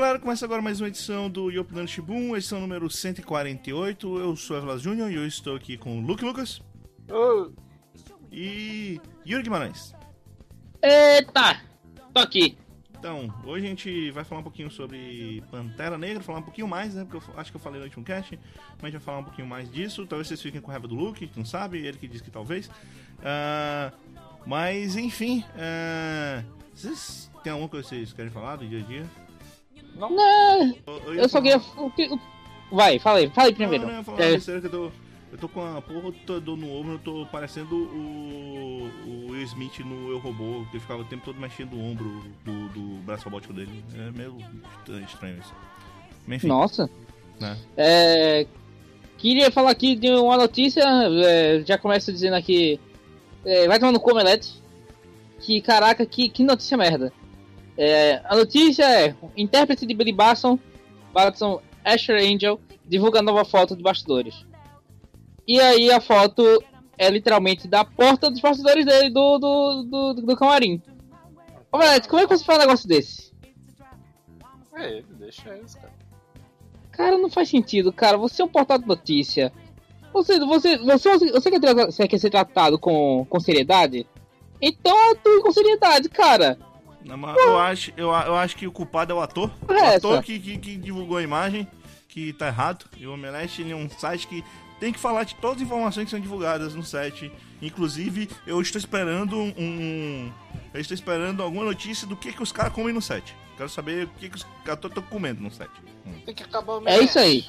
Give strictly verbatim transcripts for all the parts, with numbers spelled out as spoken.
galera, começa agora mais uma edição do Yopidan Shibun, edição número cento e quarenta e oito. Eu sou Evlas Júnior e eu estou aqui com o Luke Lucas oh. e Yuri Guimarães. Eita, tô aqui. Então, hoje a gente vai falar um pouquinho sobre Pantera Negra, falar um pouquinho mais, né, porque eu acho que eu falei no último cast, mas a gente vai falar um pouquinho mais disso. Talvez vocês fiquem com raiva do Luke, que não sabe, ele que disse que talvez. Uh, mas, enfim, uh, vocês têm alguma coisa que vocês querem falar do dia a dia? Não, não eu, eu só queria... Vai, fala aí, fala aí primeiro. Não, não, eu falar é. Sério que eu tô... Eu tô com a porra toda no ombro, eu tô parecendo o, o Will Smith no Eu, Robô, que ficava o tempo todo mexendo o ombro do, do braço robótico dele. É meio estranho isso. Enfim, nossa. Né? É, queria falar aqui de uma notícia, é, já começo dizendo aqui, é, vai tomando com Omelete, que caraca, que, que notícia merda. É, a notícia é, intérprete de Billy Batson, Batson Asher Angel, divulga nova foto de bastidores. E aí a foto é literalmente da porta dos bastidores dele, do, do, do, do camarim. Ô, Valete, como é que você faz um negócio desse? É ele, deixa eles, cara. Cara, não faz sentido, cara. Você é um portal de notícia. Você, você, você, você, quer, tra- você quer ser tratado com, com seriedade? Então atue com seriedade, cara. Não, mas eu, acho, eu, eu acho que o culpado é o ator. O é ator que, que, que divulgou a imagem, que tá errado. E o Omelete ele é um site que tem que falar de todas as informações que são divulgadas no site. Inclusive, eu estou esperando um... Eu estou esperando alguma notícia do que, que os caras comem no set. Quero saber o que, que os caras estão comendo no set. Hum. Tem que acabar o É isso aí.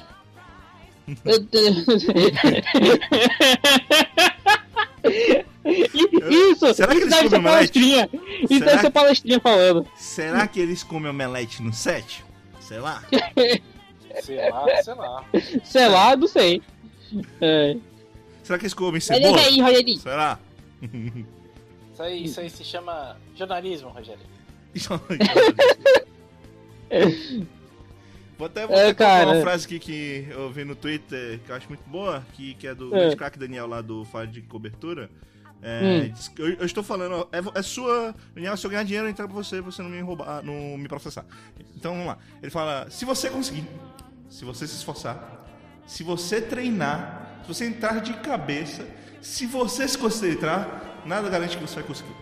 Isso! Será que isso eles comem omelete? Isso deve ser palestrinha falando. Será que eles comem omelete no set? Sei lá. Sei lá, sei lá. Sei lá, não sei. É. Será que eles comem cebola? Aí, Rogerinho. Será? Isso aí, isso aí se chama jornalismo, Rogério. Vou até, vou é, até cara. colocar uma frase aqui que eu vi no Twitter, que eu acho muito boa, que, que é do é. craque Daniel lá do Fire de Cobertura. É, hum. eu, eu estou falando, é, é sua... Daniel, se eu ganhar dinheiro, eu entrego pra você, você não me roubar, não me processar. Então, vamos lá. Ele fala, se você conseguir, se você se esforçar, se você treinar, se você entrar de cabeça, se você se concentrar, nada garante que você vai conseguir.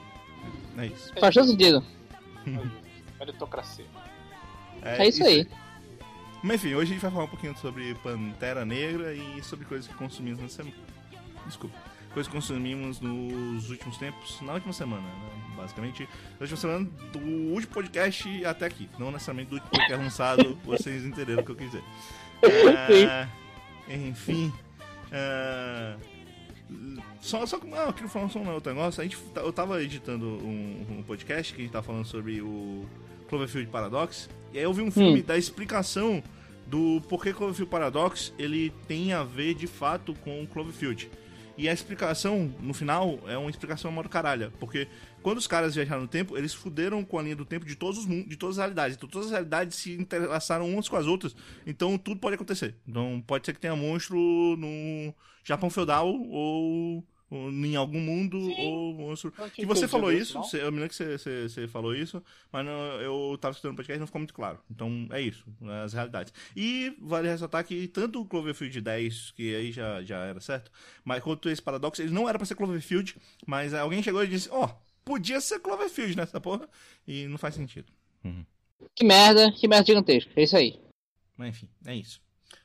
É isso. Faz todo sentido. Meritocracia. É, é isso, isso aí. Mas enfim, hoje a gente vai falar um pouquinho sobre Pantera Negra e sobre coisas que consumimos na semana. Desculpa. Coisas que consumimos nos últimos tempos, na última semana, né? Basicamente, na última semana do último podcast até aqui. Não necessariamente do último podcast lançado, vocês entenderam o que eu quis dizer. Uh, enfim. Uh, só, só ah, eu queria falar só um outro negócio. A gente, eu tava editando um, um podcast que a gente tava falando sobre o Cloverfield Paradox. E aí eu vi um filme hum. da explicação do porquê Cloverfield Paradox ele tem a ver de fato com o Cloverfield. E a explicação, no final, é uma explicação modo caralho. Porque quando os caras viajaram no tempo, eles fuderam com a linha do tempo de todos os mundos, de todas as realidades. Então todas as realidades se entrelaçaram umas com as outras. Então tudo pode acontecer. Então pode ser que tenha monstro no Japão feudal ou, ou em algum mundo. Sim. Ou monstro. Que você falou isso, você, eu me lembro que você, você, você falou isso, mas não, eu tava escutando o podcast e não ficou muito claro. Então é isso, as realidades. E vale ressaltar que tanto o Cloverfield dez, que aí já, já era certo, mas quanto esse Paradox, ele não era pra ser Cloverfield, mas alguém chegou e disse, ó, oh, podia ser Cloverfield nessa porra, e não faz sentido. Uhum. Que merda, que merda gigantesca, é isso aí. Mas enfim, é isso.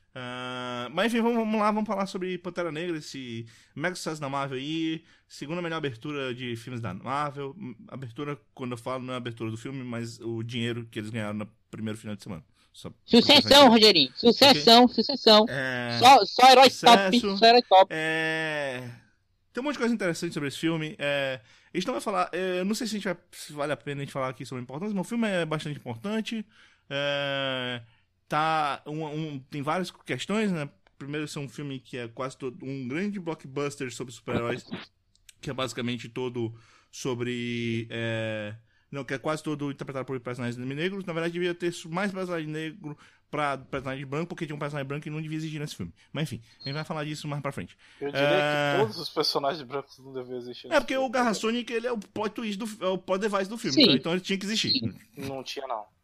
Uh, mas enfim, vamos, vamos lá, vamos falar sobre Pantera Negra, esse mega sucesso da Marvel aí, segunda melhor abertura de filmes da Marvel. Abertura, quando eu falo, não é a abertura do filme, mas o dinheiro que eles ganharam no primeiro final de semana. Só sucessão, Rogerinho, sucessão, okay. sucessão. É... Só, só herói sucesso, top, só herói top. É... Tem um monte de coisa interessante sobre esse filme. É... A gente não vai falar, é... não sei se, a gente vai... se vale a pena a gente falar aqui sobre a importância, mas o filme é bastante importante. É... Tá, um, um, tem várias questões, né? Primeiro, esse é um filme que é quase todo um grande blockbuster sobre super-heróis, que é basicamente todo sobre é, não, que é quase todo interpretado por personagens negros. Na verdade, devia ter mais personagem negro pra personagem branco, porque tinha um personagem branco que não devia existir nesse filme. Mas enfim, a gente vai falar disso mais pra frente. Eu diria é... que todos os personagens brancos não deviam existir. É, porque filme. O Garra Sonic, ele é o plot twist do, é o plot device do filme, então, então ele tinha que existir. Não tinha, não.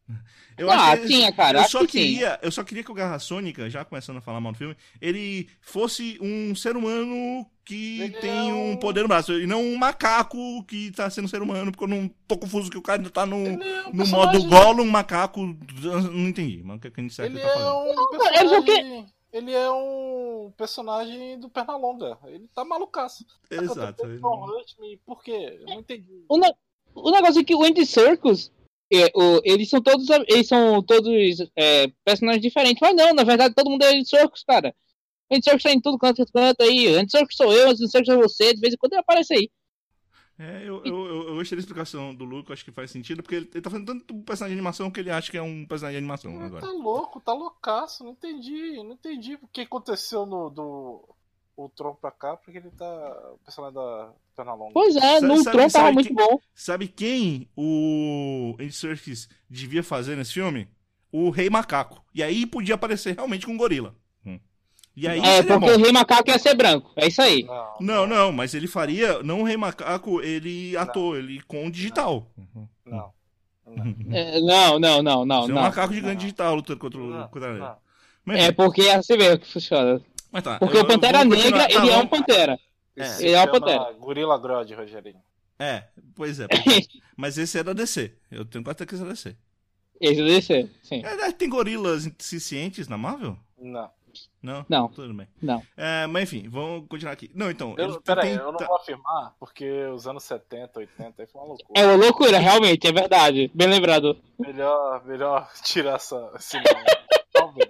Eu Ah, acho que- tinha, cara, Eu acho só que sim. queria, eu só queria que o Garra Sônica, já começando a falar mal do filme, ele fosse um ser humano que Ele tem é um um- poder no braço, e não um macaco que tá sendo ser humano, porque eu não tô confuso que o cara ainda tá no, Ele é um no modo personagem- Gollum, macaco, não entendi, mas o que é que a gente sabe que Ele ele tá é fazendo? um cara, eles o quê? personagem. Ele é um personagem do Pernalonga. Ele tá malucaço. Tá Exato. cantando ele- Don't Hurt Me. Por quê? Eu não entendi. O, ne- o negócio é que o Andy Serkis, é, o- eles são todos, eles são todos é, personagens diferentes. Mas não, na verdade, todo mundo é Andy Serkis, cara. O Andy Serkis tá em tudo canto, canto aí. O Andy Serkis sou eu, o Andy Serkis é você. De vez em quando ele aparece aí. É, eu, eu, eu, eu gostei da explicação do Luke, eu acho que faz sentido, porque ele, ele tá fazendo tanto personagem de animação que ele acha que é um personagem de animação Ele agora. tá louco, tá loucaço. Não entendi. Não entendi o que aconteceu no do o Tron pra cá, porque ele tá. O personagem da Pernalonga. Pois é, Sabe- no sabe- Tron tava sabe muito que- bom. Sabe quem o Andy Serkis devia fazer nesse filme? O Rei Macaco. E aí podia aparecer realmente com um gorila. Hum. E aí É, seria porque bom. o Rei Macaco ia ser branco. É isso aí. Não, Não, não, mas ele faria, não o Rei Macaco, ele ator, ele com digital. Uhum. Não. Não. É, não, não, não, não, Ser um não. macaco gigante Não. digital lutando contra o Não, contra ele. não. Mas, É porque é assim mesmo que funciona. mas tá, Porque eu- o Pantera eu vou Negra, continuar- tá, ele é um vamos- Pantera. Isso É. se Ele é uma chama pantera. Gorila Grodd, Rogerinho. É, pois é. pois é. Mas esse é da D C. Eu tenho quase certeza que esse é da D C. Esse deve ser, sim. É, tem gorilas cientes na Marvel? Não. Não? Não. Tudo bem. Não. É, mas enfim, vamos continuar aqui. Não, então. Eu, ele pera aí, tem- eu não tá- vou afirmar, porque os anos setenta, oitenta aí foi uma loucura. É uma loucura, realmente, é verdade. Bem lembrado. Melhor, melhor tirar essa, esse nome. Talvez.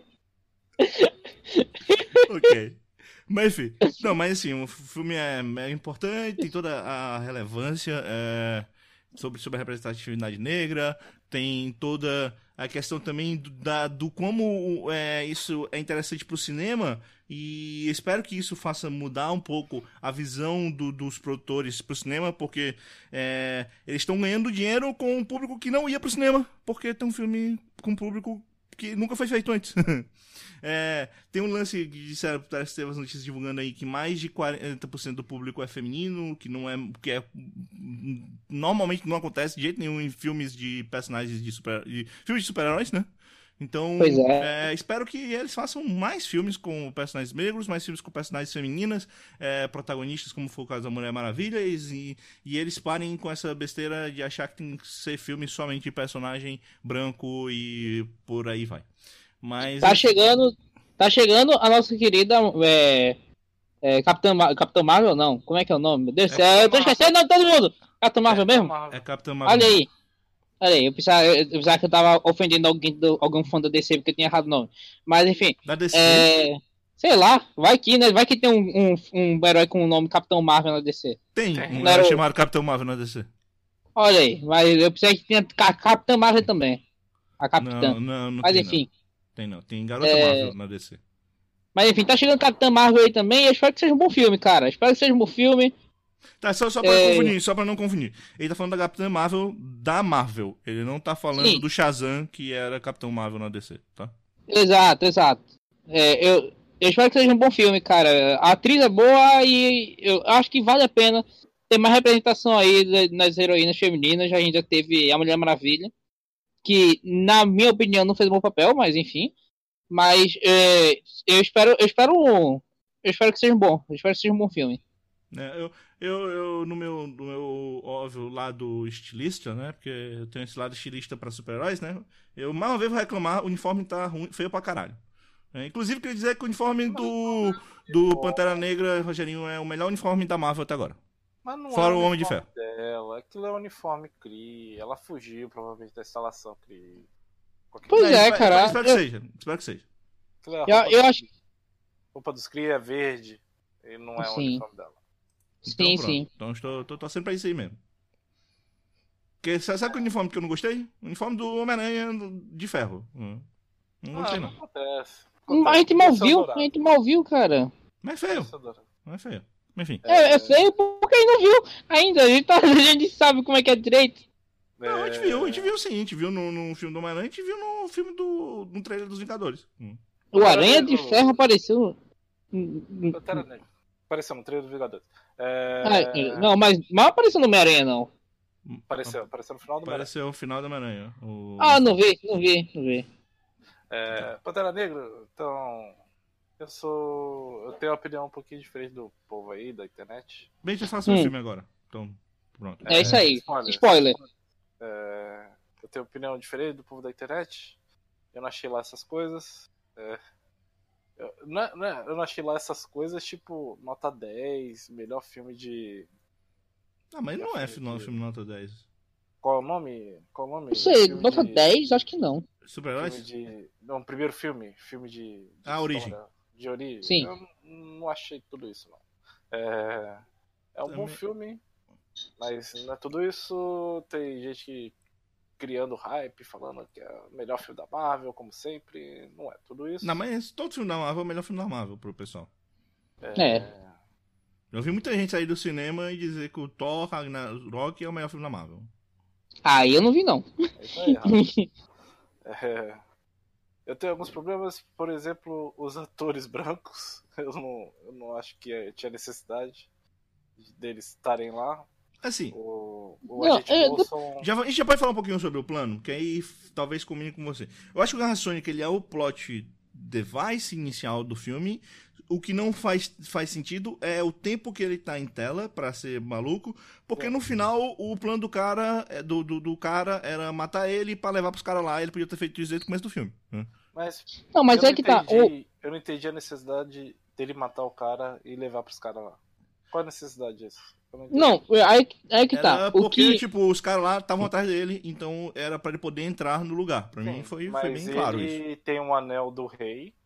Ok. Mas enfim. Não, mas assim, o filme é mega importante, tem toda a relevância é, sobre, sobre a representatividade negra, tem toda a questão também do, da, do como é, isso é interessante pro cinema, e espero que isso faça mudar um pouco a visão do- dos produtores pro cinema, porque é, eles estão ganhando dinheiro com um público que não ia pro cinema, porque tem um filme com um público que nunca foi feito antes. É, tem um lance que disseram, parece que teve as notícias divulgando aí que mais de quarenta por cento do público é feminino, que não é, que é normalmente não acontece de jeito nenhum em filmes de personagens de super, de filmes de super-heróis, né? Então, Pois é. é, espero que eles façam mais filmes com personagens negros, mais filmes com personagens femininas, é, protagonistas, como foi o caso da Mulher Maravilha, e, e eles parem com essa besteira de achar que tem que ser filme somente de personagem branco e por aí vai. Mas Tá chegando, tá chegando a nossa querida é, é, Capitã, Ma- Capitã Marvel, não. Como é que é o nome? Meu Deus do céu, eu tô esquecendo o nome de todo mundo. Capitã Marvel mesmo? é Capitã Marvel. Olha aí. Olha aí, eu pensava, eu pensava que eu tava ofendendo alguém, do, algum fã da D C porque eu tinha errado o nome. Mas enfim, Da D C. é, sei lá, vai que, né? Vai que tem um, um, um herói com o nome Capitão Marvel na D C. Tem Tem. um Não herói era o- chamado Capitão Marvel na D C. Olha aí, mas eu pensei que tinha Ca- Capitã Marvel também. A Capitã. Não, não, não Mas tem enfim. não. Tem não. Tem Garota É, Marvel na D C. Mas enfim, tá chegando Capitã Marvel aí também. E eu espero que seja um bom filme, cara. Espero que seja um bom filme. Tá, só, só pra É. confundir, só pra não confundir. Ele tá falando da Capitã Marvel da Marvel. Ele não tá falando Sim. do Shazam, que era Capitão Marvel na D C, tá? Exato, exato. É, eu, eu espero que seja um bom filme, cara. A atriz é boa e eu acho que vale a pena ter mais representação aí da- nas heroínas femininas. Já ainda teve a Mulher Maravilha, que na minha opinião não fez um bom papel, mas enfim. Mas é, eu espero, eu espero, eu espero que seja um bom. Eu espero que seja um bom filme. Né, eu, eu, eu no, meu, no meu óbvio lado estilista, né? Porque eu tenho esse lado estilista pra super-heróis, né? Eu mais uma vez vou reclamar, o uniforme tá ruim, feio pra caralho. É, inclusive, queria dizer que o uniforme do, do Pantera Negra, Rogerinho, é o melhor uniforme da Marvel até agora. Mas não Fora é o Homem de uniforme dela. Aquilo é o uniforme Kree. Ela fugiu provavelmente da instalação Kree. Qualquer Pois coisa. é, espero- cara. Espero que Eu- seja. Espero que seja. Aquilo é a Eu- roupa eu dos acho- Kree. A roupa dos Kree é verde. E não é o Sim. uniforme dela. Sim, Então, pronto. sim. Então estou, tô torcendo pra isso aí mesmo. Porque sabe, sabe que o uniforme que eu não gostei? O uniforme do Homem-Aranha de ferro. Hum. Não gostei, Ah, não. acontece. A gente mal Esse é viu, adorado. a gente mal viu, cara. Mas é feio. Esse é adorado. Não é feio. Enfim. É, é feio porque a gente não viu ainda. A gente, tá, a gente sabe como é que é direito. Não, a gente É, viu, a gente viu sim. A gente viu no, no filme do Homem-Aranha, a gente viu no filme do. no trailer dos Vingadores. Hum. O Aranha de Ferro apareceu. Pantera Negra. Apareceu no trailer do Vingadores. É... Ah, não, mas não apareceu no Homem-Aranha, não. Apareceu, apareceu no final do Homem-Aranha. Apareceu o final do Homem-Aranha. O... Ah, não vi, não vi, não vi. É, Pantera Negra, então. Eu sou. Eu tenho uma opinião um pouquinho diferente do povo aí, da internet. Bem, já fala sobre o Hum. filme agora. Então, pronto. É, isso aí. spoiler. Spoiler. É, eu tenho opinião diferente do povo da internet. Eu não achei lá essas coisas. É, eu, não, é- não é- eu não achei lá essas coisas tipo nota dez, melhor filme de. Ah, mas não é filme, de- filme nota dez. Qual é o nome? Qual é o nome? Não sei, Filme nota de- dez? Acho que não. Super-heróis? Filme de. Não, primeiro filme. Filme de. de Ah, Origem. história, De origem. Sim. Eu não, não achei tudo isso, não. É, é um bom Também- filme, mas não é tudo isso. Tem gente que criando hype, falando que é o melhor filme da Marvel, como sempre. Não é tudo isso. Não, mas todo filme da Marvel é o melhor filme da Marvel pro pessoal. É. Eu vi muita gente sair do cinema e dizer que o Thor Ragnarok é o melhor filme da Marvel. Aí eu não vi, não. Isso é errado. É, eu tenho alguns problemas, por exemplo, os atores brancos. Eu não, eu não acho que é- tinha necessidade deles estarem lá. Assim, O, o Não, agente é, Coulson. já, a gente já pode falar um pouquinho sobre o plano, que aí f- talvez combine com você. Eu acho que o Garra Sônica ele é o plot device inicial do filme. O que não faz, faz sentido é o tempo que ele tá em tela pra ser maluco, porque É. no final o plano do cara, é, do, do, do cara era matar ele pra levar pros caras lá. Ele podia ter feito isso desde o começo do filme. Né? Mas, Não, mas eu é não que tá. O- entendi, eu não entendi a necessidade dele matar o cara e levar pros caras lá. Qual a necessidade disso? Eu entendi. Não, aí, aí que tá. Era O porque, que. tipo, os caras lá estavam atrás dele, então era pra ele poder entrar no lugar. Pra mim Sim, foi, mas foi bem claro isso. ele tem um anel do rei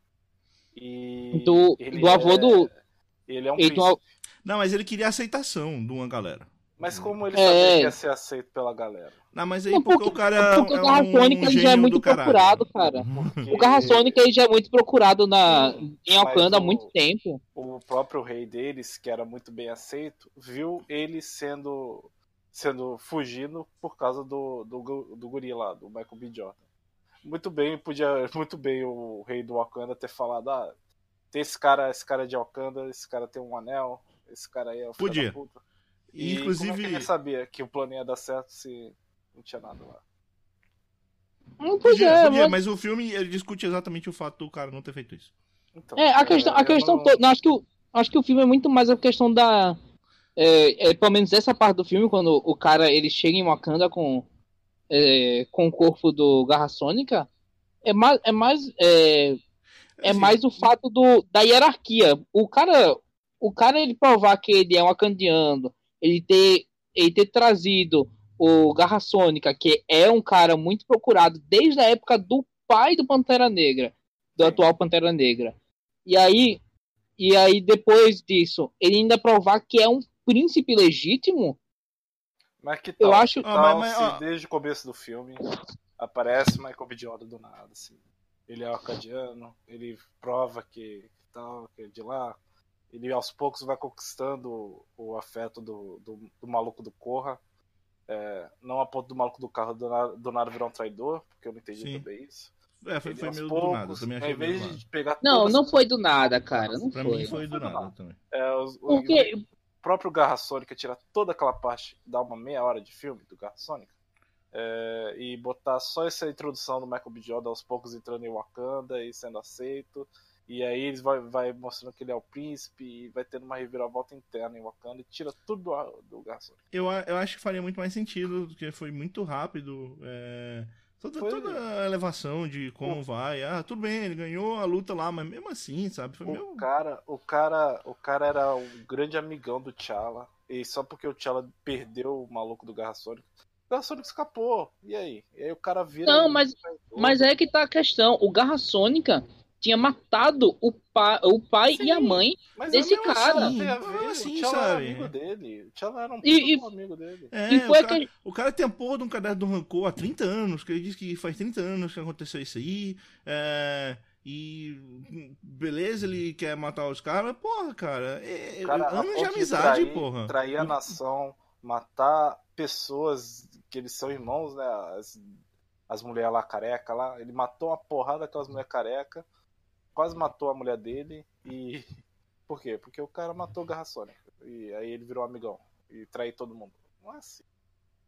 e Do- ele do avô é- do- ele é um e do príncipe. av- Não, mas ele queria a aceitação de uma galera. Mas como ele É. sabia que ia ser aceito pela galera? Não, mas aí Não, porque, porque- o cara é, porque o é Garra um Sônica, ele já é gênio muito do caralho. procurado, cara. Porque O Garra Sônica ele já é muito procurado na, Sim, em Wakanda há mas o- muito tempo. o próprio rei deles, que era muito bem aceito, viu ele sendo sendo fugindo por causa do, do, gu- do guri lá, do Michael B. Jordan. Muito bem, podia muito bem o rei do Wakanda ter falado, ah, tem esse cara, esse cara é de Wakanda, esse cara tem um anel, esse cara aí é o filho Podia. da puta. E, E como é que inclusive, ele sabia que o plano ia dar certo se não tinha nada lá? Não, pois podia, é, podia, mas- mas o filme ele discute exatamente o fato do cara não ter feito isso. Então, É, a questão, a eu questão não- toda. não, Acho que, o, acho que o filme é muito mais a questão da. É, é, pelo menos essa parte do filme, quando o cara ele chega em Wakanda com, é, com o corpo do Garra Sônica, é mais, é mais, é, é Assim, mais o fato do, da hierarquia. O cara, o cara ele provar que ele é um wakandiano, ele ter, ele ter trazido o Garra Sônica, que é um cara muito procurado desde a época do pai do Pantera Negra, do Sim. atual Pantera Negra. E aí, e aí depois disso, ele ainda provar que é um príncipe legítimo. Mas que tal? Eu acho- que Ah, tal mas- mas, se ó. desde o começo do filme aparece Michael B. Jordan do nada, assim. Ele é acadiano, ele prova que, que tal, que é de lá. Ele aos poucos vai conquistando o, o afeto do, do, do maluco do Corra. É, não a ponto do maluco do carro do nada, do nada virar um traidor, porque eu não entendi Sim. também isso. É, foi, Ele, foi aos meio poucos, do nada. Também achei em meio vez do nada. de pegar Não, todas não as- foi do nada, cara. Não Pra foi. mim foi do Foi do nada nada. também. É, os- o, Porque, o próprio Garra Sônica tirar toda aquela parte, dar uma meia hora de filme do Garra Sônica, é, e botar só essa introdução do Michael B. Jordan aos poucos entrando em Wakanda e sendo aceito, e aí eles vai, vai mostrando que ele é o príncipe e vai tendo uma reviravolta interna em Wakanda e tira tudo do, do Garra Sônica. Eu, a- eu acho que faria muito mais sentido, porque foi muito rápido. É, toda, Foi. toda a elevação de como O- vai. Ah, tudo bem, ele ganhou a luta lá, mas mesmo assim, sabe? Foi meio. O cara, o cara, o cara era um grande amigão do T'Challa, e só porque o T'Challa perdeu o maluco do Garra Sônica, o Garra Sônica escapou. E aí? E aí o cara vira. Não, e- mas- mas é que tá a questão. O Garra Sônica tinha matado o, pa, o pai Sim, e a mãe. Mas Esse mesmo cara- assim, tem a Mesmo ver. assim, o T'Challa sabe? era amigo dele. O T'Challa era um E- puta amigo dele. É, E foi o, cara, que- o cara tem a porra de um caderno do rancor há trinta anos, que ele diz que faz trinta anos que aconteceu isso aí. É, e beleza, ele quer matar os caras, porra, cara. É, O cara, a anos de ponto amizade, trair, porra. Trair a nação, matar pessoas que eles são irmãos, né? As, as mulheres lá careca lá. Ele matou uma porrada daquelas mulheres careca, quase matou a mulher dele e. Por quê? Porque o cara matou o Garra Sônica. E aí ele virou amigão. E traiu todo mundo. Não é assim.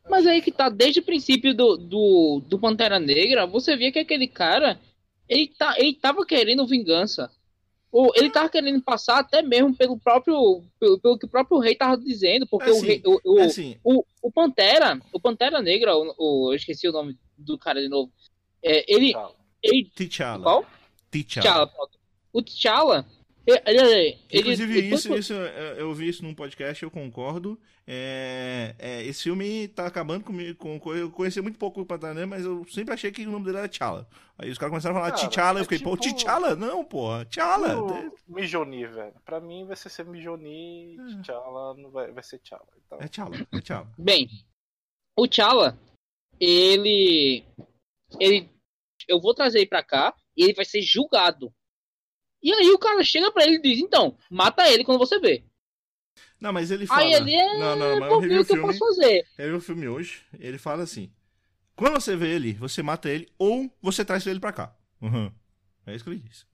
Mas aí que tá, desde o princípio do, do, do Pantera Negra, você via que aquele cara, ele, tá, ele tava querendo vingança. Ou ele tava querendo passar até mesmo pelo próprio, pelo, pelo que o próprio rei tava dizendo, porque É o, assim, rei, o, o, é assim. o, o Pantera, o Pantera Negra, o, o- eu esqueci o nome do cara de novo, é, ele, Tchau. ele, T'Challa. qual? T'Challa. T'Challa, pronto. O T'Challa, ele, ele, Inclusive, ele- isso, isso eu eu vi isso num podcast, eu concordo. É, é, esse filme tá acabando comigo. Com, com- eu conhecia muito pouco o Pantera Negra, mas eu sempre achei que o nome dele era T'Challa. Aí os caras começaram a falar Cara, T'Challa, eu é fiquei, pô, tipo- T'Challa? Não, porra, T'Challa. O Mijoni, velho. Pra mim vai ser ser Mijoni, T'Challa não vai, vai ser T'Challa. Então, É T'Challa, é T'Challa. bem, o T'Challa, ele, ele, eu vou trazer ele pra cá e ele vai ser julgado. E aí o cara chega pra ele e diz, então, mata ele quando você vê. Não, mas ele fala. Aí ele é, Não, não, mas eu vou revi ver o o que eu filme. posso fazer. Eu vi o filme hoje, ele fala assim: quando você vê ele, você mata ele ou você traz ele pra cá. Uhum. É isso que ele diz.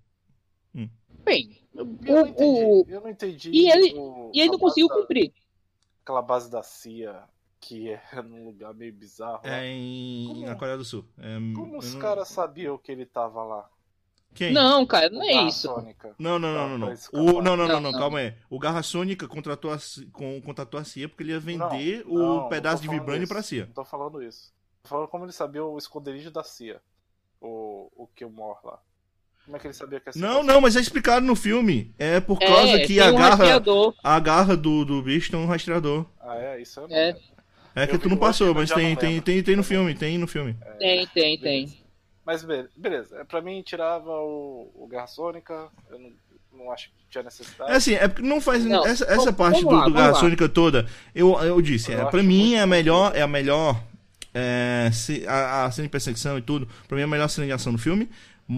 Bem, eu não o, entendi. o, eu não entendi. e ele- o- e ele a não base conseguiu da- cumprir. Aquela base da C I A, que é num lugar meio bizarro. lá. É em Como? na Coreia do Sul. É, Como eu os não- caras sabiam que ele tava lá? Quem? Não, cara, O não é Garra isso. Sônica. Não, não, não, Pra- não, não. pra escapar. O, não, não, não, Não, não, não. calma aí. O Garra Sônica contratou a, C- com, contratou a C I A porque ele ia vender Não, não, o não pedaço tô de falando vibrânio isso. pra C I A. Não tô falando isso. Tô falando como ele sabia o esconderijo da C I A. O, o Killmore lá. Como é que ele sabia que a C I A Não, não, mas é explicado no filme. É por causa É, que tem a um garra, rastreador. a garra do, do bicho tem um rastreador. Ah, é? Isso eu não É. lembro. É que Eu tu vi não hoje, passou, eu mas já tem, não tem, lembro. tem, tem no filme, tem no filme. Tem, tem, Beleza. tem. Mas be- beleza, pra mim tirava o, o Garra Sônica, eu não, não acho que tinha necessidade. É assim, é porque não faz. Não, essa essa vamos- parte vamos do, lá, do vamos Garra lá. Sônica toda, eu, eu disse, Eu é, pra acho mim muito é a melhor, bom. é a melhor é, se- a, a cena de perseguição e tudo, pra mim é a melhor cena de ação do filme,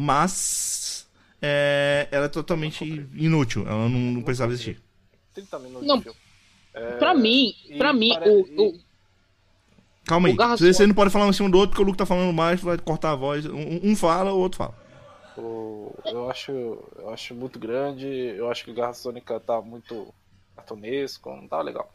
mas é, ela é totalmente inútil, ela não, não precisava existir. trinta minutos Não. de filme. É, Pra mim, e pra mim, pare- o, e- o, Calma O aí, Garra você, você Sônica- não pode falar um em cima do outro, porque o Luke tá falando mais, vai cortar a voz, um, um fala, o outro fala. o- eu, acho, eu acho muito grande, eu acho que o Garra Sônica tá muito cartunesco, não tá legal.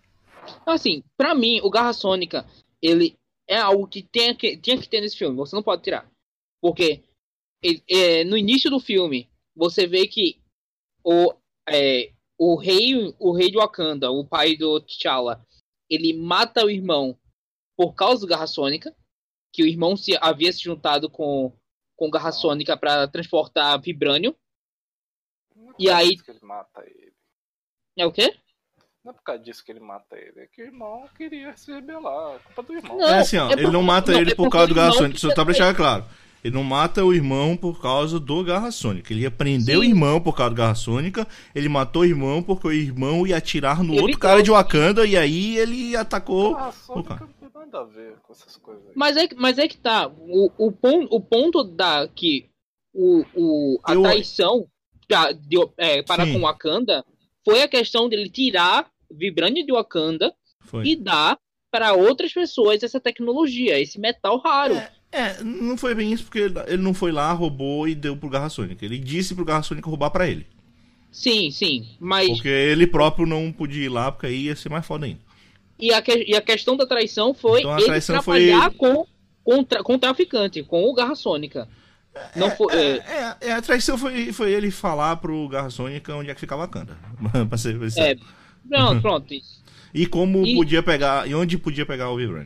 assim, pra mim, o Garra Sônica, ele é algo que tinha que, tinha que ter nesse filme, você não pode tirar. Porque ele- é, no início do filme, você vê que o, é, o rei o rei de Wakanda, o pai do T'Challa, ele mata o irmão por causa do Garra Sônica, que o irmão se, havia se juntado com, com o Garra Sônica pra transportar vibrânio. Não é por E causa aí- disso que ele mata ele. É o quê? Não é por causa disso que ele mata ele, é que o irmão queria se rebelar, é culpa do irmão. Não, É assim, ó, é ele não porque- mata não, ele é por porque causa do o Garra irmão Sônica, só queria tá pra ter- deixar claro. Ele não mata o irmão por causa do Garra Sônica. Ele ia prender o Sim. irmão por causa do Garra Sônica. Ele matou o irmão porque o irmão ia atirar no Ele outro viu. cara de Wakanda e aí ele atacou. Ah, só o que cara. não tem nada a ver com essas coisas aí. Mas é, que- mas é que tá. O, o, pon, o ponto da que o, o, a Eu- traição pra, de, é, para Sim. com Wakanda foi a questão dele tirar Vibranium de Wakanda Foi. e dar para outras pessoas essa tecnologia, esse metal raro. É, é, não foi bem isso porque ele não foi lá, roubou e deu pro Garra Sônica. Ele disse pro Garra Sônica roubar pra ele. Sim, sim. Mas Porque ele próprio não podia ir lá, porque aí ia ser mais foda ainda. e a, que- e a questão da traição foi Então a ele traição trabalhar com, com, tra- com o traficante, com o Garra Sônica. Não foi. É, é, é, é, a traição foi, foi ele falar pro Garra Sônica onde é que ficava Wakanda. pra ser, pra ser. é, pronto, pronto. isso. E como E- podia pegar. E onde podia pegar o Vibranium.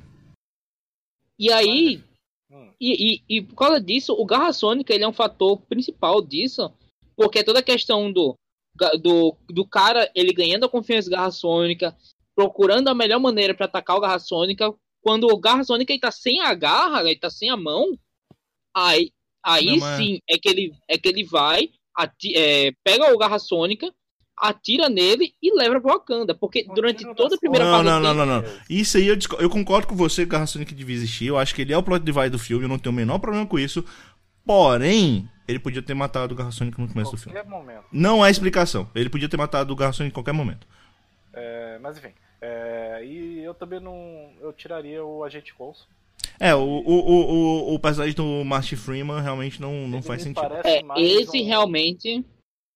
E aí, Hum. E, e, e por causa disso, o Garra Sônica ele é um fator principal disso, porque toda a questão do, do, do cara, ele ganhando a confiança do Garra Sônica, procurando a melhor maneira para atacar o Garra Sônica, quando o Garra Sônica ele tá sem a garra, ele tá sem a mão, aí, aí Não, mas- sim é que ele, é que ele vai, ati- é, pega o Garra Sônica, atira nele e leva pra Wakanda, porque Um durante tiro toda a nas primeira Não, fase não, do não, filme- não, não. Isso aí eu, disco- eu concordo com você que o Garra Sônica devia existir. Eu acho que ele é o plot device do filme, eu não tenho o menor problema com isso. Porém, ele podia ter matado o Garra Sônica no começo do filme. Qualquer momento. Não há explicação. Ele podia ter matado o Garra Sônica em qualquer momento. É, mas enfim. é, e eu também não. Eu tiraria o Agente Coulson. É, o, o, o, o, o personagem do Martin Freeman realmente não, não Ele faz me sentido. parece É, mais esse um- realmente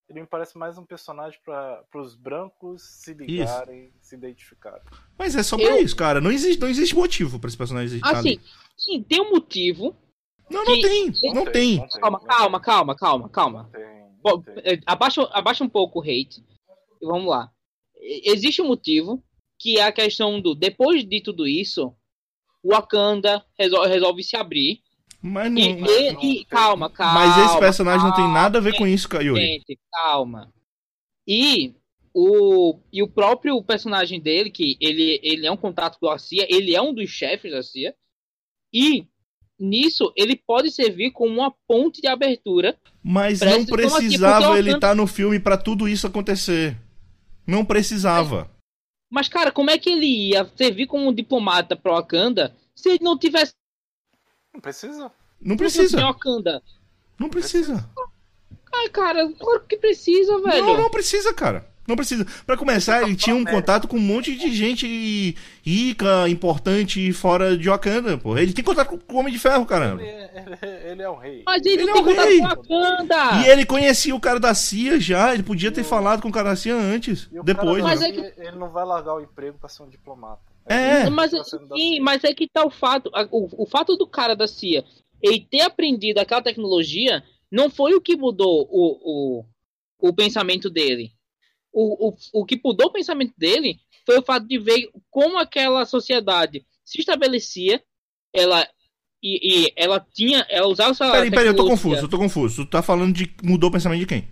Ele me parece mais um personagem para os brancos se ligarem, isso. se identificarem. Mas é só pra Eu... isso, cara. Não existe, não existe motivo pra esse personagem existir. Assim, ali. sim, tem um motivo. Não, não que... tem. Não, não tem. tem. Calma, calma, calma, calma, calma. Não tem, não tem. Abaixa, abaixa um pouco o hate. E vamos lá. Existe um motivo, que é a questão do... Depois de tudo isso, o Wakanda resolve, resolve se abrir. Mas não... E, mas e, não e, calma, calma. Mas esse personagem calma, não tem nada a ver gente, com isso, Yuri. Gente, calma. E o, e o próprio personagem dele, que ele, ele é um contato da C I A, ele é um dos chefes da C I A. E... nisso, ele pode servir como uma ponte de abertura. Mas não precisava ele estar tá no filme pra tudo isso acontecer. Não precisava. Mas, cara, como é que ele ia servir como um diplomata pro Wakanda se ele não tivesse... Não precisa. Não precisa. Wakanda? Não precisa. Ai, cara, claro que precisa, velho. Não, não precisa, cara. Não precisa. Pra começar, ele tinha um contato com um monte de gente rica, importante, fora de Wakanda, pô. Ele tem contato com o Homem de Ferro, caramba. Ele, ele, ele é um rei. Mas ele, ele não é tem um contato rei. com Wakanda. E ele conhecia o cara da C I A já. Ele podia ter falado com o cara da C I A antes. Depois, cara, mas né? é que... Ele não vai largar o emprego pra ser um diplomata. É. é mas, é, sim, mas é que tá o fato... O, o fato do cara da C I A ele ter aprendido aquela tecnologia não foi o que mudou o, o, o pensamento dele. O, o, o que mudou o pensamento dele foi o fato de ver como aquela sociedade se estabelecia, ela e, e ela tinha, ela usava essa Peraí, peraí, eu tô confuso, eu tô confuso. Tu tá falando de mudou o pensamento de quem?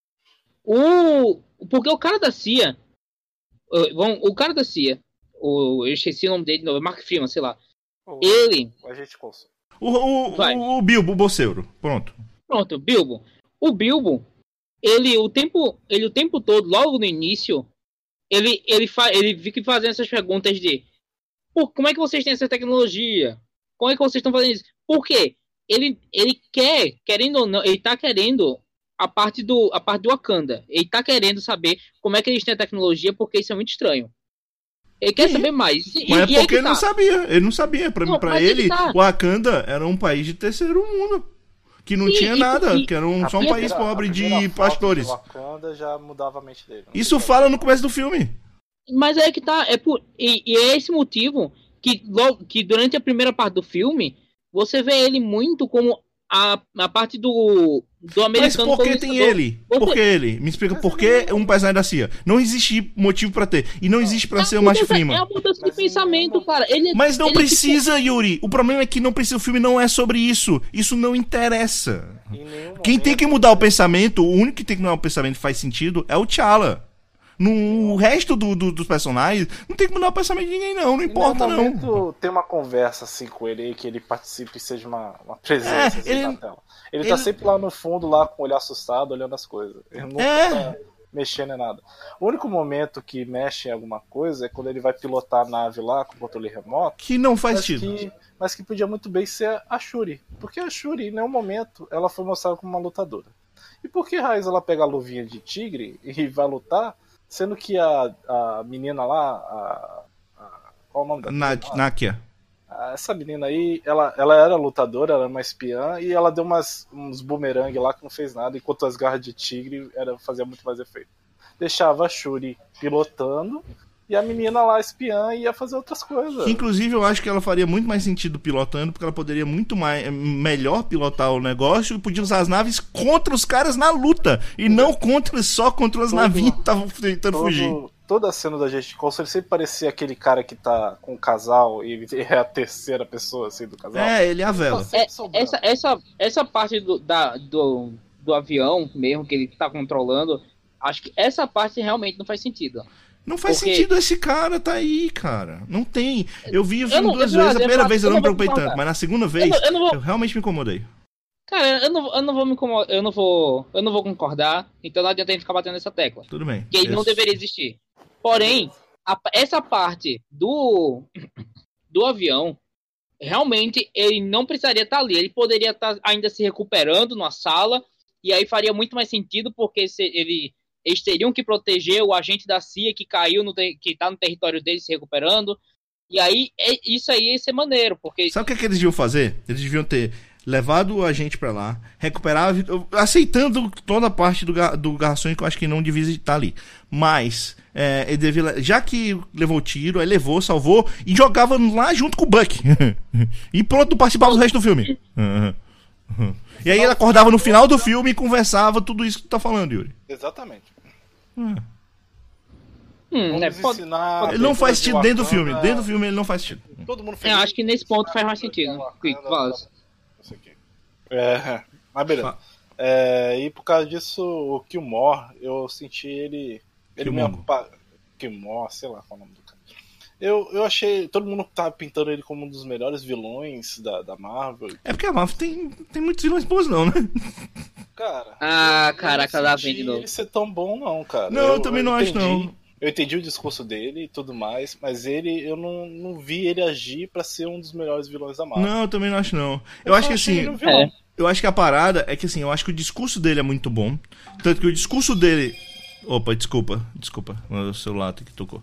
O, porque o cara da C I A, o, o cara da C I A, o, eu esqueci o nome dele, não, Mark Freeman, sei lá. O, ele... A gente consa. O, o, o, o Bilbo, o Bolseiro, pronto. Pronto, Bilbo. O Bilbo, ele o tempo, ele o tempo todo, logo no início, ele ele fa, ele fica fazendo essas perguntas de, pô, como é que vocês têm essa tecnologia? Como é que vocês estão fazendo isso? Por quê? Ele ele quer, querendo ou não, ele tá querendo a parte do a parte do Wakanda. Ele tá querendo saber como é que eles têm a tecnologia, porque isso é muito estranho. Ele quer Sim. saber mais. E, mas e é porque tá. ele não sabia. Ele não sabia. Pra, não, pra ele, tá. o Wakanda era um país de terceiro mundo. Que não Sim, tinha e, nada. E, que era um, só um primeira, país pobre de foto pastores. De Wakanda já mudava a mente dele. Isso fala no começo do filme. Mas é que tá. É por, e, e é esse motivo que, logo, que durante a primeira parte do filme, você vê ele muito como a, a parte do, do americano. Mas por que tem ele? Você... Por que ele? Me explica por que um personagem da C I A? Não existe motivo pra ter. E não existe pra é ser o Martin Freeman. É a mudança de pensamento, não... cara. Ele, Mas não ele precisa, tipo... Yuri. O problema é que não precisa. O filme não é sobre isso. Isso não interessa. Quem tem que mudar o pensamento, o único que tem que mudar o pensamento que faz sentido é o T'Challa. No resto do, do, dos personagens, não tem que mudar o pensamento de ninguém, não. Não importa, não. Em momento, tem uma conversa assim com ele aí, que ele participe e seja uma, uma presença é, assim, ele, na tela. Ele, ele tá sempre lá no fundo, lá com o olhar assustado, olhando as coisas. Ele nunca é. tá mexendo em nada. O único momento que mexe em alguma coisa é quando ele vai pilotar a nave lá com o controle remoto. Que não faz mas sentido. Que, mas que podia muito bem ser a Shuri. Porque a Shuri, em nenhum momento, ela foi mostrada como uma lutadora. E por que raiz ela pega a luvinha de tigre e vai lutar? Sendo que a, a menina lá, a, a, qual é o nome da Na, menina? Nakia. Essa menina aí, ela, ela era lutadora, ela era uma espiã, e ela deu umas, uns bumerangue lá que não fez nada, enquanto as garras de tigre era, fazia muito mais efeito. Deixava a Shuri pilotando, e a menina lá, espiã, ia fazer outras coisas. Inclusive, eu acho que ela faria muito mais sentido pilotando, porque ela poderia muito mais, melhor pilotar o negócio e podia usar as naves contra os caras na luta, e não contra, só contra as navinhas que estavam tentando todo, fugir. Toda a cena da gente Coulson, ele sempre parecia aquele cara que tá com o casal e é a terceira pessoa assim, do casal. É, ele é a vela. É, essa, essa, essa parte do, da, do, do avião mesmo, que ele tá controlando, acho que essa parte realmente não faz sentido. Não faz Porque... sentido esse cara tá aí, cara. Não tem. Eu vi o eu filme não, duas eu vezes. A primeira eu vez eu não me preocupei concordar. tanto, mas na segunda vez eu, não, eu, não vou... eu realmente me incomodei. Cara, eu não, eu não vou me incomodar, eu não vou, eu não vou concordar, então não adianta a gente ficar batendo nessa tecla. Tudo bem. Que ele Isso. não deveria existir. Porém, a, essa parte do do avião, realmente ele não precisaria estar ali. Ele poderia estar ainda se recuperando numa sala, e aí faria muito mais sentido, porque se ele eles teriam que proteger o agente da C I A que caiu, no ter, que tá no território dele se recuperando. E aí, é, isso aí ia ser maneiro, porque... Sabe o que, é que eles deviam fazer? Eles deviam ter levado a gente pra lá, recuperar, aceitando toda a parte do, do garçom que eu acho que não devia estar ali. Mas, é, ele devia, já que levou o tiro, aí levou, salvou e jogava lá junto com o Buck. E pronto, participava do resto do filme. E aí ele acordava no final do filme e conversava tudo isso que tu tá falando, Yuri. Exatamente. Hum. Hum, é, pode, ensinar ele não faz de sentido dentro do Wakanda. filme. Dentro do filme ele não faz sentido. Todo mundo eu acho que nesse ponto faz mais sentido. Quick, fala. Isso aqui. É, mas beleza. É, e por causa disso, o Killmore, eu senti ele. Ele Killmonger. mesmo. pa- Killmore, sei lá qual é o nome do cara. Eu, eu achei. Todo mundo tá pintando ele como um dos melhores vilões da, da Marvel. É porque a Marvel tem, tem muitos vilões bons, não, né? Cara. Ah, eu, caraca, eu lá não vem de senti novo. ele ser tão bom, não, cara. Não, eu também não acho, entendi- não. Eu entendi o discurso dele e tudo mais, mas ele, eu não, não vi ele agir pra ser um dos melhores vilões da Marvel. Não, eu também não acho, não. Eu só acho que achei assim. ele um vilão. É. Eu acho que a parada é que assim, eu acho que o discurso dele é muito bom. Tanto que o discurso dele. Opa, desculpa, desculpa. O celular que tocou.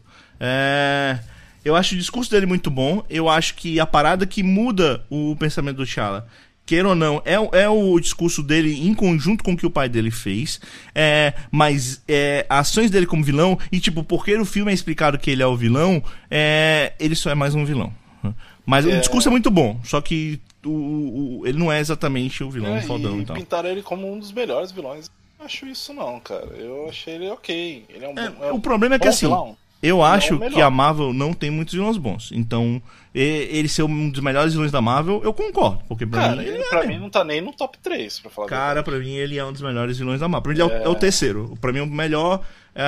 É. Eu acho o discurso dele muito bom. Eu acho que a parada que muda o pensamento do T'Challa, queira ou não, é, o- é o discurso dele em conjunto com o que o pai dele fez. É, mas é, as ações dele como vilão, e tipo, porque no filme é explicado que ele é o vilão, é, ele só é mais um vilão. Mas o É. discurso é muito bom, só que o, o- ele não é exatamente o vilão É, fodão e e tal. pintaram ele como um dos melhores vilões. Eu não acho isso não, cara. Eu achei ele ok. Ele é um É, bom, é um o problema é que bom assim, vilão. eu Não acho o melhor. que a Marvel não tem muitos vilões bons. Então, e- ele ser um dos melhores vilões da Marvel, eu concordo. Porque pra Cara, mim, ele ele pra é. mim não tá nem no top três, pra falar a Cara, verdade. pra mim ele é um dos melhores vilões da Marvel. Pra mim ele é, o, é o terceiro. Pra mim o melhor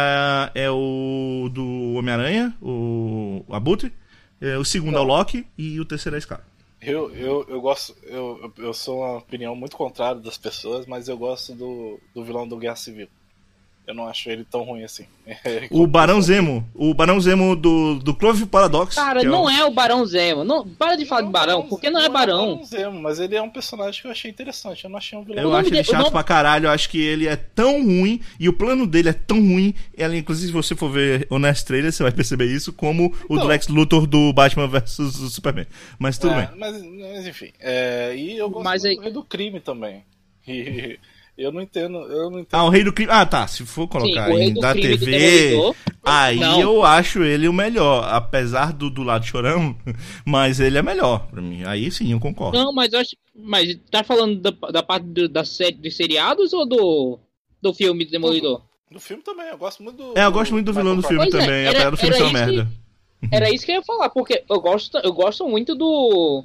é, é o do Homem-Aranha, o, o Abutre. É, o segundo é o Loki e o terceiro é a Scar. Eu, eu, eu gosto. Eu, eu sou uma opinião muito contrária das pessoas, mas eu gosto do, do vilão do Guerra Civil. Eu não acho ele tão ruim assim. O Barão Zemo. O Barão Zemo do, do Cloverfield Paradox. Cara, que é o- não é o Barão Zemo. Não, para de falar de Barão, porque não é Barão. Zemo, mas ele é um personagem que eu achei interessante. Eu não achei um vilão. Eu O nome acho ele dele- o chato nome- pra caralho, eu acho que ele é tão ruim, e o plano dele é tão ruim, ela, inclusive se você for ver o Honest Trailer, você vai perceber isso, como o do Então. Lex Luthor do Batman versus o Superman. Mas tudo É, bem. Mas, mas enfim. É, e eu gosto Mas do aí- Rei do Crime também. E eu não entendo. Eu não entendo. Ah, o Rei do Crime... Ah, tá, se for colocar Sim, o Rei em do da Crime do T V, Demolidor. aí Não. eu acho ele o melhor, apesar do, do lado chorão, mas ele é melhor pra mim. Aí sim, eu concordo. Não, mas eu acho. Mas tá falando da, da parte do, da série dos seriados ou do, do filme do Demolidor? No filme também, eu gosto muito do. É, eu gosto muito do vilão do filme Pois é, também, era- apesar do filme era ser uma isso que- merda. Era isso que eu ia falar, porque eu gosto, eu gosto muito do.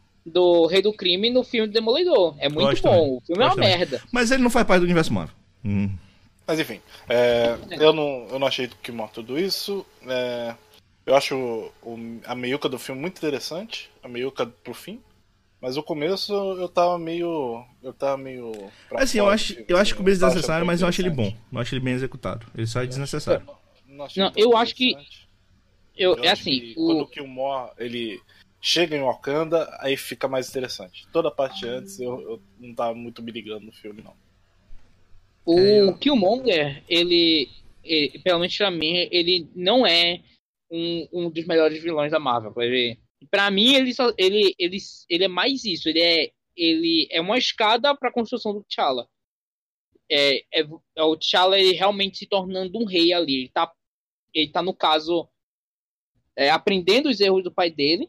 Do Rei do Crime no filme do Demolidor. É muito Gosto bom. também. O filme é Gosto uma também. merda. Mas ele não faz parte do universo Marvel. Hum. Mas enfim, é, eu, não, eu não achei que morre tudo isso. É, eu acho o- a meiuca do filme muito interessante, a meiuca pro fim. Mas o começo eu tava meio. Eu tava meio. pra Assim, eu fora do acho, filme, eu acho assim, que o começo tava desnecessário, achando mas eu acho ele bom. interessante. Eu acho ele bem executado. Ele só é desnecessário. Não, não achei Não, tão eu acho que- interessante. Eu, Eu é acho assim, que Quando o o, Killmonger ele chega em Wakanda, aí fica mais interessante. Toda a parte antes eu, eu não tava muito me ligando no filme, não. o É, eu- Killmonger, ele, ele, pelo menos pra mim, ele não é um, um dos melhores vilões da Marvel. Ele, pra mim, ele, só, ele, ele, ele é mais isso. Ele é, ele é uma escada pra construção do T'Challa. É, é, é o T'Challa ele realmente se tornando um rei ali. Ele tá, ele tá no caso, é, aprendendo os erros do pai dele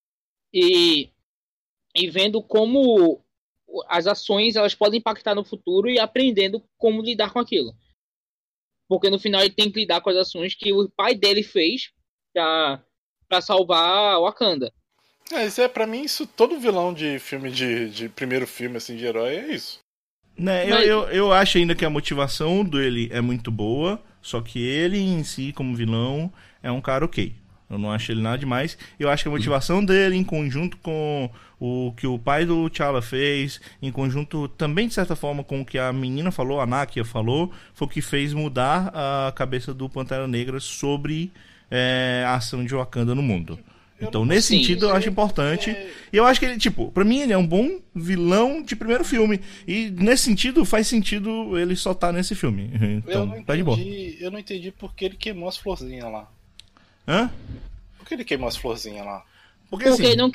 e, e vendo como as ações elas podem impactar no futuro e aprendendo como lidar com aquilo. Porque no final ele tem que lidar com as ações que o pai dele fez pra, pra salvar Wakanda. É, isso é, pra mim, isso todo vilão de filme de, de primeiro filme assim, de herói é isso. Né, eu, Mas- eu, eu acho ainda que a motivação dele é muito boa, só que ele em si, como vilão, é um cara ok. Eu não acho ele nada demais. Eu acho que a motivação dele, em conjunto com o que o pai do T'Challa fez, em conjunto também, de certa forma, com o que a menina falou, a Nakia falou, foi o que fez mudar a cabeça do Pantera Negra sobre é, a ação de Wakanda no mundo. Então, nesse Sim. sentido, eu acho importante. E eu acho que ele, tipo, pra mim, ele é um bom vilão de primeiro filme. E nesse sentido, faz sentido ele só estar nesse filme. eu, Então, não tá de boa. entendi, eu não entendi porque ele queimou as florzinhas lá. Hã? Por que ele queimou as florzinhas lá? Porque, Porque assim, ele não queria.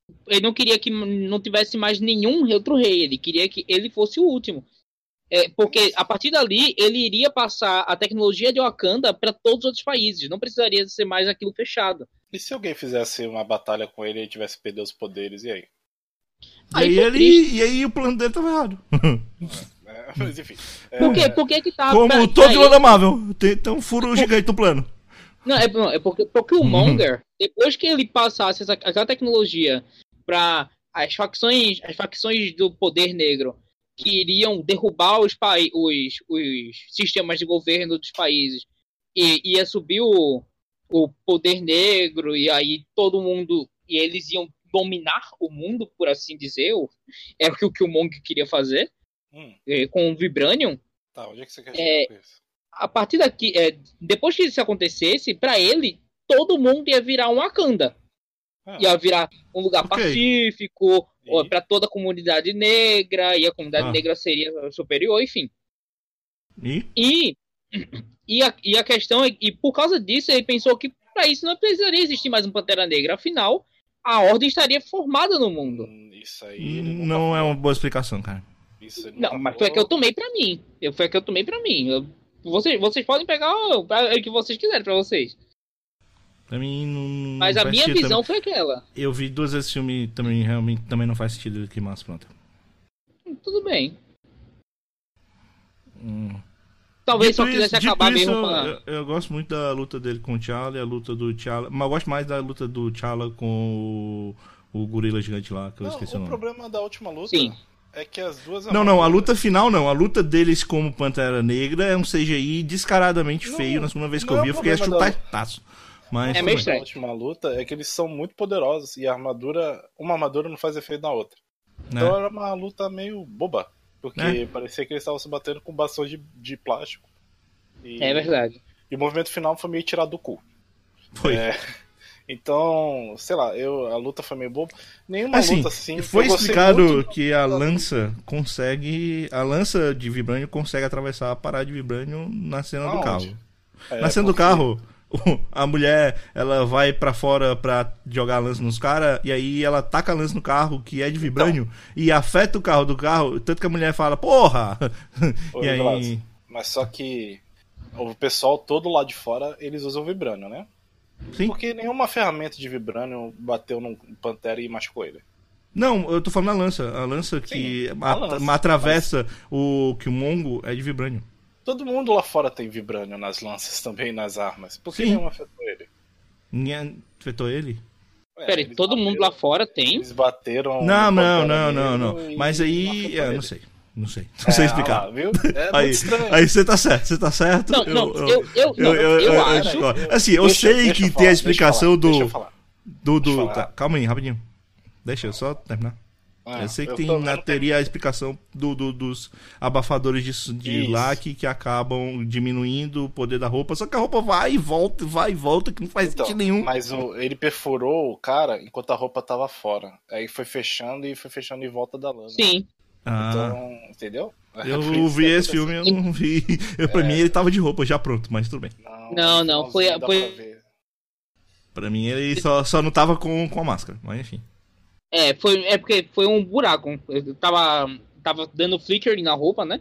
ele não queria que não tivesse mais nenhum outro rei, ele queria que ele fosse o último. É, porque a partir dali ele iria passar a tecnologia de Wakanda para todos os outros países, não precisaria ser mais aquilo fechado. E se alguém fizesse uma batalha com ele e tivesse perdido os poderes, e aí? E Aí aí, foi ele, e aí o plano dele tava errado. É, mas enfim. É, Por quê? Por que que tá... Como pra- todo pra vilão ele- da Marvel. Tem, tem um furo gigante no plano. Não, é, não, é porque, porque o Uhum. Monger, depois que ele passasse essa, aquela tecnologia para as facções, as facções do poder negro que iriam derrubar os, pai, os, os sistemas de governo dos países e ia subir o, o poder negro e aí todo mundo e eles iam dominar o mundo, por assim dizer, o- é o que, o que o Monger queria fazer hum, eh, com o Vibranium. tá, onde é que você quer É, chegar com isso? A partir daqui, é, depois que isso acontecesse, pra ele, todo mundo ia virar um Wakanda. Ah, Ia virar um lugar Ok. pacífico, E? para toda a comunidade negra, e a comunidade Ah. negra seria superior, enfim. E? E, e, a, e a questão é, e por causa disso, ele pensou que pra isso não precisaria existir mais um Pantera Negra. Afinal, a ordem estaria formada no mundo. hum, isso aí. ele nunca Não é falou. uma boa explicação, cara. Isso ele Não, nunca mas foi a que eu falou. tomei pra mim. Eu, foi a que eu tomei pra mim. Eu- vocês, vocês podem pegar o, o que vocês quiserem pra vocês. Pra mim não. não Mas a faz minha sentido visão também. foi aquela. Eu vi duas vezes esse filme também, realmente também não faz sentido que massa, pronto. Tudo bem. Hum. Talvez Dito só quisesse isso- acabar dito isso, mesmo com a... eu, eu gosto muito da luta dele com o T'Challa e a luta do T'Challa. Mas eu gosto mais da luta do T'Challa com o, o gorila gigante lá, que eu Não, esqueci o o nome. problema da última luta Sim. é que as duas. Não, não, a luta final não. A luta deles como Pantera Negra é um C G I descaradamente Não, feio. Na segunda vez que não eu é vi, o eu fiquei a problema da- chutataço. Mas É tudo meio bem. estranho. A última luta é que eles são muito poderosos e a armadura. Uma armadura não faz efeito na outra. Né? Então era uma luta meio boba. Porque É. parecia que eles estavam se batendo com bastões de, de plástico. E, É verdade. e o movimento final foi meio tirado do cu. Foi. É, então, sei lá, eu, a luta foi meio boba. Nenhuma Assim, luta assim. foi eu gostei explicado muito que a lança consegue. A lança de vibrânio consegue atravessar a parada de vibrânio na cena do Aonde? carro. É, Na cena do porque- carro, a mulher ela vai pra fora pra jogar a lança nos caras, e aí ela taca a lança no carro, que é de vibrânio, e afeta o carro do carro, tanto que a mulher fala, porra! Ô, E aí. Velasco, mas só que o pessoal todo lá de fora, eles usam vibrânio, né? Sim. Porque nenhuma ferramenta de vibrânio bateu num Pantera e machucou ele. Não, eu tô falando da lança. A lança que Sim, a- a lança. atravessa o Killmonger é de vibrânio. Todo mundo lá fora tem vibrânio nas lanças também, nas armas. Por que Sim. nenhum afetou ele? Ninguém afetou ele? É, Peraí, eles todo mundo bateram- lá fora tem? Eles bateram. Não, no não, Pantera não, não, Negro não. e Mas aí, afetou é, ele. não sei. Não sei. Não sei É, explicar. lá, viu? É muito Aí, estranho. aí você tá certo, você tá certo. Não, não, eu, eu, não, eu, acho... discordo. Assim, eu Deixa- sei deixa que eu tem falar, a explicação deixa eu do. falar, Do, Deixa eu do falar. tá, calma aí, rapidinho. Deixa eu só terminar. Ah, eu sei que eu tem tô na vendo teoria a explicação do, do- dos abafadores de, de Isso. laque que acabam diminuindo o poder da roupa. Só que a roupa vai e volta, vai e volta, que não faz Então, sentido nenhum. mas o- ele perfurou o cara enquanto a roupa tava fora. Aí foi fechando e foi fechando em volta da lâmina. Sim. Ah, Então, entendeu? É eu por isso vi que esse aconteceu. filme, eu não vi. Eu, pra É. mim ele tava de roupa já pronto, mas tudo bem. Não, Não, no não, foi- finalzinho dá foi- pra ver. Pra mim ele só, só não tava com, com a máscara, mas enfim. É, foi, é porque foi um buraco. Eu tava, tava dando flickering na roupa, né?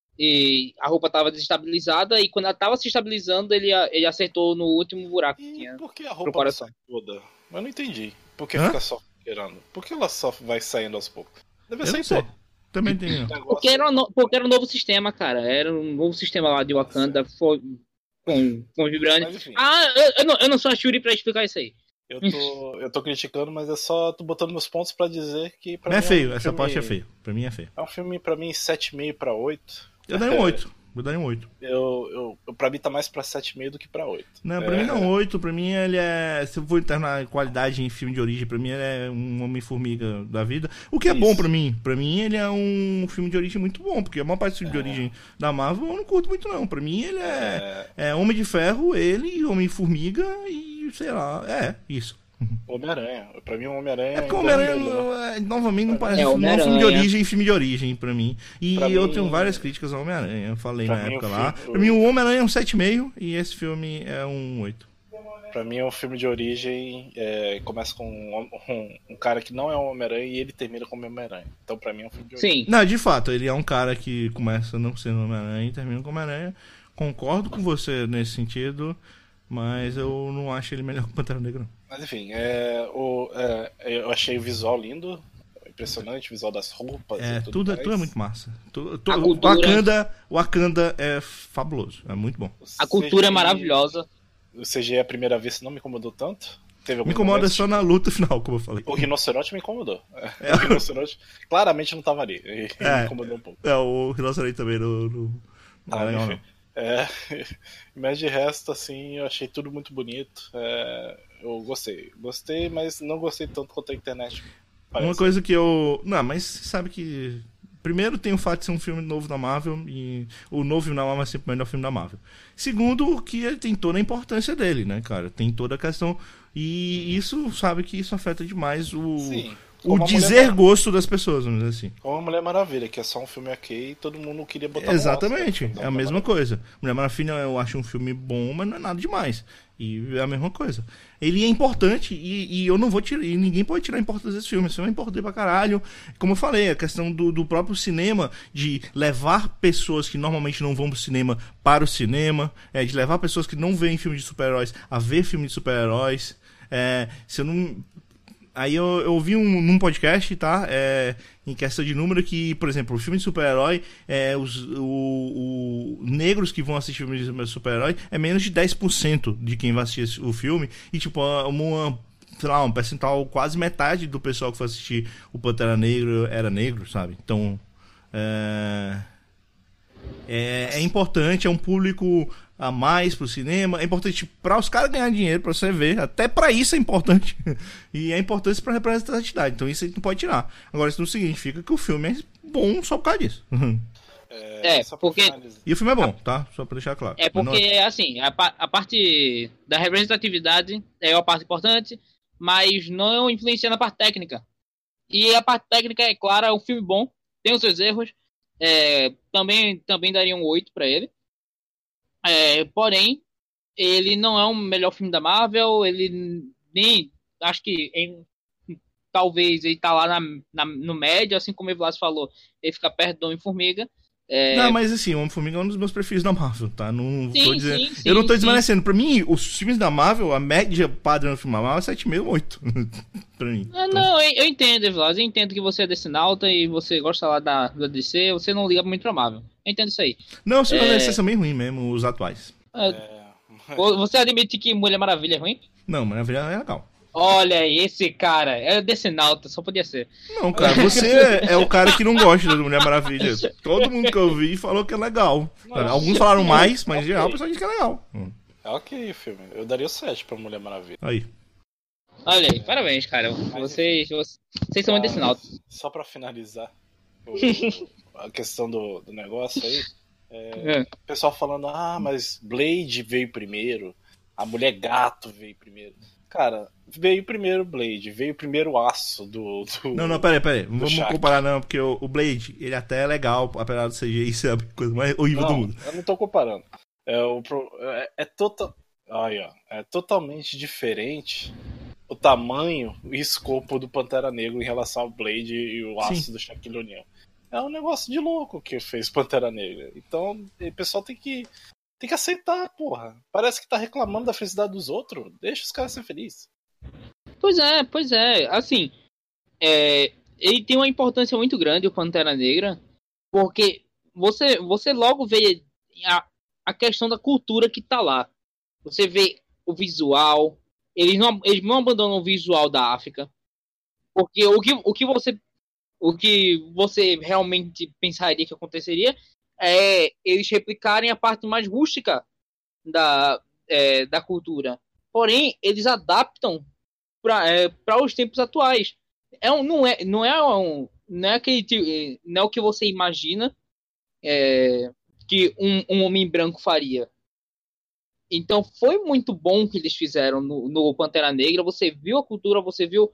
E a roupa tava desestabilizada e quando ela tava se estabilizando, ele, ele acertou no último buraco que E tinha. por que a pro roupa coração. sai toda? Eu não entendi. Por que Hã? fica só cheirando? Por que ela só vai saindo aos poucos? Deve Eu sair não sei. toda. Também tem. ó. Negócio- Porque era, um no- porque era um novo sistema, cara. Era um novo sistema lá de Wakanda foi, com, com vibrânio. Mas enfim, Ah, eu, eu, não, eu não sou a Shuri pra explicar isso aí. eu, tô, eu tô criticando, mas é só tô botando meus pontos pra dizer que pra Mas é mim feio, um essa filme- parte é feia. Pra mim é feio. É um filme pra mim sete vírgula cinco pra oito. Eu daria um oito. Eu daria um oito. Eu, eu, pra mim tá mais pra sete vírgula cinco do que pra oito. Não, pra É. mim não oito, pra mim ele é. Se eu for internar qualidade em filme de origem, pra mim ele é um Homem-Formiga da vida. O que é Isso. bom pra mim. Pra mim ele é um filme de origem muito bom, porque a maior parte do filme de origem da Marvel eu não curto muito não. Pra mim ele é, É, é Homem de Ferro, ele, Homem-Formiga e sei lá, é isso. Homem-Aranha. Pra mim, o Homem-Aranha É porque o ainda Homem-Aranha, melhor. é, novamente, não parece É, não é um filme de Homem-Aranha. origem, filme de origem pra mim. E Pra eu mim- tenho várias críticas ao Homem-Aranha. Eu falei Pra na mim, época o lá. filme- Pra mim, o Homem-Aranha é um sete vírgula cinco e esse filme é um oito. Pra mim é um filme de origem, é, começa com um, um, um cara que não é um Homem-Aranha e ele termina como Homem-Aranha. Então pra mim é um filme de origem. Sim. Não, de fato, ele é um cara que começa não sendo Homem-Aranha e termina como Homem-Aranha. Concordo com você nesse sentido, mas eu não acho ele melhor que o Pantera Negra. Mas enfim, é, o, é, eu achei o visual lindo, impressionante, o visual das roupas. É, e tudo, tudo, mais. tudo é muito massa. Tudo, tudo, A o cultura- Wakanda, o Wakanda é fabuloso, é muito bom. A cultura é C G I maravilhosa. O C G I à primeira vez não me incomodou tanto. Teve Me alguns incomoda momentos, só na luta final, como eu falei. O rinoceronte me incomodou. O rinoceronte claramente não tava ali. E É. me incomodou um pouco. É, o rinoceronte também não, não, não Ah, é legal, enfim. não. É, mas de resto, assim, eu achei tudo muito bonito. É, eu gostei. Gostei, mas não gostei tanto quanto a internet. Parece. Uma coisa que eu... Não, mas você sabe que... Primeiro tem o fato de ser um filme novo da Marvel, e o novo filme da Marvel é sempre o melhor filme da Marvel. Segundo, que ele tem toda a importância dele, né, cara? Tem toda a questão... E isso, sabe que isso afeta demais o... Sim. O Como a dizer Mulher- gosto das pessoas, vamos dizer assim. Como a Mulher Maravilha, que é só um filme ok e todo mundo queria botar Exatamente, no Oscar. é a mesma coisa. Mulher Maravilha eu acho um filme bom, mas não é nada demais. E é a mesma coisa. Ele é importante e, e eu não vou tirar. E ninguém pode tirar a importância desse filme. Esse filme é importante pra caralho. Como eu falei, a questão do, do próprio cinema, de levar pessoas que normalmente não vão pro cinema para o cinema, é, de levar pessoas que não veem filme de super-heróis a ver filme de super-heróis. É, se eu não. Aí eu, eu ouvi um, num podcast, tá? É, em questão de número, que, por exemplo, o filme de super-herói, é, os o, o, negros que vão assistir filme de super-herói é menos de dez por cento de quem vai assistir o filme. E, tipo, uma, sei lá, um percentual, quase metade do pessoal que foi assistir o Pantera Negro era negro, sabe? Então, é, é, é importante, é um público a mais pro cinema, é importante para os caras ganharem dinheiro, pra você ver, até pra isso é importante, e é importante pra representatividade, então isso a gente não pode tirar. Agora isso não significa que o filme é bom só por causa disso. É, só pra porque- finalizar. E o filme é bom, tá? Só pra deixar claro. É Mas não porque, assim, a, pa- a parte da representatividade é uma parte importante, mas não influencia na parte técnica. E a parte técnica, é claro, é um filme bom, tem os seus erros, é, também, também daria um oito pra ele. É, porém, ele não é o melhor filme da Marvel, ele nem, acho que em- talvez ele tá lá na, na- no médio, assim como o Evlas falou, ele fica perto do Homem-Formiga. É, Não, mas assim, o Homem-Formiga é um dos meus preferidos da Marvel, tá? Não Sim, tô dizendo... sim, sim, eu não tô sim. desmerecendo. Pra mim, os filmes da Marvel, a média padrão do filme da Marvel é sete vírgula oito. Pra mim. Ah, Então, não, eu, eu entendo, Evlas, eu entendo que você é decenalta e você gosta lá da, da D C, você não liga muito pra Marvel. Eu entendo isso aí. Não, os filmes É. da D C são bem ruins mesmo, os atuais. Ah, É, vo- Você admite que Mulher Maravilha é ruim? Não, Maravilha é legal. Olha aí, esse cara, é decenalta, só podia ser. Não, cara, você é o cara que não gosta da Mulher Maravilha. Todo mundo que eu vi falou que é legal. Nossa. Alguns falaram mais, mas em Ok. geral o pessoal diz que é legal. Hum. é ok o filme. Eu daria o sete pra Mulher Maravilha. Aí. Olha aí, parabéns, cara. Vocês, vocês, vocês são muito Ah, decenaltas. Só pra finalizar o- a questão do, do negócio aí. É. O pessoal falando, ah, mas Blade veio primeiro, a Mulher Gato veio primeiro. Cara, veio primeiro Blade, veio primeiro o aço do. do... Não, não, peraí, peraí. Não vamos Shaq. comparar não, porque o, o Blade, ele até é legal, apesar do C G I ser a coisa mais horrível do Não, mundo. eu não tô comparando. É, o, pro- é, é, total, aí, ó, é totalmente diferente o tamanho e escopo do Pantera Negra em relação ao Blade e o aço Sim. do Shaquille O'Neal. É um negócio de louco que fez Pantera Negra. Então, o pessoal tem que, tem que aceitar, porra. Parece que tá reclamando da felicidade dos outros. Deixa os caras ser felizes. Pois é, pois é. Assim, é, ele tem uma importância muito grande, o Pantera Negra, porque você, você logo vê a, a questão da cultura que tá lá. Você vê o visual, eles não, eles não abandonam o visual da África, porque o que, o que você o que você realmente pensaria que aconteceria é eles replicarem a parte mais rústica da, é, da cultura. Porém, eles adaptam para é, para os tempos atuais. É um, não é não é um, não é aquele ti- não é o que você imagina é, que um, um homem branco faria. Então foi muito bom o que eles fizeram no, no Pantera Negra. Você viu a cultura, você viu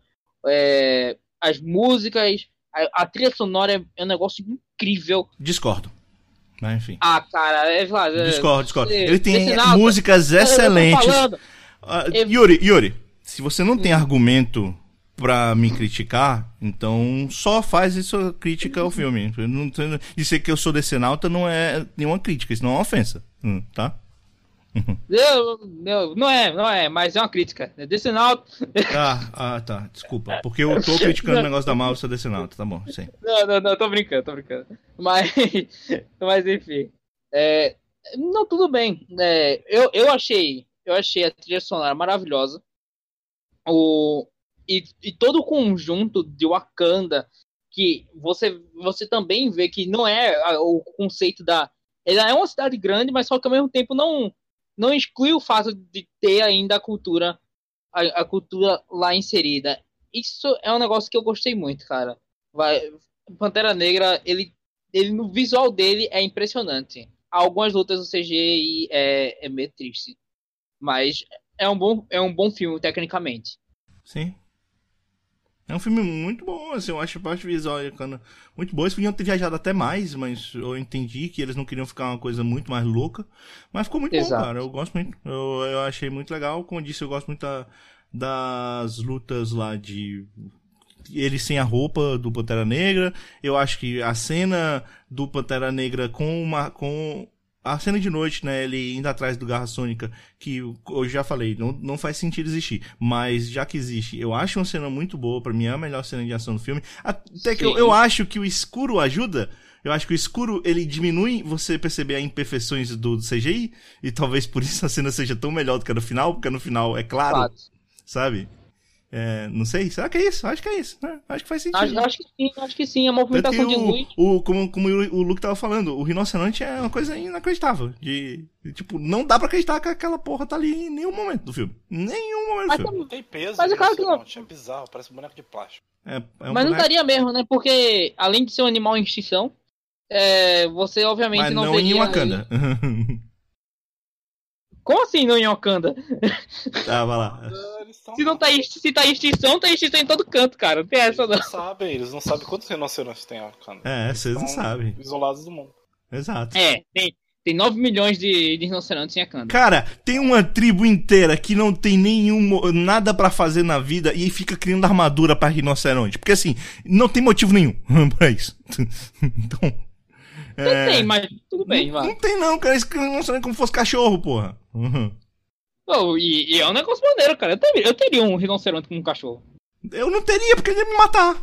é, as músicas, a, a trilha sonora é, é um negócio incrível. Discordo. Mas enfim. Ah, cara, é, é Discordo, discordo. você- Ele tem decenalta. músicas Eu tô excelentes. falando. Uh, Eu- Yuri, Yuri, se você não tem argumento pra me criticar, então só faz sua crítica ao filme. Eu não tô- Dizer que eu sou decenalta não é nenhuma crítica, isso não é uma ofensa, hum, tá? Eu, eu- não é, não é, mas é uma crítica. É Death Note. Ah, ah, tá, desculpa. Porque eu tô criticando o negócio da Marvel, eu sou decenalta, tá bom, sim. Não, não, não, tô brincando, tô brincando. Mas, mas enfim. É, não, tudo bem. É, eu, eu achei, eu achei a trilha sonora maravilhosa. O, e, e todo o conjunto de Wakanda, que você, você também vê que não é a- o conceito da. Ela é uma cidade grande, mas só que ao mesmo tempo não, não exclui o fato de ter ainda a cultura, a, a cultura lá inserida. Isso é um negócio que eu gostei muito, cara. Vai, Pantera Negra, ele, ele no visual dele é impressionante. Algumas lutas do C G I é, é meio triste, mas é um bom, é um bom filme tecnicamente. Sim. É um filme muito bom, assim, eu acho a parte visual e Wakanda muito boa. Eles podiam ter viajado até mais, mas eu entendi que eles não queriam ficar uma coisa muito mais louca. Mas ficou muito Exato. bom, cara. Eu gosto muito. Eu, eu achei muito legal. Como eu disse, eu gosto muito da- das lutas lá de ele sem a roupa do Pantera Negra. Eu acho que a cena do Pantera Negra com uma com a cena de noite, né, ele indo atrás do Garra Sônica, que eu já falei, não, não faz sentido existir, mas já que existe, eu acho uma cena muito boa, pra mim é a melhor cena de ação do filme. Até que eu, Sim. eu acho que o escuro ajuda. Eu acho que o escuro, ele diminui você perceber as imperfeições do C G I, e talvez por isso a cena seja tão melhor do que a no final, porque no final é claro, Fato. sabe? É, não sei, será que é isso? Acho que é isso, né? Acho que faz sentido. Acho, acho que sim, acho que sim. A Tanto que movimentação de luz. o, o, como, como o Luke tava falando, o rinoceronte é uma coisa inacreditável. De, de, tipo, não dá pra acreditar que aquela porra tá ali em nenhum momento do filme. Nenhum momento Mas do filme. Não tem peso, Mas é claro que não. rinoceronte, é bizarro, parece um boneco de plástico. É, é um Mas não boneco, daria mesmo, né? Porque além de ser um animal em extinção, é, você obviamente mas não, não em veria. Wakanda. Como assim não em Wakanda? Tá, vai lá. Ah, Eles são... Se não tá, em- se tá em extinção, tá em extinção em todo canto, cara. Não tem essa Eles não. não sabem, eles não sabem quantos rinocerontes tem a Wakanda. É, Eles vocês não estão sabem. isolados do mundo. Exato. É, tem, tem nove milhões de, de rinocerontes em Wakanda. Cara, tem uma tribo inteira que não tem nenhum mo- nada pra fazer na vida e fica criando armadura pra rinoceronte. Porque assim, não tem motivo nenhum pra isso. Então. Não tem, mas tudo bem, não, vai. não tem não, cara. Eles criam rinoceronte como fosse cachorro, porra. Uhum. Oh, e, e é um negócio maneiro, cara. Eu teria, eu teria um rinoceronte como um cachorro. Eu não teria, porque ele ia me matar.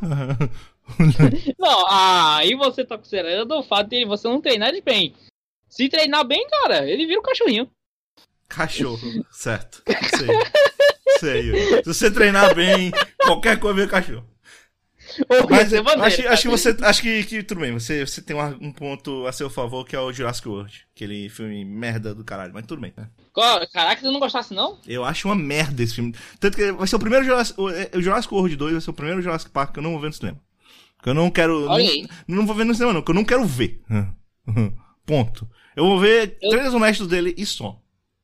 Não, ah, aí você tá considerando o fato de você não treinar de bem. Se treinar bem, cara, ele vira um cachorrinho. Cachorro, certo. Sei. Sei. Se você treinar bem, qualquer coisa vira cachorro. Ou Mas ia ser maneiro, acho, cara. acho que você. Acho que, que tudo bem, você, você tem um, um ponto a seu favor que é o Jurassic World. Aquele filme merda do caralho, mas tudo bem. Né? Qual- Caraca, você não gostasse, não? Eu acho uma merda esse filme. Tanto que vai ser o primeiro Jurassic, o, é, o Jurassic World dois vai ser o primeiro Jurassic Park que eu não vou ver no cinema. Que eu não quero. Olha não, aí. não vou ver no cinema, não, que eu não quero ver. Ponto. Eu vou ver Eu- três honestos dele e só.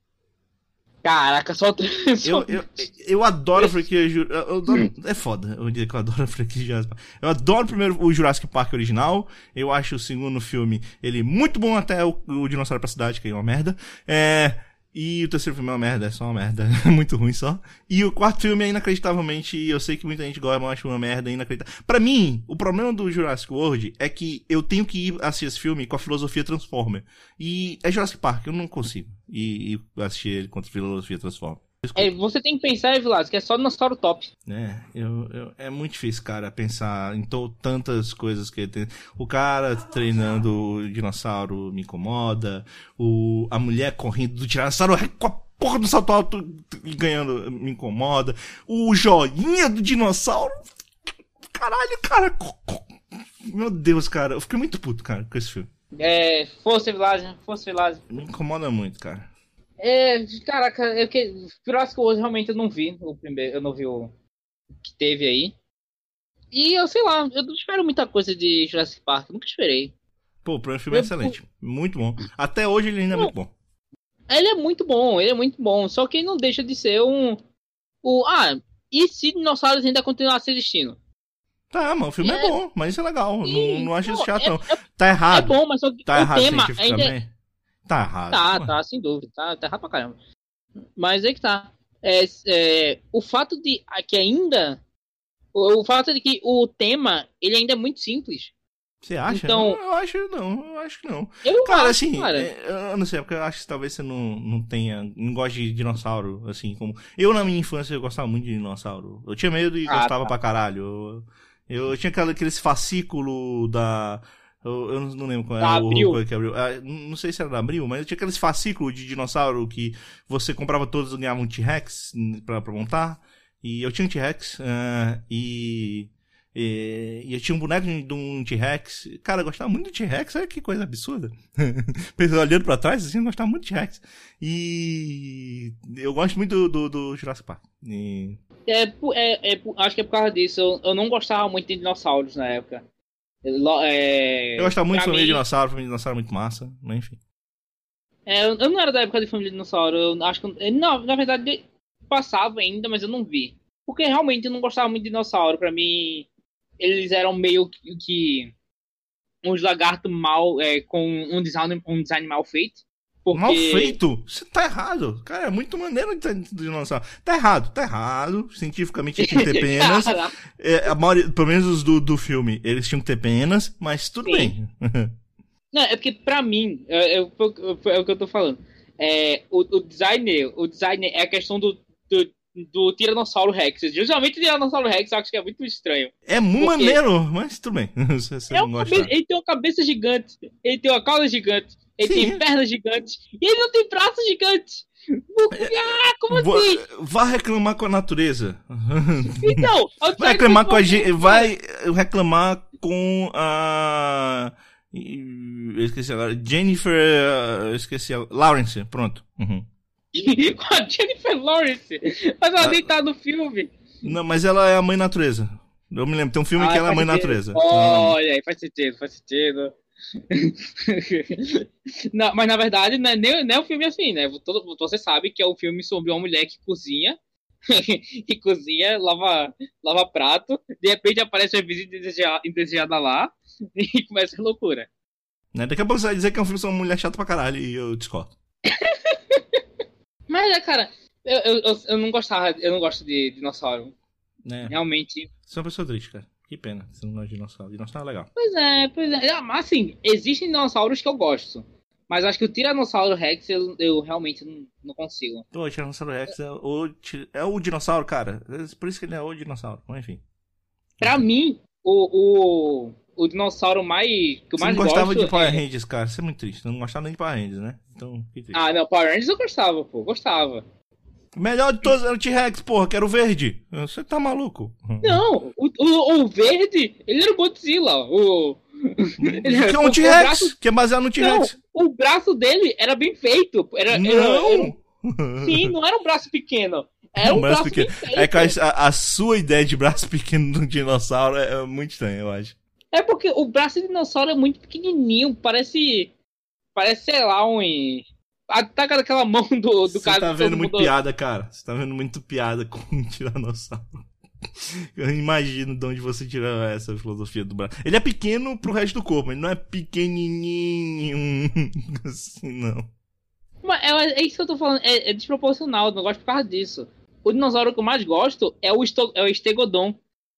Caraca, só... Eu, só... eu, eu adoro a franquia. Ju- eu adoro- é foda eu dizer que eu adoro a franquia Jurassic Park. Eu adoro primeiro o Jurassic Park original. Eu acho o segundo filme ele muito bom até o, o Dinossauro pra Cidade, que é uma merda. É. E o terceiro filme é uma merda, é só uma merda. Muito ruim só. E o quarto filme é inacreditavelmente. Eu sei que muita gente gosta, mas eu acho uma merda inacreditável. Pra mim, o problema do Jurassic World é que eu tenho que ir assistir esse filme com a filosofia Transformer. E é Jurassic Park, eu não consigo ir, ir assistir ele contra a filosofia Transformer. É, você tem que pensar, Vilas, que é só dinossauro top. É, eu, eu, é muito difícil, cara, pensar em to, tantas coisas que ele tem. O cara treinando o dinossauro me incomoda. O, a mulher correndo do dinossauro com a porra do salto alto e ganhando me incomoda. O joinha do dinossauro. Caralho, cara. Meu Deus, cara. Eu fiquei muito puto, cara, com esse filme. É, força, Vilas, força, Vilas. Me incomoda muito, cara. É, caraca, eu que... Jurassic World realmente eu não vi o primeiro, eu não vi o que teve aí. E eu sei lá, eu não espero muita coisa de Jurassic Park, nunca esperei. Pô, o primeiro filme é Eu- excelente. Muito bom. Até hoje ele ainda é muito bom. Ele é muito bom, ele é muito bom, só que ele não deixa de ser um... O, ah, e se dinossauros ainda continuassem existindo? Tá, mano, o filme é, É. bom, mas isso é legal. E- não, não acho isso não, chato, é- não. é- Tá É errado. bom, mas só que Tá o errado tema ainda... cientificamente? Tá errado. Tá, Ué. tá, sem dúvida, tá, tá errado pra caramba. Mas aí que tá. é, é, o fato de que ainda... O, o fato de que o tema, ele ainda é muito simples. Você acha? Então, eu acho não, eu acho que não. Eu cara, acho, assim, cara. É, eu não sei, porque eu acho que talvez você não, não tenha, não goste de dinossauro, assim, como... Eu, na minha infância, eu gostava muito de dinossauro. Eu tinha medo e Ah, gostava tá. pra caralho. Eu, eu tinha aquela- aqueles fascículos da... Eu, eu não lembro qual Da era o Abril. qual que abriu. Ah, não sei se era da Abril, mas eu tinha aqueles fascículos de dinossauro que você comprava todos e ganhava um T-Rex pra, pra montar. E eu tinha um T-Rex, ah, e... E, e eu tinha um boneco de um T-Rex. Cara, eu gostava muito do T-Rex. Olha que coisa absurda. Pensando, olhando pra trás, assim, eu gostava muito do T-Rex. E eu gosto muito do, do, do Jurassic Park. E... É, pu- é, é pu- acho que é por causa disso. Eu, eu não gostava muito de dinossauros na época. Lo- É, Eu gostava muito de pra família de mim, dinossauro. Família de dinossauro é muito massa. Mas enfim. é, eu eu não era da época de Família Dinossauro. Eu acho que. eu- Não, na verdade, passava ainda, mas eu não vi. Porque realmente eu não gostava muito de dinossauro. Pra mim, eles eram meio que, que uns lagartos mal, é, com um design, um design mal feito. Porque... Mal feito? Você tá errado. Cara, é muito maneiro de de dinossauro. Tá errado, tá errado. Cientificamente tinha que ter penas. Cara, É, a maioria, pelo menos os do, do filme, eles tinham que ter penas, mas tudo Sim. bem. não, é porque pra mim, é, é, foi- foi- é o que eu tô falando. É, o, o design, o design é a questão do, do, do Tiranossauro Rex. Geralmente o Tiranossauro Rex eu acho que é muito estranho. É muito Por quê? maneiro, mas tudo bem. Se você É não uma gosta. cabeça- ele tem uma cabeça gigante, ele tem uma cauda gigante, ele Sim. tem pernas gigantes, e ele não tem braços gigantes. Ah, como Vá- assim? Vá reclamar com a natureza. Então, Vai reclamar com a gente. Vai reclamar com a. Eu esqueci agora. Jennifer. Eu esqueci. a- Lawrence. Pronto. Uhum. Com a Jennifer Lawrence. Mas ela Ah. nem tá no filme. Não, mas ela é a mãe natureza. Eu me lembro. Tem um filme Ah, que ela é a faz mãe sentido. natureza. Olha aí, faz sentido, faz sentido. Não, mas na verdade não é nem, não é um filme assim, né? Todo, você sabe que é um filme sobre uma mulher que cozinha, que cozinha, lava, lava prato, de repente aparece uma visita indeseja- indesejada lá e começa a loucura. Né? Daqui a pouco você vai dizer que é um filme sobre uma mulher chata pra caralho e eu discordo. Mas é, cara, eu, eu, eu, eu não gostava, eu não gosto de dinossauro. Né? Realmente. Você é uma pessoa triste, cara. Que pena. Você não gosta de dinossauro. Dinossauro é legal. Pois é, pois é. Ah, mas assim, existem dinossauros que eu gosto. Mas acho que o Tiranossauro Rex eu, eu realmente não, não consigo. Pô, o Tiranossauro Rex é o, ti- é o dinossauro, cara. É por isso que ele é o dinossauro. Mas enfim. Pra mim, o, o, o dinossauro mais que eu Você mais não gostava gosto de Power é... Rangers, cara. Você é muito triste. Você não gostava nem de Power Rangers, né? Então, que triste. Ah, não, Power Rangers eu gostava, pô, gostava. O melhor de todos era o T-Rex, porra, que era o verde. Você tá maluco? Não, o, o, o verde, ele era o Godzilla. O, ele, Que é um o- o T-Rex, braço- que é baseado no Não, T-Rex. o braço dele era bem feito. Era, era- Não! era- sim, não era um braço pequeno. Era um, Um braço braço, pequeno. bem feito. É que a, a sua ideia de braço pequeno de um dinossauro é, é muito estranha, eu acho. É porque o braço de dinossauro é muito pequenininho, parece, parece, sei lá, um... Ataca daquela mão do, do Você cara tá que vendo todo muito mundo- piada, cara. Você tá vendo muito piada com um tiranossauro. Eu imagino de onde você tirou essa filosofia do braço. Ele é pequeno pro resto do corpo, ele não é pequenininho assim, não. Mas é, é isso que eu tô falando, é, é desproporcional, eu não gosto por causa disso. O dinossauro que eu mais gosto é o, Esto, é o Stegodon,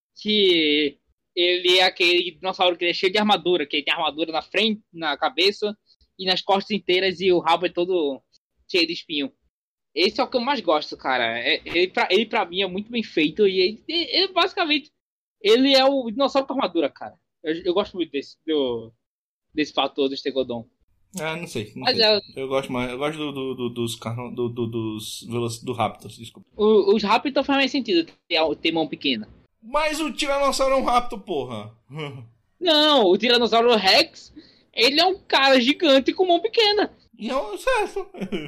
que ele é aquele dinossauro que ele é cheio de armadura, que ele tem armadura na frente, na cabeça e nas costas inteiras e o rabo é todo cheio de espinho. Esse é o que eu mais gosto, cara. É, ele, pra, ele pra mim é muito bem feito e ele, ele basicamente ele é o dinossauro com armadura, cara. Eu, eu gosto muito desse, do, desse fator do Stegodon. Ah, não sei. Não Mas sei. é- Eu gosto mais. Eu gosto do, do, do- dos carros. Do, do, dos veloc- do Raptors, desculpa. O- os Raptor faz mais sentido ter, ter mão pequena. Mas o Tiranossauro é um Raptor, porra. Não, o Tiranossauro Rex, ele é um cara gigante com mão pequena. E é um certo.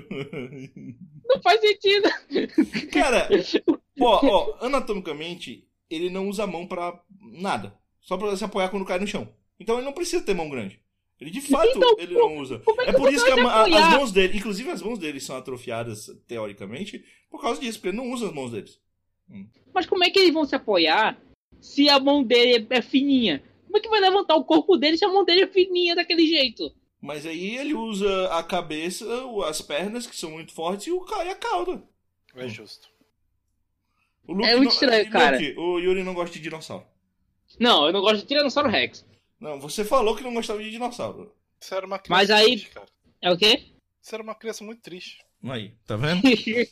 Não faz sentido. Cara, ó, ó, anatomicamente, ele não usa a mão pra nada. Só pra se apoiar quando cai no chão. Então ele não precisa ter mão grande. Ele de fato Então, ele não usa. como é que É por você isso que vai a se ma- a- apoiar? as mãos dele, inclusive as mãos dele são atrofiadas teoricamente por causa disso, porque ele não usa as mãos deles. Mas como é que eles vão se apoiar se a mão dele é fininha? Como é que vai levantar o corpo dele se a mão dele é fininha daquele jeito? Mas aí ele usa a cabeça, as pernas, que são muito fortes, e, o, ca- e a cauda. É justo. O Luke É muito não- estranho, Luke, cara. o Yuri não gosta de dinossauro. Não, eu não gosto de Tiranossauro Rex. Não, você falou que não gostava de dinossauro. Você era uma criança Mas aí- triste, cara. É o quê? Você era uma criança muito triste. Aí, tá vendo?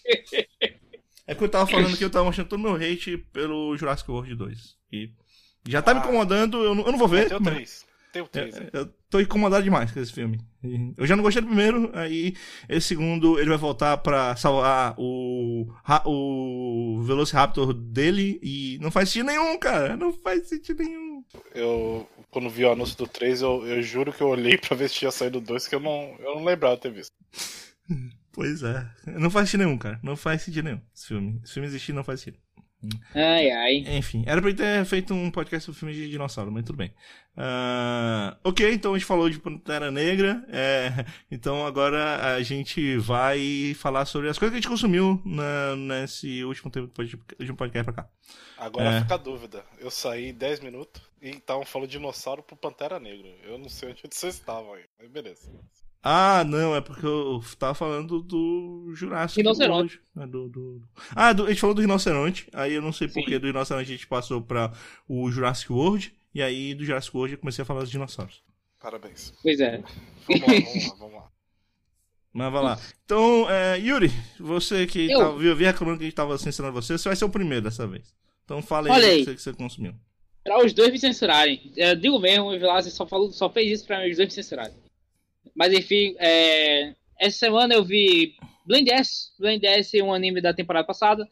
É porque eu tava falando que eu tava mostrando todo o meu hate pelo Jurassic World dois. E já tá me Ah. incomodando, eu não, eu não vou ver. Tem o mas- três. Tem o três. É, eu tô incomodado demais com esse filme. E eu já não gostei do primeiro, aí esse segundo ele vai voltar pra salvar o, ra- o Velociraptor dele e não faz sentido nenhum, cara. Não faz sentido nenhum. Eu, quando vi o anúncio do três, eu, eu juro que eu olhei pra ver se tinha saído o dois, que eu não, eu não lembrava de ter visto. Pois é. Não faz sentido nenhum, cara. Não faz sentido nenhum. Esse filme. Esse filme existir não faz sentido. Ai, ai. Enfim, era pra eu ter feito um podcast sobre filme de dinossauro, mas tudo bem. Ah, ok, então a gente falou de Pantera Negra. é, então agora a gente vai falar sobre as coisas que a gente consumiu na- nesse último tempo de um podcast pra cá. Agora É. fica a dúvida. Eu saí dez minutos e estavam falando dinossauro pro Pantera Negra. Eu não sei onde vocês estavam aí, mas beleza. Ah, não, é porque eu tava falando do Jurassic Rinoceronte. World, né, do, do... Ah, do- a gente falou do Rinoceronte, aí eu não sei por Sim. que do Rinoceronte a gente passou pra o Jurassic World, e aí do Jurassic World eu comecei a falar dos dinossauros. Parabéns. Pois é. Vamos lá, vamos lá, vamos lá. Mas vai lá. Então, é, Yuri, você que Eu. tava, viu, vi reclamando que a gente tava censurando você, você vai ser o primeiro dessa vez. Então fala aí Olha o aí. que você, que você consumiu. Pra os dois me censurarem. Eu digo mesmo, o Velasquez só, falou, só fez isso pra os dois me censurarem. Mas enfim, é, essa semana eu vi Blind Ass. Blind Ass é um anime da temporada passada,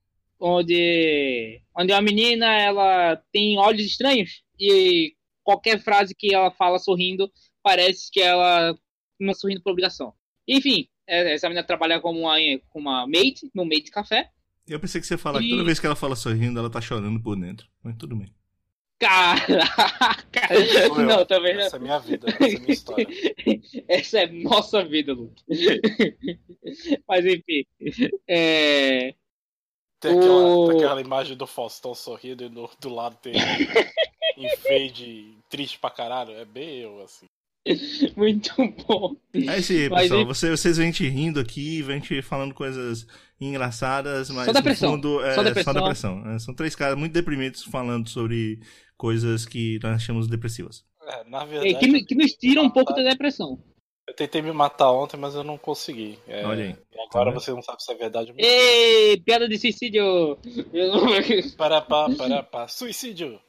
onde, onde uma menina ela tem olhos estranhos e qualquer frase que ela fala sorrindo parece que ela não está sorrindo por obrigação. Enfim, é, essa menina trabalha como uma, como uma maid, no maid de café. Eu pensei que você ia falar que E- toda vez que ela fala sorrindo, ela tá chorando por dentro. Mas tudo bem. Caraca! Sou eu. Não, talvez não. Essa é a minha vida, essa é a minha história. Essa é nossa vida, Luke. Mas enfim. É... Tem aquela, O- tem aquela imagem do Faustão sorrindo e no, do lado tem em fade triste pra caralho. É bem eu, assim. Muito bom. É isso aí, Mas pessoal. e- Você, vocês vêm te rindo aqui, vêm te falando coisas engraçadas, mas Só depressão. no fundo é Só depressão. só depressão. É, são três caras muito deprimidos falando sobre coisas que nós chamamos depressivas. É, na É, verdade, que, que nos tira um pouco da depressão. eu tentei me matar ontem, mas eu não consegui. É, Olha aí. E agora Tá você não sabe se é verdade ou não. Ei, piada de suicídio. Para, para, para, para. Suicídio!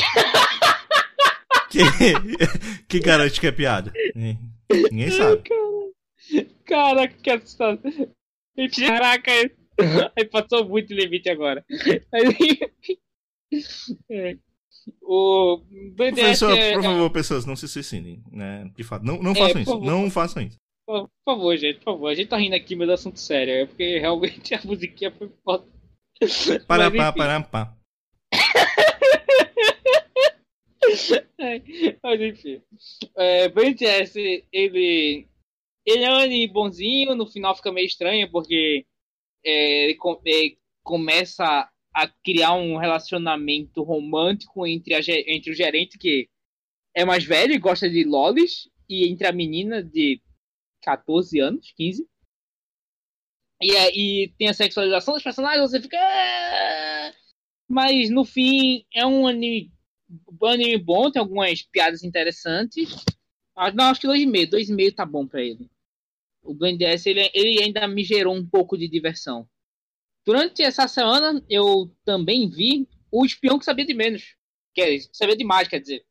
Que, que garante que é piada? É, ninguém sabe. Caraca, que assustado. Caraca, aí passou muito limite agora. Aí- É. O B D S Professor, é- por favor, pessoas, não se suicidem. Né? De fato, não, não É, façam por isso. favor. Não façam isso. Por favor, gente, por favor. A gente tá rindo aqui, mas é assunto sério. É porque realmente a musiquinha foi foda. Para, Mas, pá, enfim. para, pá. É, mas enfim. É, B T S, ele. Ele é um anime bonzinho, no final fica meio estranho, porque é, ele, com- ele começa a criar um relacionamento romântico entre, a, ge- entre o gerente, que é mais velho e gosta de lolis, e entre a menina de catorze anos, quinze. E aí tem a sexualização dos personagens, você fica. "Ah!" Mas no fim é um anime, um anime bom, tem algumas piadas interessantes. Ah, não, acho que dois e meio, dois e meio tá bom pra ele. O Blind S, ele, ele ainda me gerou um pouco de diversão. Durante essa semana, eu também vi O Espião que Sabia de Menos. Quer dizer, sabia demais, quer dizer.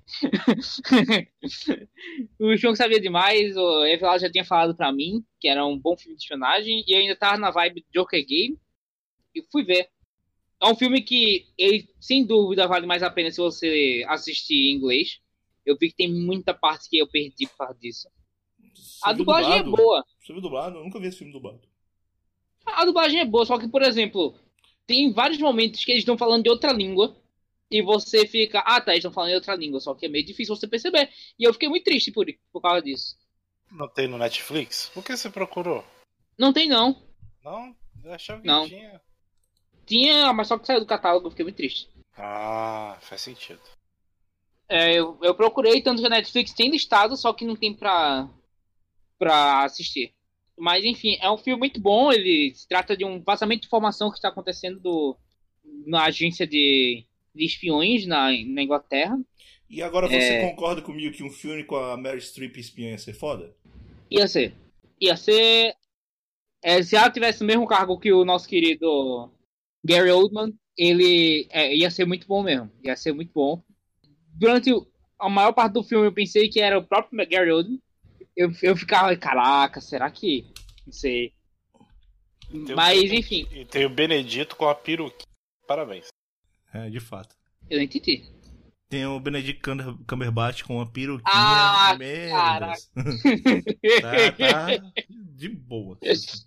O Espião que Sabia Demais, o Evelyn já tinha falado pra mim que era um bom filme de espionagem, e eu ainda tava na vibe de Joker Game, e fui ver. É um filme que, ele, sem dúvida, vale mais a pena se você assistir em inglês. Eu vi que tem muita parte que eu perdi por causa disso. A Você viu dublagem é dublado? boa. Você viu dublado? Eu nunca vi esse filme dublado. A dublagem é boa, só que, por exemplo, tem vários momentos que eles estão falando de outra língua e você fica, ah tá, eles estão falando de outra língua, só que é meio difícil você perceber. E eu fiquei muito triste por, por causa disso. Não tem no Netflix? Por que você procurou? Não tem não. Não? Eu achava que Não. tinha. Tinha, mas só que saiu do catálogo, eu fiquei muito triste. Ah, faz sentido. É, eu, eu procurei, tanto que a Netflix tem listado, só que não tem pra, pra assistir. Mas enfim, é um filme muito bom, ele se trata de um vazamento de informação que está acontecendo do, na agência de, de espiões na, na Inglaterra. E agora você É. concorda comigo que um filme com a Meryl Streep espiã ia ser foda? Ia ser. Ia ser. é, se ela tivesse o mesmo cargo que o nosso querido Gary Oldman, ele é, ia ser muito bom mesmo. Ia ser muito bom. Durante o- a maior parte do filme eu pensei que era o próprio Gary Oldman. Eu, eu ficava, caraca, será que. Não sei. Tem o Mas, Benedito- enfim, E tem o Benedito com a peruca. Parabéns. É, de fato. eu não entendi. Tem o Benedict Cumber- Cumberbatch com uma peruquinha. Ah, Meu caraca. Deus. Tá, tá de boa.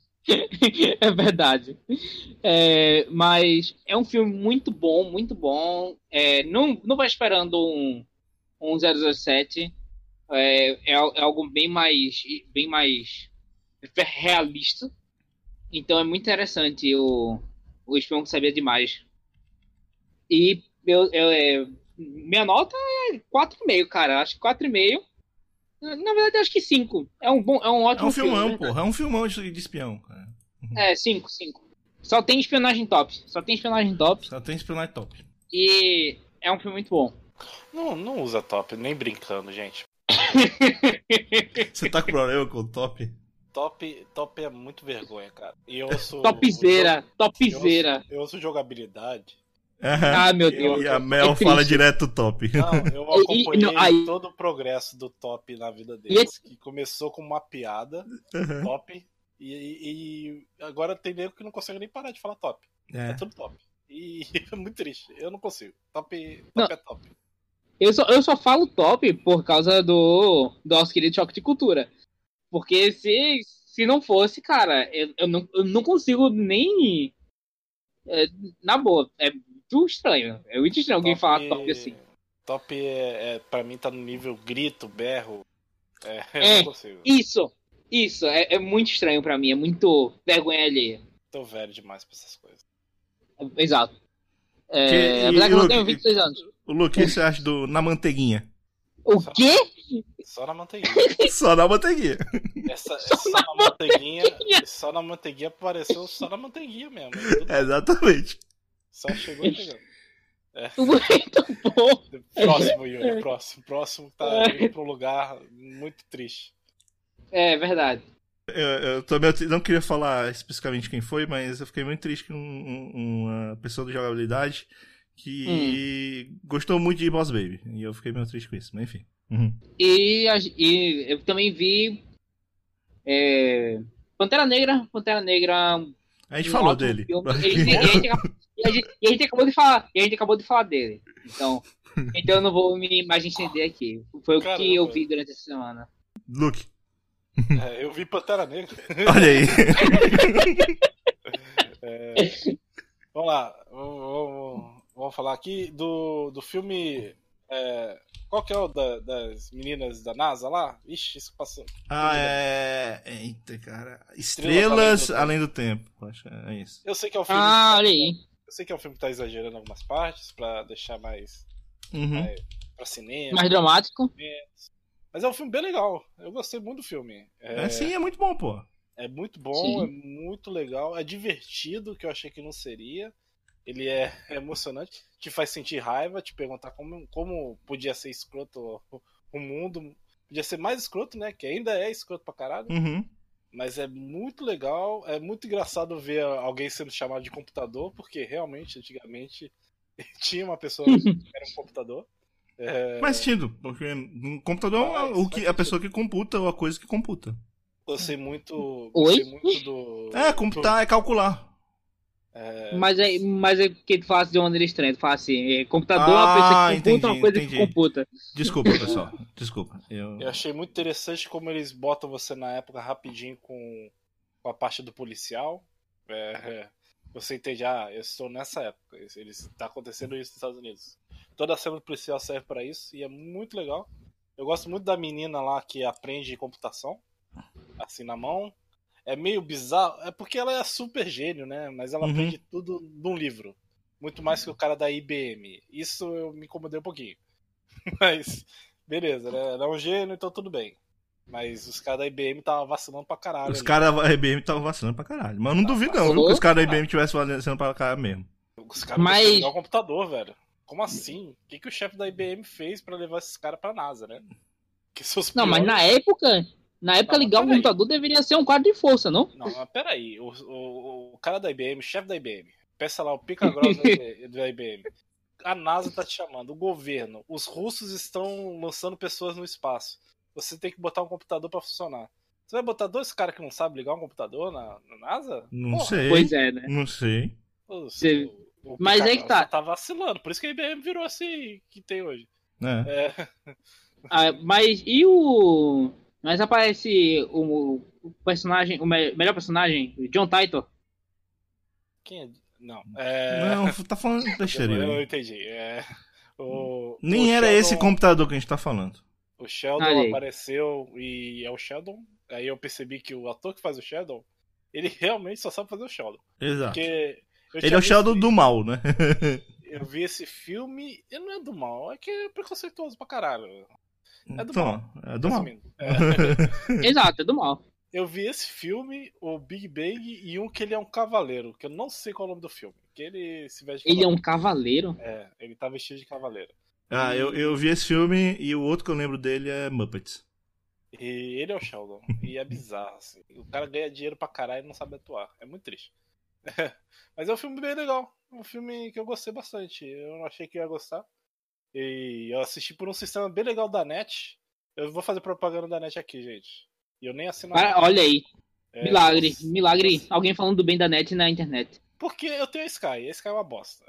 É verdade. É, mas é um filme muito bom, muito bom. É, não, não vai esperando um, um zero zero sete. É, é, é algo bem mais, bem mais realista. Então é muito interessante o, o espião que sabia demais. E eu, eu, é, minha nota é quatro e meio, cara. Acho que quatro e meio. Na na verdade, acho que cinco. É um, bom, é um É ótimo um filme. filmão, né? porra. É um filmão de, de espião, cara. É, cinco, cinco. Só tem espionagem top. Só tem espionagem top. Só tem espionagem top. E é um filme muito bom. Não, não usa top, nem brincando, gente. Você tá com problema com o top? Top, top é muito vergonha, cara. E eu sou. Topzera, topzera. Eu ouço jogabilidade. Aham. Ah, meu E- Deus. E a Mel É fala triste. direto top. Não, eu E- e- acompanhei não, aí- todo o progresso do top na vida E deles. Que começou com uma piada, Aham. top. E, e agora tem nego que não consegue nem parar de falar top. É, É. tudo top. E é muito triste. Eu não consigo. Top, top Não. é top. Eu só, eu só falo top por causa do, do nosso querido Choque de Cultura. Porque se, se não fosse, cara, eu, eu, não, eu não consigo nem. é, na boa, é muito estranho. É muito estranho alguém falar top assim. Top é, é, pra mim tá no nível grito, berro. É, eu É. não consigo. Isso, isso, é, é muito estranho pra mim, é muito vergonha alheia. Tô velho demais pra essas coisas. É, exato. É, Que- apesar que eu e, não tenho Luke, vinte e seis anos. O Luke, o que você acha do Na Manteiguinha? O quê? Só na manteiguinha. Só na manteiguinha. Essa, só na manteiguinha. Só na manteiguinha apareceu só na manteiguinha mesmo. Aí tudo- Exatamente. Só chegou e pegou. Muito bom. Próximo, Yuri, próximo. Próximo tá indo pra um lugar muito triste. É verdade. Eu, eu tô meio, não queria falar especificamente quem foi, mas eu fiquei muito triste com um- um- uma pessoa de jogabilidade que gostou muito de Boss Baby. E eu fiquei meio triste com isso, mas enfim. Uhum. E, a- e eu também vi é, Pantera Negra. Pantera Negra. A gente um falou ótimo dele. filme. E a gente- e a gente acabou- e a gente- e a gente acabou de falar. E a gente acabou de falar dele. Então, então eu não vou me mais estender aqui. Foi o que Caramba. eu vi durante essa semana. Luke, É, eu vi Pantera Negra. olha aí. Vamos lá, vamos, vamos- vamos falar aqui do, do filme. é, qual que é o da- das meninas da NASA lá? Ixi, isso passou. Ah, é. Eita, cara. Estrelas Estrelas Além do Tempo. Acho que é isso. Eu sei que é um filme. Ah, olha aí. Eu sei que é um filme que tá exagerando algumas partes pra deixar mais Uhum. É. pra cinema. Mais dramático. Mas é um filme bem legal. Eu gostei muito do filme. É, É, sim, é muito bom, pô. é muito bom, Sim. é muito legal, é divertido, que eu achei que não seria. Ele é, é emocionante, te faz sentir raiva, te perguntar como, como podia ser escroto o, o mundo. Podia ser mais escroto, né? Que ainda é escroto pra caralho. Uhum. Mas é muito legal, é muito engraçado ver alguém sendo chamado de computador, porque realmente, antigamente, tinha uma pessoa que era um computador. É, Faz sentido, porque um computador é Faz, o faz que, a pessoa que computa ou a coisa que computa. gostei muito. Oi? Gostei muito do. É, computar é calcular. É, Mas é, mas é que tu fala de uma maneira estranha. Tu fala assim: é, computador é uma Ah, pessoa que computa, entendi, uma coisa entendi. que computa. Desculpa, pessoal. Desculpa. Eu... Eu achei muito interessante como eles botam você na época rapidinho com, com a parte do policial. É, é, você entende, ah, eu estou nessa época. Eles, tá acontecendo isso nos Estados Unidos. Toda a cena do policial serve pra isso e é muito legal. Eu gosto muito da menina lá que aprende computação, assim na mão. É meio bizarro, é porque ela é super gênio, né? Mas ela Uhum. aprende tudo num livro. Muito mais que o cara da I B M. Isso eu me incomodei um pouquinho. Mas, beleza, né? Ela é um gênio, então tudo bem. Mas os caras da I B M estavam vacilando pra caralho. Os ali. caras da I B M estavam vacilando pra caralho. Mas eu não duvido, não, viu? Que os caras da I B M tivessem vacilando pra caralho mesmo. Os caras Mas- conseguem ligar o computador, velho. Como assim? O que, que o chefe da I B M fez pra levar esses caras pra NASA, né? Que são os Não, mas piores- na época, na época Não, ligar o peraí. computador deveria ser um quadro de força, não? Não, mas peraí. O, o, o cara da I B M, o chefe da I B M, peça lá o pica grossa da- da I B M. A NASA tá te chamando, o governo. Os russos estão lançando pessoas no espaço. Você tem que botar um computador pra funcionar. Você vai botar dois caras que não sabem ligar um computador na, na NASA? Não Porra, sei. Pois é, né? Não sei. o- Você- o- o Mas pica aí que tá. grossa tá vacilando. Por isso que a I B M virou assim que tem hoje. É. É, Ah, mas e o. Mas aparece o, o personagem, o me- melhor personagem, o John Titor. quem é? Não. É... Não, tá falando besteira. Eu não aí. entendi. É, o, Nem o era esse Sheldon- computador que a gente tá falando. O Sheldon Olha aí. apareceu e é o Sheldon. Aí eu percebi que o ator que faz o Sheldon, ele realmente só sabe fazer o Sheldon. Exato. Porque eu Ele tinha é o visto- Sheldon do mal, né? Eu vi esse filme e não é do mal, é que é preconceituoso pra caralho. É do então, mal. é do mal. Resumindo. É. Exato, é do mal. Eu vi esse filme, o Big Bang, e um que ele é um cavaleiro, que eu não sei qual é o nome do filme. Que ele se veste de Ele é um cavaleiro. cavaleiro. É, ele tá vestido de cavaleiro. Ah, eu, eu vi esse filme e o outro que eu lembro dele é Muppets. E ele é o Sheldon. E é bizarro, assim. O cara ganha dinheiro pra caralho e não sabe atuar. É muito triste. Mas é um filme bem legal. É um filme que eu gostei bastante. Eu não achei que ia gostar. E eu assisti por um sistema bem legal da NET. Eu vou fazer propaganda da NET aqui, gente. E eu nem assino a Cara, NET. olha aí, É, milagre, nossa. milagre. Alguém falando bem da net na internet. Porque eu tenho a Sky, a Sky é uma bosta.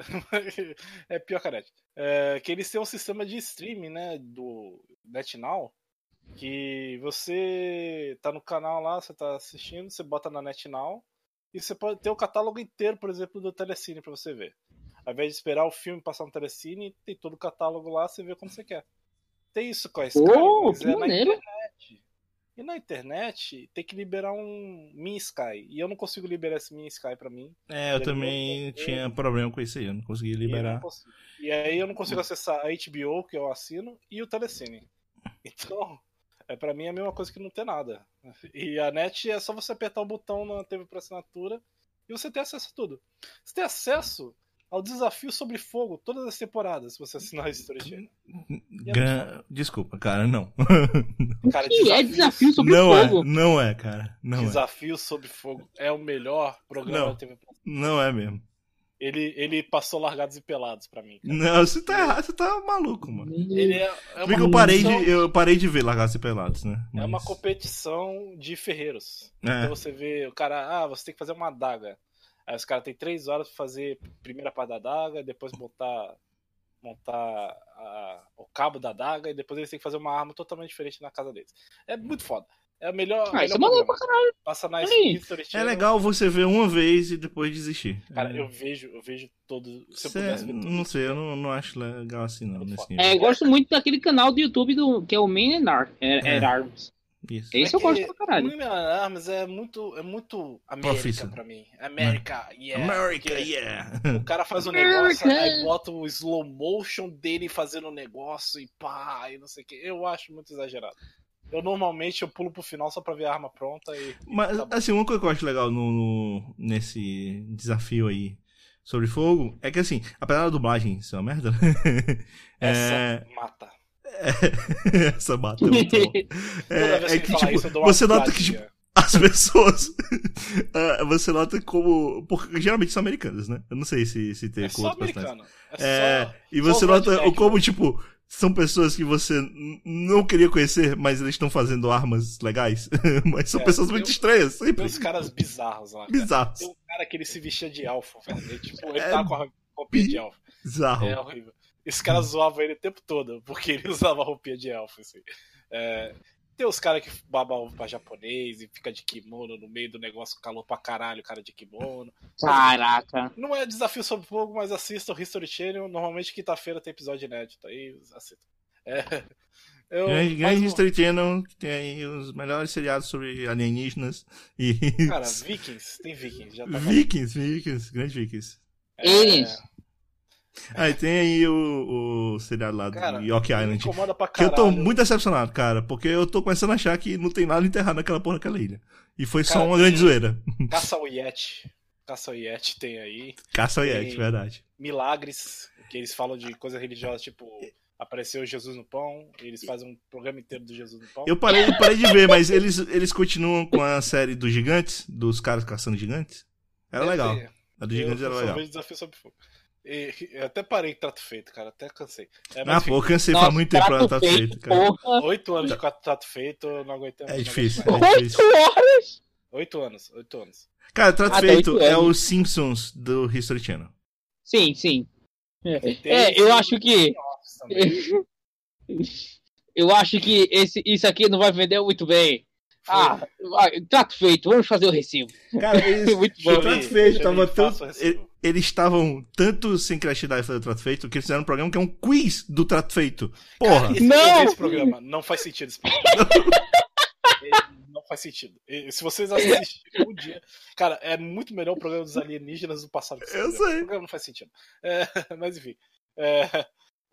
É pior que a NET. É, que eles têm um sistema de streaming, né, do NetNow, que você tá no canal lá, você tá assistindo, você bota na NetNow, e você pode ter o catálogo inteiro, por exemplo, do Telecine pra você ver. Ao invés de esperar o filme passar no Telecine, tem todo o catálogo lá, você vê quando você quer. Tem isso com a Sky, Pô, mas que é na maneiro. internet. E na internet tem que liberar um Min Sky. E eu não consigo liberar esse Min Sky pra mim. É, eu Ele também não- tinha problema com isso aí, eu não conseguia E, eu não liberar. consigo. E aí eu não consigo acessar a H B O, que eu assino, e o Telecine. Então, é, pra mim é a mesma coisa que não ter nada. E a net é só você apertar o botão na T V por assinatura e você tem acesso a tudo. Você tem acesso ao Desafio Sobre Fogo, todas as temporadas, se você assinar a History Channel. Gra- Desculpa, cara, não. Cara, Que é desafio sobre não fogo. é, não é, cara. Não é. Desafio Sobre Fogo é o melhor programa Não. da T V. Não é mesmo. Ele, ele passou Largados e Pelados pra mim. cara. Não, você tá errado, você tá maluco, mano. Ele é, é Porque uma eu parei competição- de, eu parei de ver Largados e Pelados, né? É uma Mas- competição de ferreiros. É. Então você vê o cara, ah, você tem que fazer uma adaga. Aí os caras têm três horas pra fazer a primeira parte da adaga, depois montar, montar a- o cabo da adaga, e depois eles têm que fazer uma arma totalmente diferente na casa deles. É muito foda. É o melhor. Ah, isso melhor é maneiro programa. pra caralho. Passa na Aí. History É Channel. legal você ver uma vez e depois desistir. Cara, É. eu vejo, eu vejo todo. Se eu Cê- pudesse ver tudo. não sei, eu não, não acho legal assim não, Muito nesse foda. nível. É, eu gosto muito daquele canal do YouTube do, que é o Main and Ar, é, É. é Arms. Isso. Esse É eu gosto que pra caralho. William Arms é muito, é muito América Profissional. pra mim. América, yeah. America, Porque yeah! O cara faz um negócio, America. aí bota o slow motion dele fazendo o negócio e pá, e não sei o que. Eu acho muito exagerado. Eu normalmente eu pulo pro final só pra ver a arma pronta e. Mas, e tá bom. assim, uma coisa que eu acho legal no, no- nesse desafio aí sobre fogo é que, assim, apesar da dublagem ser uma merda, Essa é... mata. Essa mata é muito bom. Toda É, vez é que que, ele fala tipo, isso, eu dou uma você nota que, risadinha. tipo, as pessoas. ah, você nota como. Porque geralmente são americanas, né? Eu não sei se, se tem É com só outros personagens. americano. É, É, só. e só você os nota redneck, o como, né? tipo, são pessoas que você n- não queria conhecer, mas eles estão fazendo armas legais. Mas são É, pessoas tem muito um- estranhas, Tem sempre. uns caras bizarros lá. Cara. Bizarros. Tem um cara que ele se vestia de elfo, velho. Ele, tipo, ele É tava com a roupinha de elfo. Bizarro. É horrível. Esse cara zoava ele o tempo todo, porque ele usava roupinha de elfo, assim. É, tem os caras que babam ovo pra japonês e fica de kimono no meio do negócio, calor pra caralho, cara de kimono. Caraca. Não é desafio sobre fogo, mas assista o History Channel. Normalmente quinta-feira tem episódio inédito aí, assista. É, eu, Grande, mais grande um- History Channel, que tem aí os melhores seriados sobre alienígenas e. Cara, Vikings, tem Vikings, já tá bom. Vikings, Vikings, grande Vikings. É, Aliens. Ah, e tem aí o, o seriado lá do Cara, York me Island. incomoda pra Que eu caralho. tô muito decepcionado, cara, porque eu tô começando a achar que não tem nada enterrado naquela porra daquela ilha. E foi só Cara, uma grande zoeira. Caça ao Yeti. Caça ao Yeti tem aí. Caça ao Tem Yeti, verdade. Milagres, que eles falam de coisa religiosa, tipo, apareceu Jesus no pão, eles fazem um programa inteiro do Jesus no pão. Eu parei, parei de ver, mas eles, eles continuam com a série dos gigantes, dos caras caçando gigantes. Era Deve legal. ter. A dos Eu gigantes era só legal. vejo Desafio Sob Fogo. E, eu até parei em Trato Feito, cara, até cansei. É, mas, Ah, enfim, pô, eu cansei Nossa, faz muito tempo pra trato estar feito, feito, cara. porra. Oito anos de Trato Feito, eu não aguentei. É não difícil, aguento mais. é Oito difícil. horas? Oito anos, oito anos. Cara, Trato Ah, tá, Feito oito é anos. os Simpsons do History Channel. Sim, sim. É, Tem É, eu esse acho que. Office também. Eu acho que esse, isso aqui não vai vender muito bem. Ah, vai, trato feito, vamos fazer o recibo. Cara, eles, Muito o bom. Trato Chame- Feito chame tava e faça o tanto. recibo. e- Eles estavam tanto sem criatividade de fazer o Trato Feito que eles fizeram um programa que é um quiz do Trato Feito. Porra! Cara, esse, Não! eu vi esse programa, não faz sentido esse programa. Ele não faz sentido. E se vocês assistirem um dia. Cara, é muito melhor o programa dos alienígenas do passado que esse Eu programa. sei. O programa não faz sentido. É, mas enfim. É,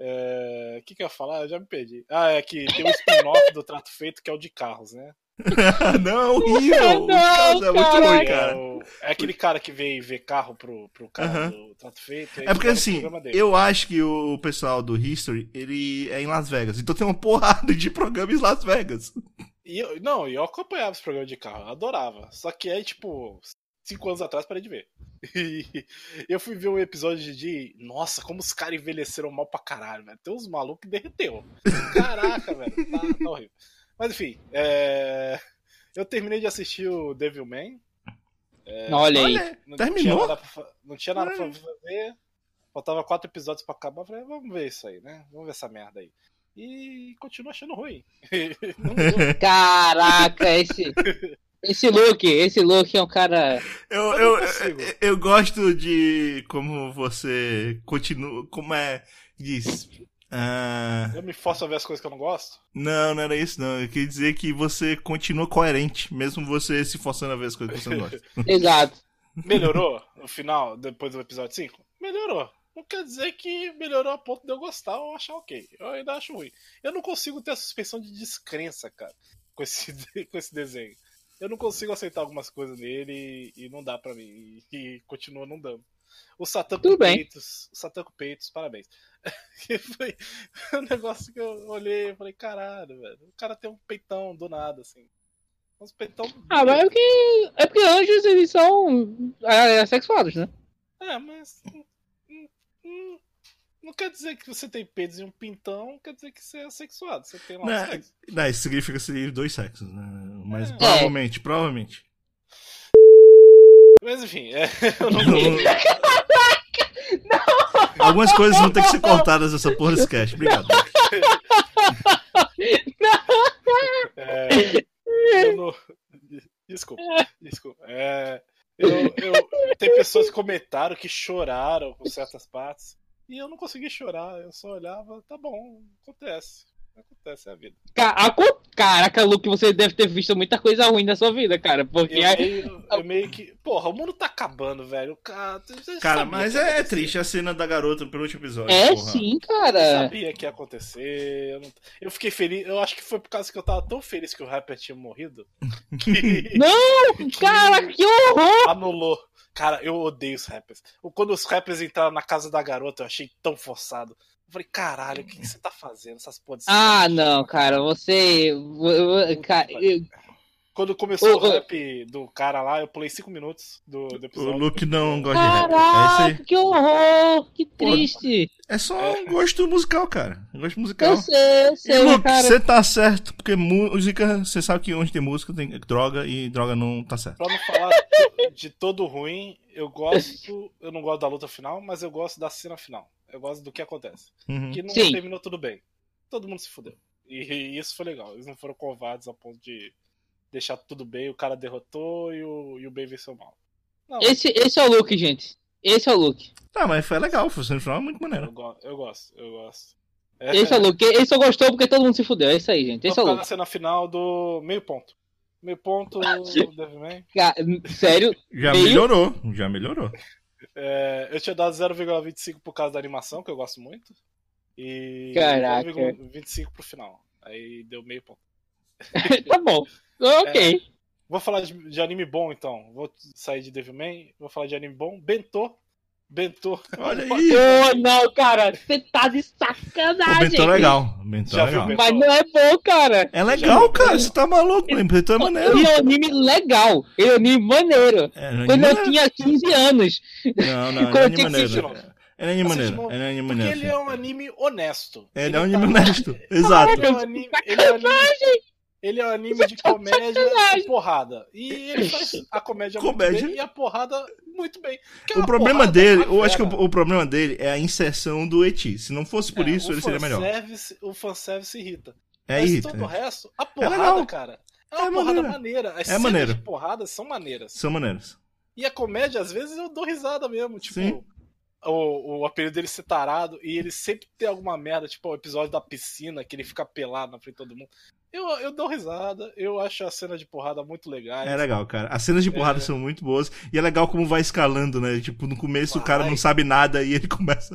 é, o que, que eu ia falar? Eu já me perdi. Ah, é que tem um spin-off do Trato Feito que é o de carros, né? Não, horrível! Não, o caso é muito caraca. ruim, É, cara. o- é aquele cara que veio ver carro pro, pro cara Aham. do Trato Feito. É porque assim, eu acho que o pessoal do History, ele é em Las Vegas. Então tem uma porrada de programa em Las Vegas. E eu, não, eu acompanhava esse programa de carro, eu adorava. Só que aí, tipo, cinco anos atrás parei de ver. E eu fui ver um episódio de. Nossa, como os caras envelheceram mal pra caralho, velho. Tem uns malucos que derreteu. Caraca, velho. Tá, tá horrível. Mas enfim, é... eu terminei de assistir o Devilman. Olha aí. Olha, Não terminou? Tinha nada pra, fa- não tinha nada pra Olha. fazer. Faltava quatro episódios pra acabar. Eu falei, vamos ver isso aí, né? Vamos ver essa merda aí. E continuo achando ruim. Não mudou. Caraca, esse. Esse look, esse look é um cara. Eu, Eu eu, não consigo. eu, eu gosto de como você continua. Como é. Diz. Ah, Eu me forço a ver as coisas que eu não gosto. não, não era isso, não. Eu queria dizer que você continua coerente, mesmo você se forçando a ver as coisas que você não gosta. Exato. Melhorou no final, depois do episódio cinco? Melhorou. Não quer dizer que melhorou a ponto de eu gostar ou achar ok. Eu ainda acho ruim. Eu não consigo ter a suspensão de descrença, cara, com esse, com esse desenho. Eu não consigo aceitar algumas coisas nele e, e não dá pra mim. E, e continua não dando. O Satã com Tudo bem. peitos. O Satã com peitos, parabéns. E foi um negócio que eu olhei e falei, caralho, velho. O cara tem um peitão do nada, assim. Uns peitão. Ah, mas é porque. É porque anjos eles são é, assexuados, né? É, mas. hum, hum, hum, Não quer dizer que você tem peitos e um pintão, quer dizer que você é assexuado. Você tem lá um Não, sexo. não, isso significa ser dois sexos, né? Mas É. provavelmente, provavelmente. Mas enfim, é, eu não vou. Algumas coisas vão ter que ser cortadas dessa porra desse cast. Obrigado. É, eu não... Desculpa, desculpa. É, eu, eu... Tem pessoas que comentaram que choraram com certas partes. E eu não consegui chorar, eu só olhava, tá bom, acontece. Acontece, é a vida. Ca- a co- Caraca, Luke, você deve ter visto muita coisa ruim na sua vida, cara. Porque. Eu aí- meio, eu meio que. Porra, o mundo tá acabando, velho. O cara, você Cara, sabia mas que ia é, é acontecer. triste a cena da garota pelo último episódio. É porra. sim, Eu cara. sabia que ia acontecer. Eu, não- eu fiquei feliz. Eu acho que foi por causa que eu tava tão feliz que o rapper tinha morrido que Não! Cara, que horror! anulou. Cara, eu odeio os rappers. Quando os rappers entraram na casa da garota, eu achei tão forçado. Eu falei, caralho, o que, que você tá fazendo? Essas porras de Ah, cidade? não, cara, você. Cara, eu- Quando começou Ô, o ô. rap do cara lá, eu pulei cinco minutos do, do O episódio. Luke não gosta de rap. É isso Caraca, aí. que horror! Que triste! É só um gosto musical, cara. Um gosto musical. Eu sei, eu E sei, Luke, cara. você tá certo, porque música, você sabe que onde tem música tem droga e droga não tá certo. Pra não falar de todo ruim, eu gosto. Eu não gosto da luta final, mas eu gosto da cena final. Eu gosto do que acontece. Uhum. Que não Sim. terminou tudo bem. Todo mundo se fudeu. E, e isso foi legal. Eles não foram covardes ao ponto de deixar tudo bem. O cara derrotou e o, e o bem venceu mal. Não, Esse, esse é o look, gente. Esse é o look. Tá, mas foi legal, foi no final muito eu, maneiro. go- eu gosto, eu gosto. É, Esse é o look. Esse eu gostou porque todo mundo se fudeu. É isso aí, gente. Vou Esse é o ficar look. na cena final do meio ponto. Meio ponto do Devilman. Ca- Sério? Já Meio? melhorou, já melhorou. É, eu tinha dado zero vírgula vinte e cinco por causa da animação, que eu gosto muito. E Caraca. zero vírgula vinte e cinco pro final. Aí deu meio ponto. Tá bom. Ok. Vou falar de, de anime bom, então. Vou sair de Devilman, vou falar de anime bom. Bentô. Bentô. Olha aí. Ô, não, cara, você tá de O sacanagem. Bentô é legal. O Bentô é Já viu legal. Bentô? Mas não é bom, cara. É legal, cara. Você tá maluco. O Bentô é maneiro. Ele é um anime legal. Ele é um anime maneiro. É, não é Quando eu maneiro. tinha quinze anos. Não, não, ele Quando é eu anime tinha maneiro. Assiste, Ele é anime Assiste, maneiro. não. Ele é anime Porque maneiro. ele é um anime honesto. Ele é um tá- anime honesto. Exato. Ele é um anime, ele é um anime, ele é um anime de comédia e porrada. E ele faz a comédia, Comédia. muito bem e a porrada muito bem. Que é O uma problema porrada dele, bacana. eu acho que o, o problema dele é a inserção do Eti. Se não fosse por É, isso, o ele seria melhor. fanservice- O fanservice irrita. É Mas irrita. todo o né? resto, a legal. porrada, cara, é uma É porrada maneiro. maneira. As É cenas maneiro. de porrada são maneiras. São maneiros. E a comédia, às vezes, eu dou risada mesmo. Tipo, Sim. o, o apelido dele ser tarado e ele sempre ter alguma merda, tipo o episódio da piscina, que ele fica pelado na frente de todo mundo. Eu, eu dou risada, eu acho a cena de porrada muito legal. É legal, cara. As cenas de porrada É. são muito boas. E é legal como vai escalando, né? Tipo, no começo o cara Vai. não sabe nada e ele começa.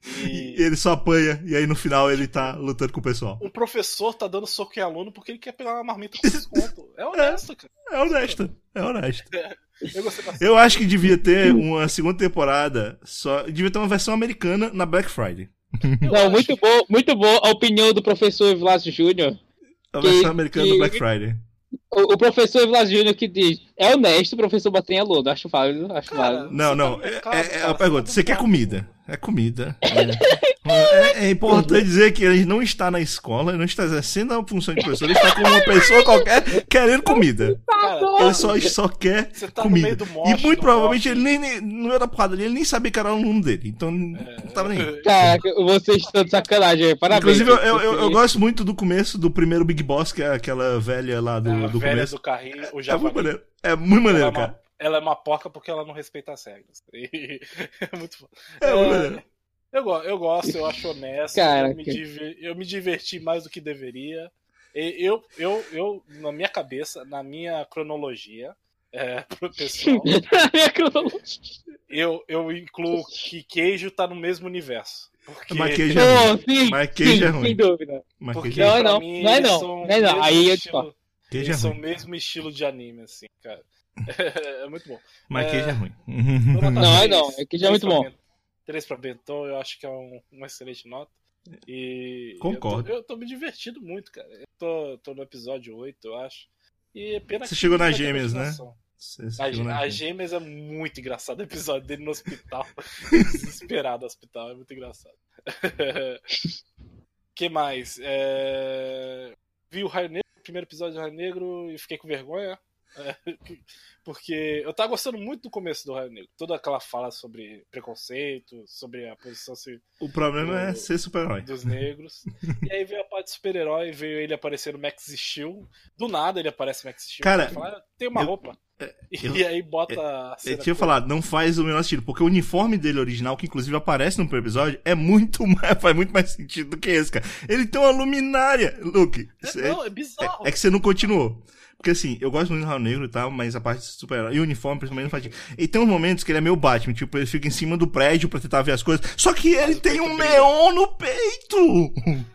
E E ele só apanha. E aí no final ele tá lutando com o pessoal. um professor tá dando soco em aluno porque ele quer pegar uma marmita com desconto. É honesto, cara. É honesto. É honesto. Eu gostei bastante. Eu acho que devia ter uma segunda temporada. Só. Devia ter uma versão americana na Black Friday. Eu Não, acho. muito bom, muito bom a opinião do professor Vlácio Júnior. A Que- versão americana que- do Black Friday. O, o professor Vlácio Júnior que diz, é honesto, o professor Batem aluno. Acho válido, acho Cara, válido. Não, Você não. tá no É, mercado, é- é cara, a pergunta. você Você tá quer no comida? É comida. É, é- é importante dizer que ele não está na escola, ele não está exercendo a função de professor, ele está como uma pessoa qualquer querendo comida. Cara, Ele só, só quer você tá no comida. meio do E mosh, muito do provavelmente mosh. ele nem, nem. No meio da porrada dele, ele nem sabia que era o aluno dele. Então não tava nem. aí. Caraca, vocês estão de sacanagem, parabéns. Inclusive, eu, eu, eu- eu gosto muito do começo do primeiro Big Boss, que é aquela velha lá do, a do velha começo. do carrinho, o É muito Javali. maneiro. É muito Ela é, maneiro, uma, cara. ela é uma porca porque ela não respeita as regras. E- é muito bom. É muito maneiro. eu, go- eu gosto, eu acho honesto. Caraca. Eu me, diver- eu me diverti mais do que deveria. E Eu, eu, eu, na minha cabeça, na minha cronologia, é, pro pessoal, eu, eu incluo que queijo tá no mesmo universo. Porque, Mas queijo é ruim. Oh, sim, Mas queijo sim, é ruim. sem dúvida. Mas porque queijo é Não, ruim. pra não, mim, não é eles não, são não o é não. mesmo Aí eu estilo- discordo. Queijo é Eles são o ruim. mesmo estilo de anime, assim, cara. É muito bom. Mas É. queijo é ruim. Nota Não, é três, não, é que já é três muito pra bom. Ben- três pra Bentô, eu acho que é um, uma excelente nota. E Concordo. Eu tô, eu tô me divertindo muito, cara. Eu tô, tô no episódio oito, eu acho. E é pena Você que chegou não nas vai ter gêmeas, né? continuação. Você A, chegou na a gente. Gêmeas é muito engraçado. O episódio dele no hospital. Desesperado no hospital. É muito engraçado. Que mais? É... Vi o Raio Negro, o primeiro episódio do Raio Negro, e fiquei com vergonha. É, porque eu tava gostando muito do começo do Raio Negro. Toda aquela fala sobre preconceito, sobre a posição se- O problema é o- ser super-herói. dos negros. E aí veio a parte de super-herói, veio ele aparecer no Max Steel. Do nada ele aparece no Max Steel. Cara, Ele fala, "Ah, tem uma eu- roupa." eu- e aí bota a Eu cena tinha toda. falado, não faz o menor sentido, porque o uniforme dele original, que inclusive aparece no primeiro episódio, é muito mais, faz muito mais sentido do que esse, cara. Ele tem uma luminária, Luke. É, não, é bizarro. É, é que você não continuou. Porque assim, eu gosto muito do Raio Negro e tal, mas a parte de super-herói e o uniforme, principalmente, não faz sentido. E tem uns momentos que ele é meio Batman, tipo, ele fica em cima do prédio pra tentar ver as coisas. Só que ele o tem peito um brilha. neon no peito!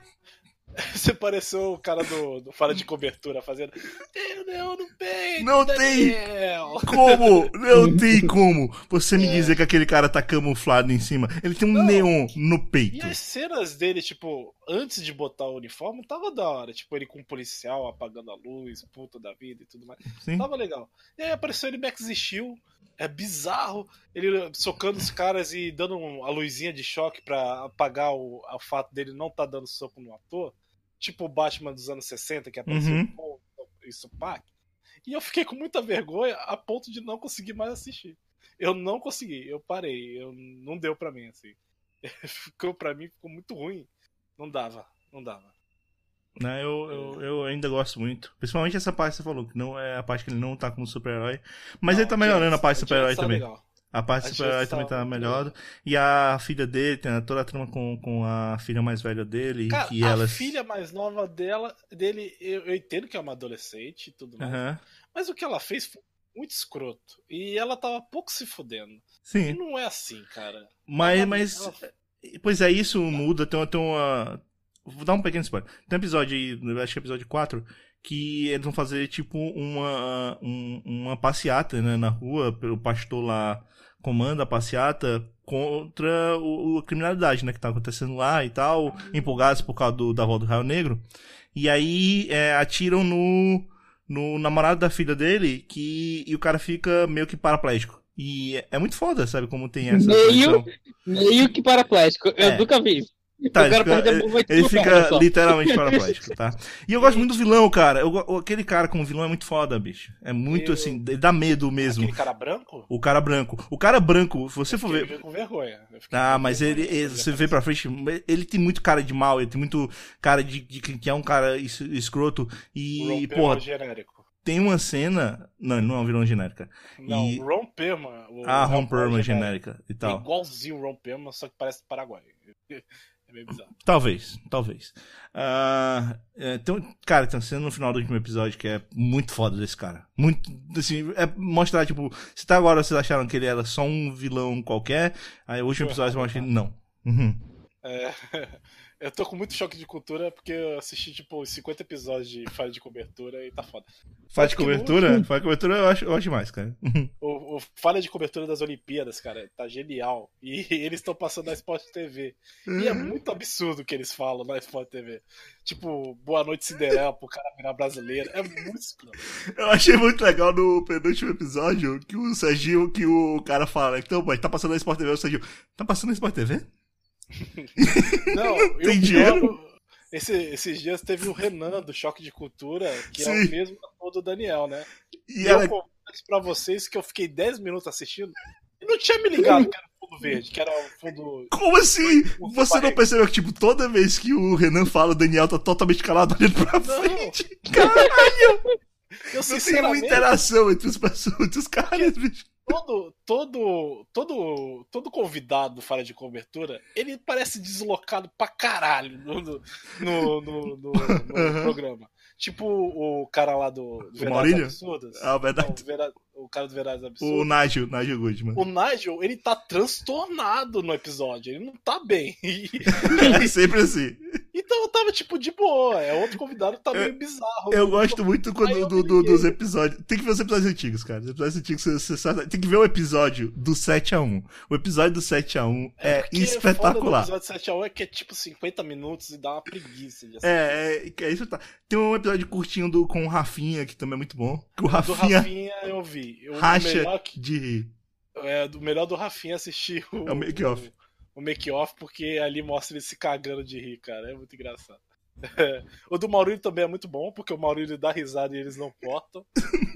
Você pareceu o cara do, do Fala de Cobertura fazendo. Tem o neon no peito! Não tem. Daniel." Como? Não tem como você me dizer que aquele cara tá camuflado em cima. Ele tem um Não. neon no E peito. as cenas dele, tipo, antes de botar o uniforme, tava da hora. Tipo, ele com um policial apagando a luz, puta da vida e tudo mais. Sim. Tava legal. E aí apareceu ele Max Steel. É bizarro. Ele socando os caras e dando um- a luzinha de choque pra apagar o, o fato dele não tá dando soco no ator. Tipo o Batman dos anos sessenta, que apareceu Uhum. com isso Pac. E eu fiquei com muita vergonha a ponto de não conseguir mais assistir. Eu não consegui, eu parei. Eu, não deu pra mim, assim. Ficou pra mim, ficou muito ruim. Não dava, não dava. Né, eu, eu, eu ainda gosto muito. Principalmente essa parte que você falou, que não é a parte que ele não tá como super-herói. Mas Não, ele tá melhorando a parte Jax- super-herói Jax tá também. legal. A parte A super-herói Jax tá também tá muito melhor. E a filha dele, tem toda a trama com, com a filha mais velha dele. Cara, que a elas... filha mais nova dela, dele, eu, eu entendo que é uma adolescente e tudo mais. Aham. Mas o que ela fez foi muito escroto. E ela tava pouco se fudendo. E Sim. não é assim, cara. Mas, Ela- mas... ela- Pois é, isso muda. Tem, uma- tem uma... Vou dar um pequeno spoiler. Tem um episódio aí, eu acho que é episódio quatro, que eles vão fazer, tipo, uma, um, uma passeata, né, na rua. O pastor lá comanda a passeata contra o, a criminalidade, né, que tá acontecendo lá e tal, empolgados por causa do, da volta do Raio Negro. E aí é, atiram no, no namorado da filha dele, que, e o cara fica meio que paraplégico. E é, é muito foda, sabe, como tem essa meio, meio que paraplégico, eu é. nunca vi. Tá, ele fica, ele, ele fica literalmente paraplégico, tá? E eu gosto muito do vilão, cara. Eu, aquele cara como vilão é muito foda, bicho. É muito eu... assim, ele dá medo mesmo. Aquele cara branco? O cara branco. O cara branco, se você for ver. Eu com vergonha. Ah, mas ele, ele você vê pra frente, ele tem muito cara de mal, ele tem muito cara de, de que é um cara escroto. E, porra. Genérico. Tem uma cena. Não, ele não é um vilão genérica. Não, e... Ron Perlman. Ah, Ron Perlman genérica e tal. É igualzinho o Ron Perlman, só que parece Paraguai. É meio bizarro. Talvez, talvez. Uh, é, tem, cara, tem uma cena no final do último episódio que é muito foda desse cara. Muito, assim, é mostrar, tipo, se tá agora vocês acharam que ele era só um vilão qualquer, aí o último episódio mostra que não. Uhum. É, eu tô com muito choque de cultura porque eu assisti, tipo, os cinquenta episódios de Falha de Cobertura e tá foda. Falha de cobertura? Falha de cobertura eu acho, eu acho demais, cara. O, o Falha de Cobertura das Olimpíadas, cara, tá genial. E eles estão passando na Sport T V. E é muito absurdo o que eles falam na Sport T V. Tipo, Boa Noite Cinderela pro cara virar brasileiro. É muito escroto. Eu achei muito legal no penúltimo episódio que o Serginho, que o cara fala, então, pai, tá passando na Sport T V, o Serginho, tá passando na Sport T V? Não, tem dinheiro? Esse, esses dias teve o Renan do Choque de Cultura, que Sim. é o mesmo ator do Daniel, né? E, e ela... eu confesso pra vocês que eu fiquei dez minutos assistindo e não tinha me ligado que era o fundo verde, que era o fundo... Como assim? O fundo Você não barriga. percebeu que, tipo, toda vez que o Renan fala, o Daniel tá totalmente calado olhando pra Não. frente? Caralho! Eu, Não tem uma interação entre os, entre os caras, bicho. Todo, todo, todo, todo convidado do Falha de Cobertura, ele parece deslocado pra caralho no, no, no, no, no, no Uhum. programa. Tipo o cara lá do, do Verdades Maurílio? Absurdas. Ah, verdade. Não, Vera- o cara do Verdades O Absurdas. Nigel, Nigel Goodman. O Nigel, ele tá transtornado no episódio. Ele não tá bem. É sempre assim. Então eu tava tipo de boa. É outro convidado que tá meio bizarro. Eu gosto muito quando, Aí eu do, me do- liguei. dos episódios. Tem que ver os episódios antigos, cara. Os episódios antigos, você, você sabe- tem que ver o episódio do sete a um. O episódio do sete a um é, porque foda do espetacular. episódio sete a um é que é tipo cinquenta minutos e dá uma preguiça de assistir. É, é, é isso tá. Tem um episódio curtinho do, com o Rafinha, que também é muito bom. Que o Do Rafinha, Rafinha eu vi. O racha melhor, que- de rir. é, do melhor do Rafinha assistir o, É o make-off. o, o make-off, porque ali mostra ele se cagando de rir, cara. É muito engraçado. O do Maurílio também é muito bom, porque o Maurílio dá risada e eles não cortam.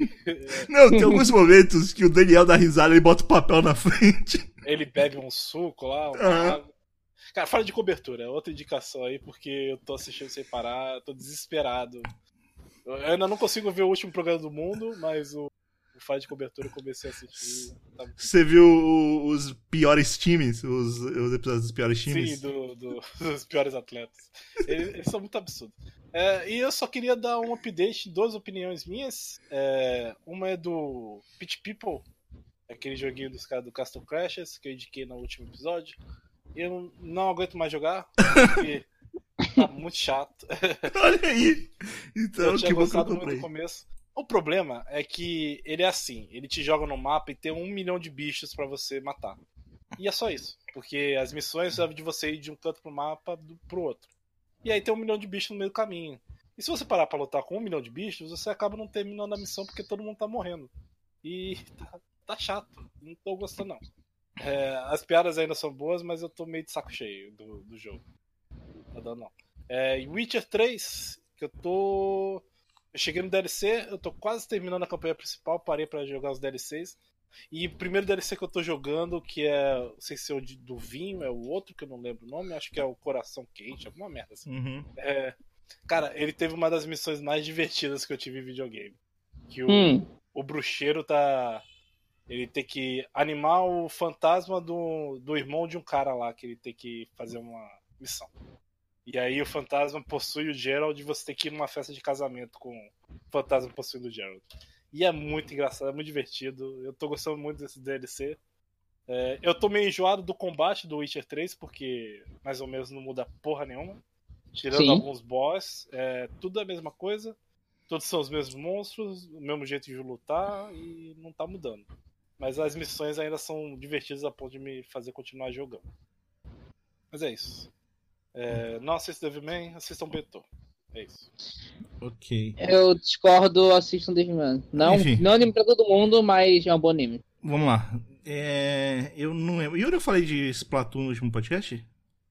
Não, tem alguns momentos que o Daniel dá risada e bota o papel na frente. Ele bebe um suco lá, uma Aham. água. Cara, Falha de Cobertura, é outra indicação aí, porque eu tô assistindo sem parar, eu tô desesperado. Eu ainda não consigo ver o último programa do mundo, mas o, o Falha de Cobertura eu comecei a assistir. Tá... Você viu o- os piores times? Os, os episódios dos piores times? Sim, do, do- dos piores atletas. Eles, eles são muito absurdos. É, e eu só queria dar um update, duas opiniões minhas. É, uma é do Pitch People, aquele joguinho dos caras do Castle Crashers, que eu indiquei no último episódio. Eu não aguento mais jogar, porque tá muito chato. Olha aí! Então, Eu tinha que bom que eu gostado muito comprei. no começo. O problema é que ele é assim, ele te joga no mapa e tem um milhão de bichos pra você matar. E é só isso, porque as missões servem de você ir de um canto pro mapa do, pro outro. E aí tem um milhão de bichos no meio do caminho. E se você parar pra lutar com um milhão de bichos, você acaba não terminando a missão porque todo mundo tá morrendo. E tá, tá chato, não tô gostando não. É, as piadas ainda são boas, mas eu tô meio de saco cheio do, do jogo. Tá dando não. É, e Witcher três, que eu tô... Eu cheguei no D L C, eu tô quase terminando a campanha principal, parei pra jogar os D L Cs. E o primeiro D L C que eu tô jogando, que é, não sei se é o de- do vinho, é o outro que eu não lembro o nome, acho que é o Coração Quente, alguma merda assim. Uhum. É, cara, ele teve uma das missões mais divertidas que eu tive em videogame. Que o, Hum. o bruxeiro tá... Ele tem que animar o fantasma do, do irmão de um cara lá, que ele tem que fazer uma missão. E aí o fantasma possui o Gerald e você tem que ir numa festa de casamento com o fantasma possuindo o Gerald. E é muito engraçado, é muito divertido. Eu tô gostando muito desse D L C. É, eu tô meio enjoado do combate do Witcher três, porque mais ou menos não muda porra nenhuma. Tirando Sim. alguns boss, é tudo a mesma coisa. todos são os mesmos monstros, o mesmo jeito de lutar e não tá mudando. Mas as missões ainda são divertidas a ponto de me fazer continuar jogando. Mas é isso. É, não assistam Devilman, assistam Beto. É isso. Ok. Eu discordo, assistam Devilman. Não, Enfim. não anime pra todo mundo, mas é um bom anime. Vamos lá. É, eu não lembro. Yuri, eu falei de Splatoon no último podcast?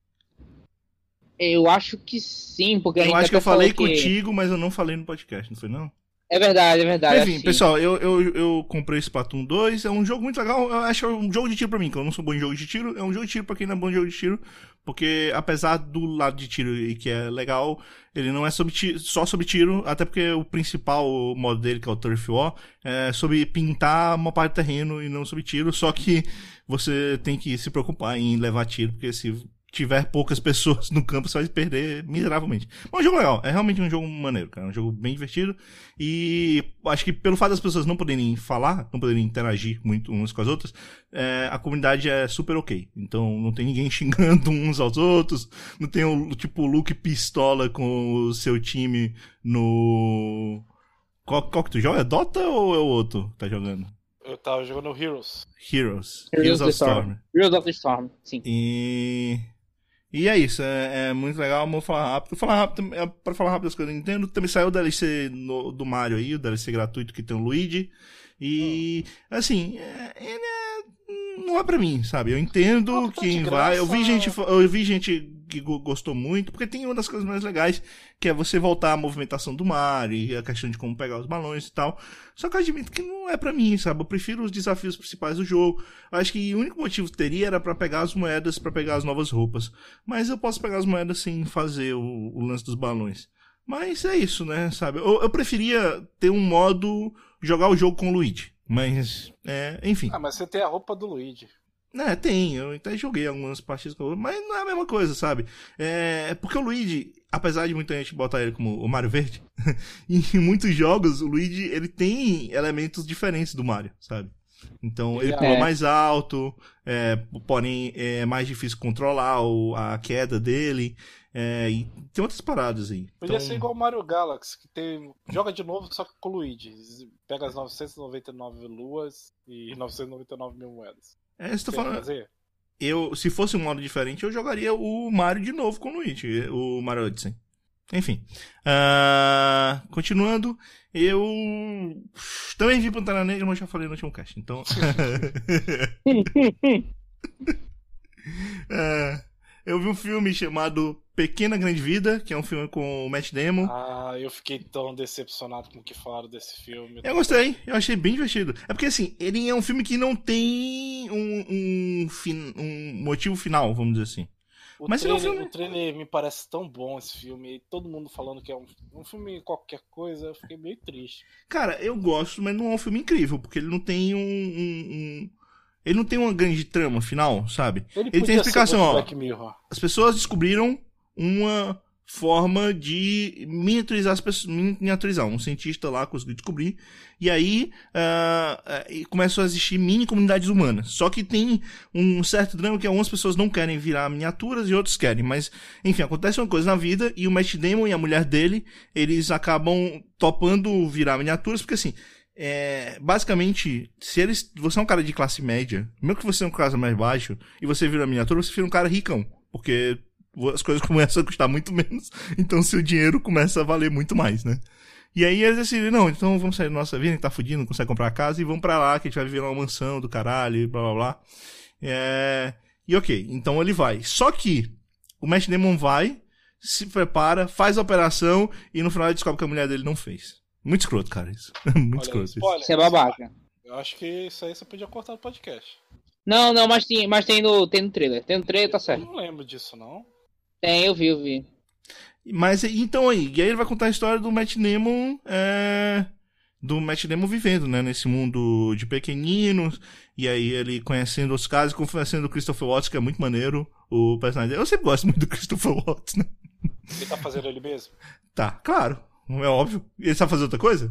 Eu acho que sim, porque a Eu gente acho que eu até falei falou que- contigo, mas eu não falei no podcast, não foi não? É verdade, é verdade. Enfim, acho que- pessoal, eu, eu, eu comprei Splatoon dois, é um jogo muito legal, eu acho que é um jogo de tiro pra mim, que eu não sou bom em jogo de tiro, é um jogo de tiro pra quem não é bom em jogo de tiro, porque apesar do lado de tiro e que é legal, ele não é sobre tiro, só sobre tiro, até porque o principal modo dele, que é o Turf War, é sobre pintar uma parte do terreno e não sobre tiro, só que você tem que se preocupar em levar tiro, porque se tiver poucas pessoas no campo, você vai perder miseravelmente. Mas é um jogo legal, é realmente um jogo maneiro, cara. É um jogo bem divertido. E acho que pelo fato das pessoas não poderem falar, não poderem interagir muito umas com as outras, é, a comunidade é super ok. Então não tem ninguém xingando uns aos outros, não tem o tipo o Luke pistola com o seu time no. Qual, qual que tu joga? É Dota ou é o outro que tá jogando? Eu tava jogando Heroes. Heroes. Heroes Heroes of of the Storm. Storm. Heroes of the Storm, sim. E. E é isso, é, é muito legal, vou falar rápido. Vou falar rápido, é, pra falar rápido as coisas da Nintendo, também saiu o D L C no, do Mario aí, o D L C gratuito que tem o Luigi. E, assim, é, ele é, não é pra mim, sabe? Eu entendo Ah, tá de quem graça. vai. Eu vi gente, eu vi gente que go- gostou muito, porque tem uma das coisas mais legais, que é você voltar à movimentação do Mario, e a questão de como pegar os balões e tal. Só que eu admito que não é pra mim, sabe? Eu prefiro os desafios principais do jogo. Eu acho que o único motivo que teria era pra pegar as moedas, pra pegar as novas roupas. Mas eu posso pegar as moedas sem fazer o, o lance dos balões. Mas é isso, né, sabe? Eu, eu preferia ter um modo jogar o jogo com o Luigi. Mas, é, enfim. Ah, mas você tem a roupa do Luigi. É, tem, eu até joguei algumas partidas com o Luigi, mas não é a mesma coisa, sabe? É, porque o Luigi, apesar de muita gente botar ele como o Mario Verde, em muitos jogos o Luigi, ele tem elementos diferentes do Mario, sabe? Então ele É. pula mais alto, é, porém é mais difícil controlar o, a queda dele, é, e tem outras paradas aí. Podia Então, ser igual o Mario Galaxy, que tem, joga de novo só que com o Luigi. Pega as novecentas e noventa e nove luas e novecentas e noventa e nove mil moedas. é, você tá Quer falando, fazer? eu, se fosse um modo diferente, eu jogaria o Mario de novo com o Luigi, o Mario Odyssey. Enfim. Ah, continuando, eu também vi Pantera Negra, mas já falei no último cast, então... É, eu vi um filme chamado Pequena Grande Vida, que é um filme com o Matt Damon. Ah, eu fiquei tão decepcionado com o que falaram desse filme. Eu gostei, eu achei bem divertido. É porque, assim, ele é um filme que não tem um, um, fin- um motivo final, vamos dizer assim. O, Mas ele é um trailer, filme- o trailer me parece tão bom, esse filme. E todo mundo falando que é um, um filme qualquer coisa, eu fiquei meio triste. Cara, eu gosto, mas não é um filme incrível, porque ele não tem um... um- um- ele não tem uma grande trama final, sabe? Ele, Ele tem podia explicação, ser muito ó. Black Mirror. As pessoas descobriram uma forma de miniaturizar as pessoas, miniaturizar. Um cientista lá conseguiu descobrir. E aí ah, ah, e começam a existir mini comunidades humanas. Só que tem um certo drama que algumas pessoas não querem virar miniaturas e outros querem. Mas, enfim, acontece uma coisa na vida e o Matt Damon e a mulher dele, eles acabam topando virar miniaturas, porque assim, é, basicamente, se eles, você é um cara de classe média, mesmo que você é um classe mais baixo, e você vira miniatura, você vira um cara ricão. Porque as coisas começam a custar muito menos, então seu dinheiro começa a valer muito mais, né? E aí eles decidem, não, então vamos sair da nossa vida, a gente tá fudido, não consegue comprar casa, e vamos pra lá, que a gente vai viver numa mansão do caralho, e blá blá blá. É... E ok, então ele vai. Só que o Matt Damon vai, se prepara, faz a operação, e no final ele descobre que a mulher dele não fez. Muito escroto, cara, isso. Muito Olha, escroto isso. spoiler, Isso é babaca. Eu acho que isso aí você podia cortar do podcast. Não, não, mas tem, mas tem no, tem no trailer. Tem no trailer, tá Eu certo. não lembro disso, não. Tem, eu vi, eu vi. Mas então aí, e aí ele vai contar a história do Matt Damon, é, do Matt Damon vivendo, né, nesse mundo de pequeninos, e aí ele conhecendo os casos, conhecendo o Christopher Watts, que é muito maneiro, o personagem dele. Eu sempre gosto muito do Christopher Watts, né? Ele tá fazendo ele mesmo? Tá, claro, é óbvio. Ele sabe fazer outra coisa?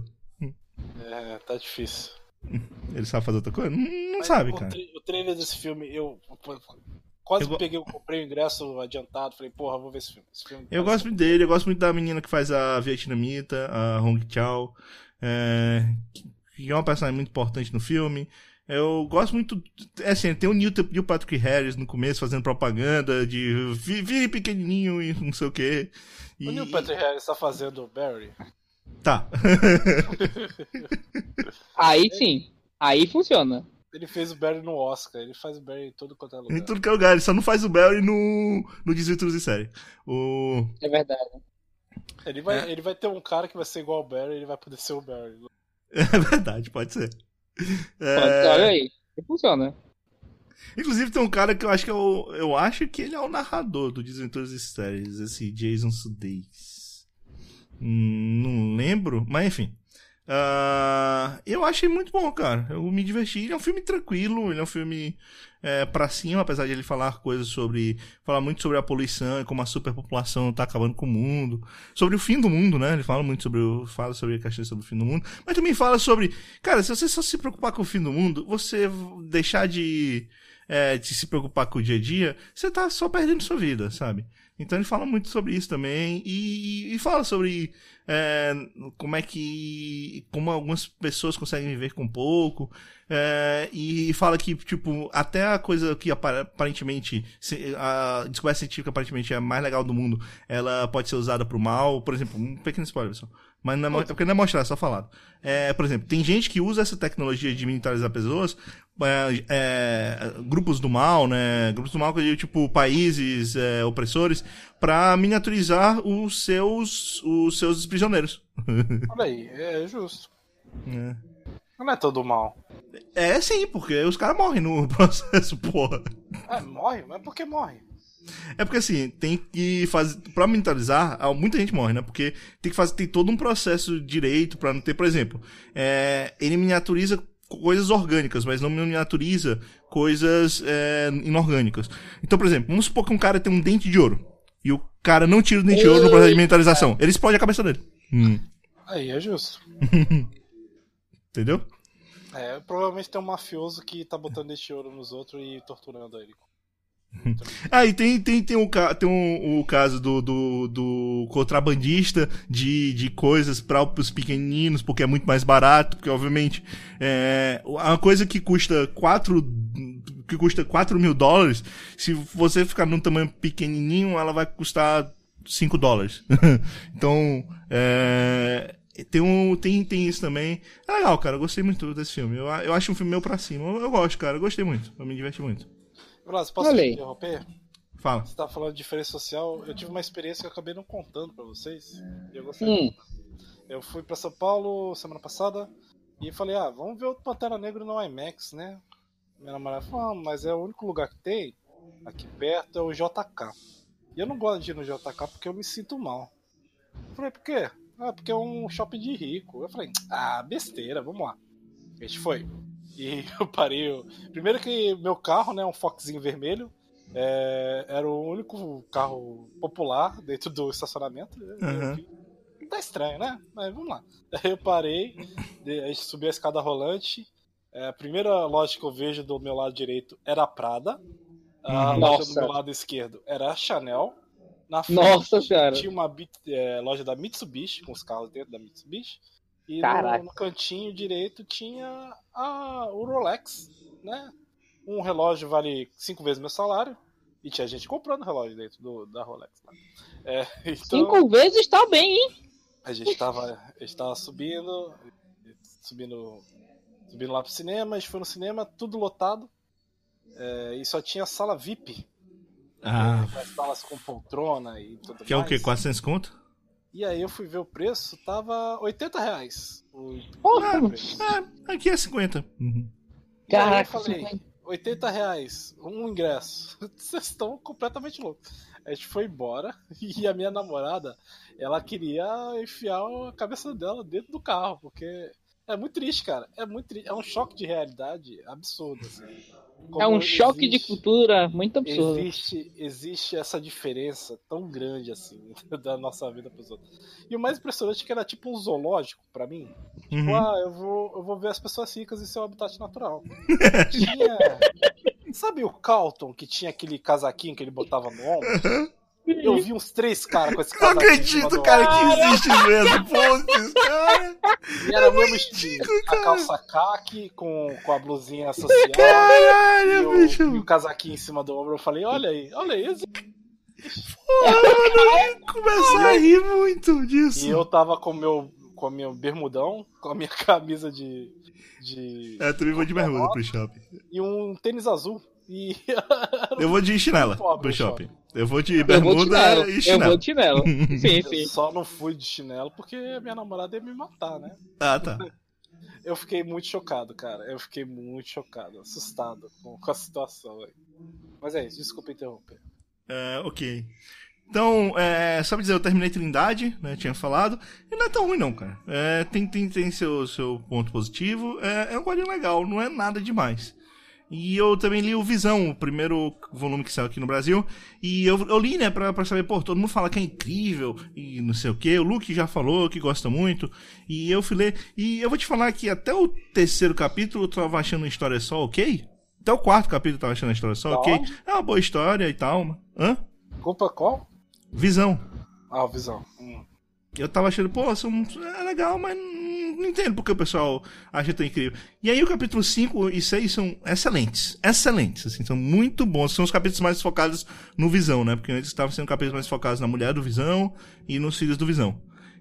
É, tá difícil. Ele sabe fazer outra coisa? Não, não Mas sabe, o, cara. tra- o trailer desse filme, eu. quase Eu go- peguei, eu comprei o ingresso adiantado, falei, porra, vou ver esse filme. Esse filme Eu parece- gosto muito dele, eu gosto muito da menina que faz a vietnamita, a Hong Chau, é, que é uma personagem muito importante no filme. Eu gosto muito. É assim, tem o Neil, Neil Patrick Harris no começo fazendo propaganda de "Vi- vire pequenininho e não sei o quê. E, O Neil Patrick Harris tá fazendo o Barry. Tá. Aí sim. Aí funciona. Ele fez o Barry no Oscar, ele faz o Barry em todo quanto é lugar. Em tudo que é lugar, ele só não faz o Barry no, no Desvirtuos de Série. O... É verdade. Ele vai, É. ele vai ter um cara que vai ser igual ao Barry e ele vai poder ser o Barry. É verdade, pode ser. É, Pode ser, olha aí. Aí funciona. Inclusive tem um cara que eu acho que é o, eu acho que ele é o narrador do Desventuras de Séries, esse Jason Sudeikis. Hum, não lembro, mas enfim. Ah, eu achei muito bom, cara. Eu me diverti. Ele é um filme tranquilo, ele é um filme é, pra cima, apesar de ele falar coisas sobre. Falar muito sobre a poluição e como a superpopulação tá acabando com o mundo. Sobre o fim do mundo, né? Ele fala muito sobre o. Fala sobre a questão sobre o fim do mundo. Mas também fala sobre. Cara, se você só se preocupar com o fim do mundo, você deixar de. É, de se preocupar com o dia a dia, você tá só perdendo sua vida, sabe? Então ele fala muito sobre isso também e, e fala sobre é, como é que como algumas pessoas conseguem viver com pouco é, e fala que tipo até a coisa que aparentemente a descoberta científica aparentemente é a mais legal do mundo, ela pode ser usada pro mal. Por exemplo, um pequeno spoiler pessoal, mas não é, porque não é mostrar, é só falado. É, por exemplo, tem gente que usa essa tecnologia de militarizar pessoas, é, é, grupos do mal, né? Grupos do mal que tipo países é, opressores, pra miniaturizar os seus os seus prisioneiros. Olha aí, é justo. É. Não é todo mal. É sim, porque os caras morrem no processo, porra. Ah, morre? Mas por que morre? É porque assim, tem que fazer. Pra militarizar, muita gente morre, né? Porque tem que fazer. Tem todo um processo direito pra não ter, por exemplo. É, ele miniaturiza coisas orgânicas, mas não miniaturiza coisas é, inorgânicas. Então, por exemplo, vamos supor que um cara tem um dente de ouro. E o cara não tira o dente de ouro no processo de militarização. Ele explode a cabeça dele. Hum. Aí é justo. Entendeu? É, provavelmente tem um mafioso que tá botando esse ouro nos outros e torturando ele. Ah, e tem, tem, tem, o, tem o, o caso do, do, do contrabandista de, de coisas para os pequeninos, porque é muito mais barato, porque obviamente é uma coisa que custa quatro que custa quatro mil dólares, se você ficar num tamanho pequenininho, ela vai custar cinco dólares. Então, é, tem, um, tem, tem isso também. É legal, cara, eu gostei muito desse filme. Eu, eu acho um filme meu pra cima. Eu, eu gosto, cara, eu gostei muito, eu me diverti muito. Blas, posso te interromper? Fala. Você tá falando de diferença social. Eu tive uma experiência que eu acabei não contando pra vocês. E eu gostei. Hum. Eu fui pra São Paulo semana passada e falei, ah, vamos ver o Pantera Negra no IMAX, né? Minha namorada falou, ah, mas é o único lugar que tem aqui perto é o J K. E eu não gosto de ir no J K porque eu me sinto mal. Eu falei, por quê? Ah, porque é um shopping de rico. Eu falei, ah, besteira, vamos lá. A gente foi. E eu parei. Eu... Primeiro que meu carro, né, um Foxzinho vermelho, é... era o único carro popular dentro do estacionamento. Uhum. Tá estranho, né? Mas vamos lá. Aí eu parei, a gente subiu a escada rolante. A primeira loja que eu vejo do meu lado direito era a Prada. A uhum. loja Nossa. do meu lado esquerdo era a Chanel. Na frente Nossa, cara. tinha uma é, loja da Mitsubishi, com os carros dentro da Mitsubishi. E no, no cantinho direito tinha a, o Rolex, né? Um relógio vale cinco vezes meu salário. E tinha gente comprando relógio dentro do, da Rolex. Né? É, então, cinco vezes tá bem, hein? A gente tava, a gente tava subindo, subindo, subindo lá pro cinema. A gente foi no cinema, tudo lotado. É, e só tinha sala V I P. Ah. É, salas com poltrona e tudo mais. Que é o quê? quatrocentos conto? E aí eu fui ver o preço, tava oitenta reais. O... Porra, ah, aqui é cinquenta. Uhum. Caraca, eu falei, oitenta reais, um ingresso. Vocês estão completamente loucos. A gente foi embora e a minha namorada, ela queria enfiar a cabeça dela dentro do carro, porque é muito triste, cara. É muito triste. É um choque de realidade absurdo, assim. Como é um choque existe, de cultura muito absurdo. Existe, existe essa diferença tão grande assim da nossa vida pros outros. E o mais impressionante é que era tipo um zoológico pra mim. Tipo, uhum. ah, eu vou, eu vou ver as pessoas ricas em seu habitat natural. Tinha, Sabe o Carlton, que tinha aquele casaquinho que ele botava no ombro? Eu vi uns três caras com esse Não casaquinho. acredito, cara, que existe mesmo. Posts, cara. E era mesmo estilo. A calça caque com, com a blusinha social. Caralho, e, o, bicho. e o casaquinho em cima do ombro. Eu falei, olha aí, olha aí. Esse... Porra, mano, eu ia começar a rir muito disso. E eu tava com o meu, com o meu bermudão, com a minha camisa de... de... É, também vou de bermuda pro shopping. E um tênis azul. E... Eu vou de chinela Pobre, pro shopping. Eu vou de Eu vou de bermuda chinelo. e Eu chinelo. vou de chinelo. Sim, sim. Eu só não fui de chinelo porque a minha namorada ia me matar, né? Ah, tá. Eu fiquei muito chocado, cara. Eu fiquei muito chocado, assustado com, com a situação aí. Mas é isso, desculpa interromper. É, ok. Então, é, só pra dizer, eu terminei Trindade, né, tinha falado, e não é tão ruim não, cara. É, tem tem, tem seu, seu ponto positivo, é, é um quadrinho legal, não é nada demais. E eu também li o Visão, o primeiro volume que saiu aqui no Brasil, e eu, eu li, né, pra, pra saber, pô, todo mundo fala que é incrível, e não sei o que, o Luke já falou que gosta muito, e eu fui ler, e eu vou te falar que até o terceiro capítulo eu tava achando a história só ok, até o quarto capítulo eu tava achando a história só Da ok, onde? é uma boa história e tal, hã? Culpa qual? Visão. Ah, Visão. Hum. Eu tava achando, pô, são, é legal, mas não, não entendo porque o pessoal acha tão incrível. E aí o capítulo cinco e seis são excelentes, excelentes, assim, são muito bons. São os capítulos mais focados no Visão, né? Porque antes estavam sendo capítulos mais focados na mulher do Visão e nos filhos do Visão.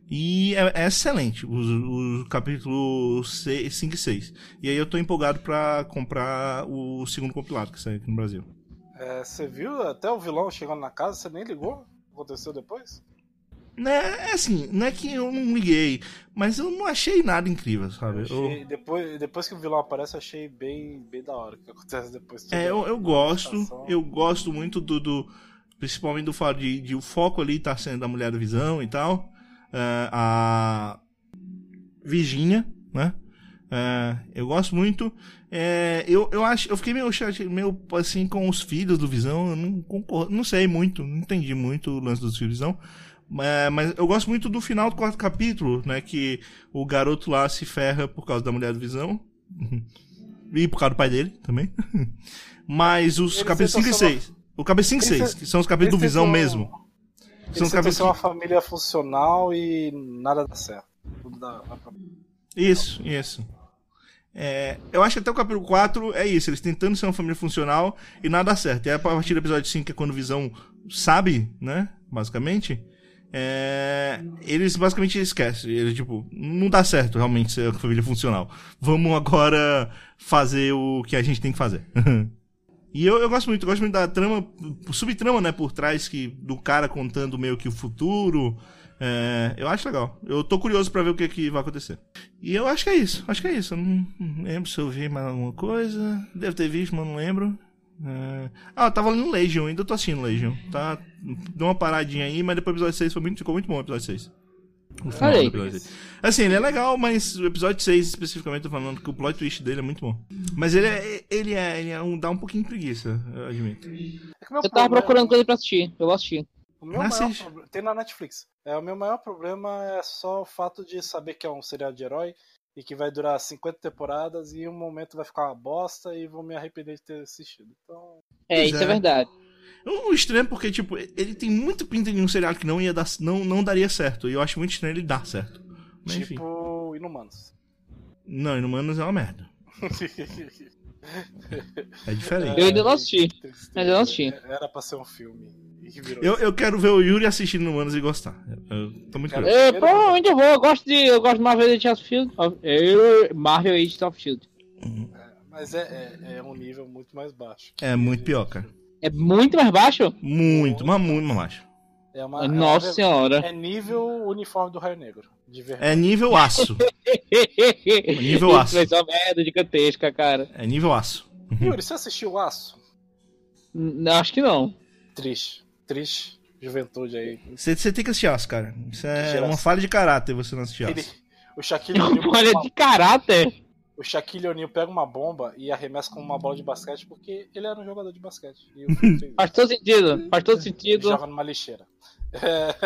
E é, é excelente os, os capítulos cinco e seis. E aí eu tô empolgado pra comprar o segundo compilado que saiu aqui no Brasil. É, você viu até o vilão chegando na casa, você nem ligou? Aconteceu depois? Né, é assim, não é que eu não liguei, mas eu não achei nada incrível, sabe? Eu achei- Eu- depois, depois que o vilão aparece, eu achei bem, bem da hora o que acontece depois. É, eu, eu gosto, eu gosto muito do, do principalmente do fato de, de o foco ali tá sendo da mulher do Visão e tal, é, a Virginia, né? É, eu gosto muito. É, eu, eu acho, eu fiquei meio chate- meio assim com os filhos do Visão, eu não concordo, não sei muito, não entendi muito o lance dos filhos do Visão. É, mas eu gosto muito do final do quarto capítulo, né? Que o garoto lá se ferra por causa da mulher do Visão. E por causa do pai dele também. Mas os Eles capítulos cinco e tentam ser seis. O capítulo cinco e Eles seis, te- que são os capítulos do eles Visão tentam- mesmo. São Eles os tentam capítulos ser uma que... família funcional e nada dá certo. Tudo dá, dá pra... Isso, isso. É, eu acho que até o capítulo quatro é isso, eles tentando ser uma família funcional e nada dá certo. E aí, a partir do episódio cinco, que é quando o Visão sabe, né? Basicamente. É, eles basicamente esquecem. Eles, tipo, não dá certo realmente ser uma família funcional. Vamos agora fazer o que a gente tem que fazer. E eu, eu gosto muito, eu gosto muito da trama, subtrama, né, por trás que, do cara contando meio que o futuro. É, eu acho legal. Eu tô curioso pra ver o que, que vai acontecer. E eu acho que é isso, acho que é isso. Eu não, não lembro se eu vi mais alguma coisa. Devo ter visto, mas não lembro. É... Ah, eu tava lendo Legion, ainda tô assistindo Legion. Tá? Deu uma paradinha aí, mas depois o episódio seis foi muito, ficou muito bom o episódio seis. O final Olha do aí. episódio seis. Assim, ele é legal, mas o episódio seis especificamente, tô falando que o plot twist dele é muito bom. Mas ele é, ele é, ele é um, dá um pouquinho de preguiça, eu admito. É que o Eu meu tava problema- procurando coisa pra assistir. Eu vou assistir. O meu Não maior assiste. proble- Tem na Netflix. É, o meu maior problema é só o fato de saber que é um serial de herói e que vai durar cinquenta temporadas e em um momento vai ficar uma bosta e vou me arrepender de ter assistido. Então, É, Pois isso é. é verdade. O estranho é porque, tipo, ele tem muito pinta de um serial que não ia dar, não, não daria certo. E eu acho muito estranho ele dar certo. Mas enfim. tipo Inumanos. Não, Inumanos é uma merda. É diferente. Eu ainda não assisti. Tristeza. Mas eu não assisti. Era pra ser um filme. E virou Eu, isso. eu quero ver o Yuri assistindo Inumanos e gostar. Eu tô muito Cara, curioso. Eu, provavelmente eu vou. Eu gosto de. Eu gosto de Marvel Agents of Shield. Eu, Marvel Agents of Shield. Mas é, é, é um nível muito mais baixo. É muito pior, cara. É muito mais baixo? Muito, mas muito mais baixo. É uma, Nossa é, uma- senhora. é nível uniforme do Raio Negro. De verdade. É nível aço. nível aço. Isso vai ser uma merda gigantesca, cara. É nível aço. Yuri, você assistiu o Aço? N- Acho que não. Triste. Triste. Juventude aí. Você, você tem que assistir aço, cara. Isso é Geração. uma falha de caráter você não assistir Ele, aço. o Shaquille O'Neal Olha pega de uma- caráter. o Shaquille O'Neal pega uma bomba e arremessa com uma bola de basquete porque ele era um jogador de basquete. E o filme fez isso. Faz todo sentido. Faz todo Ele sentido. joga numa lixeira. É,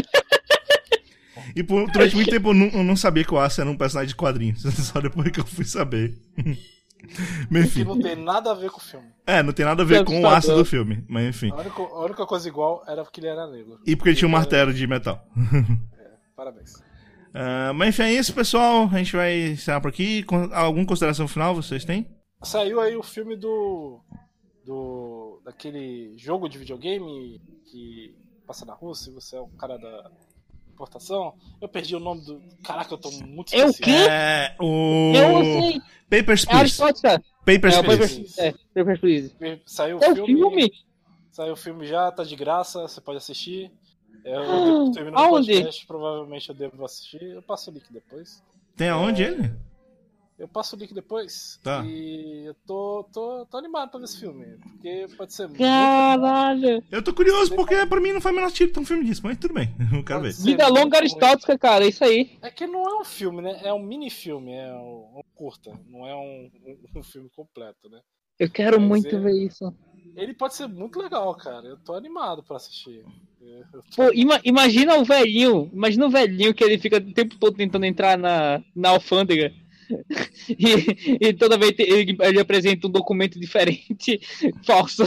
E por, durante muito tempo eu não, eu não sabia que o aço era um personagem de quadrinhos. Só depois que eu fui saber. Mas, Que enfim. não tem nada a ver com o filme. É, não tem nada a ver Que com o ácido assustador. do filme, mas enfim. A única, a única coisa igual era porque ele era negro. E porque ele tinha um Ele era- martelo de metal. Parabéns. Ah, mas enfim, é isso, pessoal. A gente vai encerrar por aqui. Com- Alguma consideração final vocês têm? Saiu aí o filme do. do. daquele jogo de videogame que passa na Rússia, você é o cara da importação. Eu perdi o nome do. Caraca, eu tô muito É o esquecido. quê? É o. Eu sei. Papers, É Please. Aristóteles. Papers, É o Please. Papers, é, Papers, Please. Saiu o É o filme. filme? Saiu o filme já, tá de graça, você pode assistir. Eu devo terminar o Aonde? podcast, provavelmente eu devo assistir. Eu passo o link depois. Tem aonde É. ele? Eu passo o link depois. Tá. E eu tô, tô, tô animado pra ver esse filme. Porque pode ser muito. Caralho. Eu tô curioso porque pra mim não faz o menor sentido ter um filme disso, mas tudo bem. Eu quero ver. Pode ser. Vida longa Aristótica, cara, é isso aí. É que não é um filme, né? É um mini filme, é um, um curta. Não é um, um, um filme completo, né? Eu quero Mas muito é- ver isso. Ele pode ser muito legal, cara. Eu tô animado pra assistir. Eu tô- Pô, ima- imagina o velhinho, imagina o velhinho que ele fica o tempo todo tentando entrar na, na alfândega. E, e toda vez ele, ele apresenta um documento diferente, falso.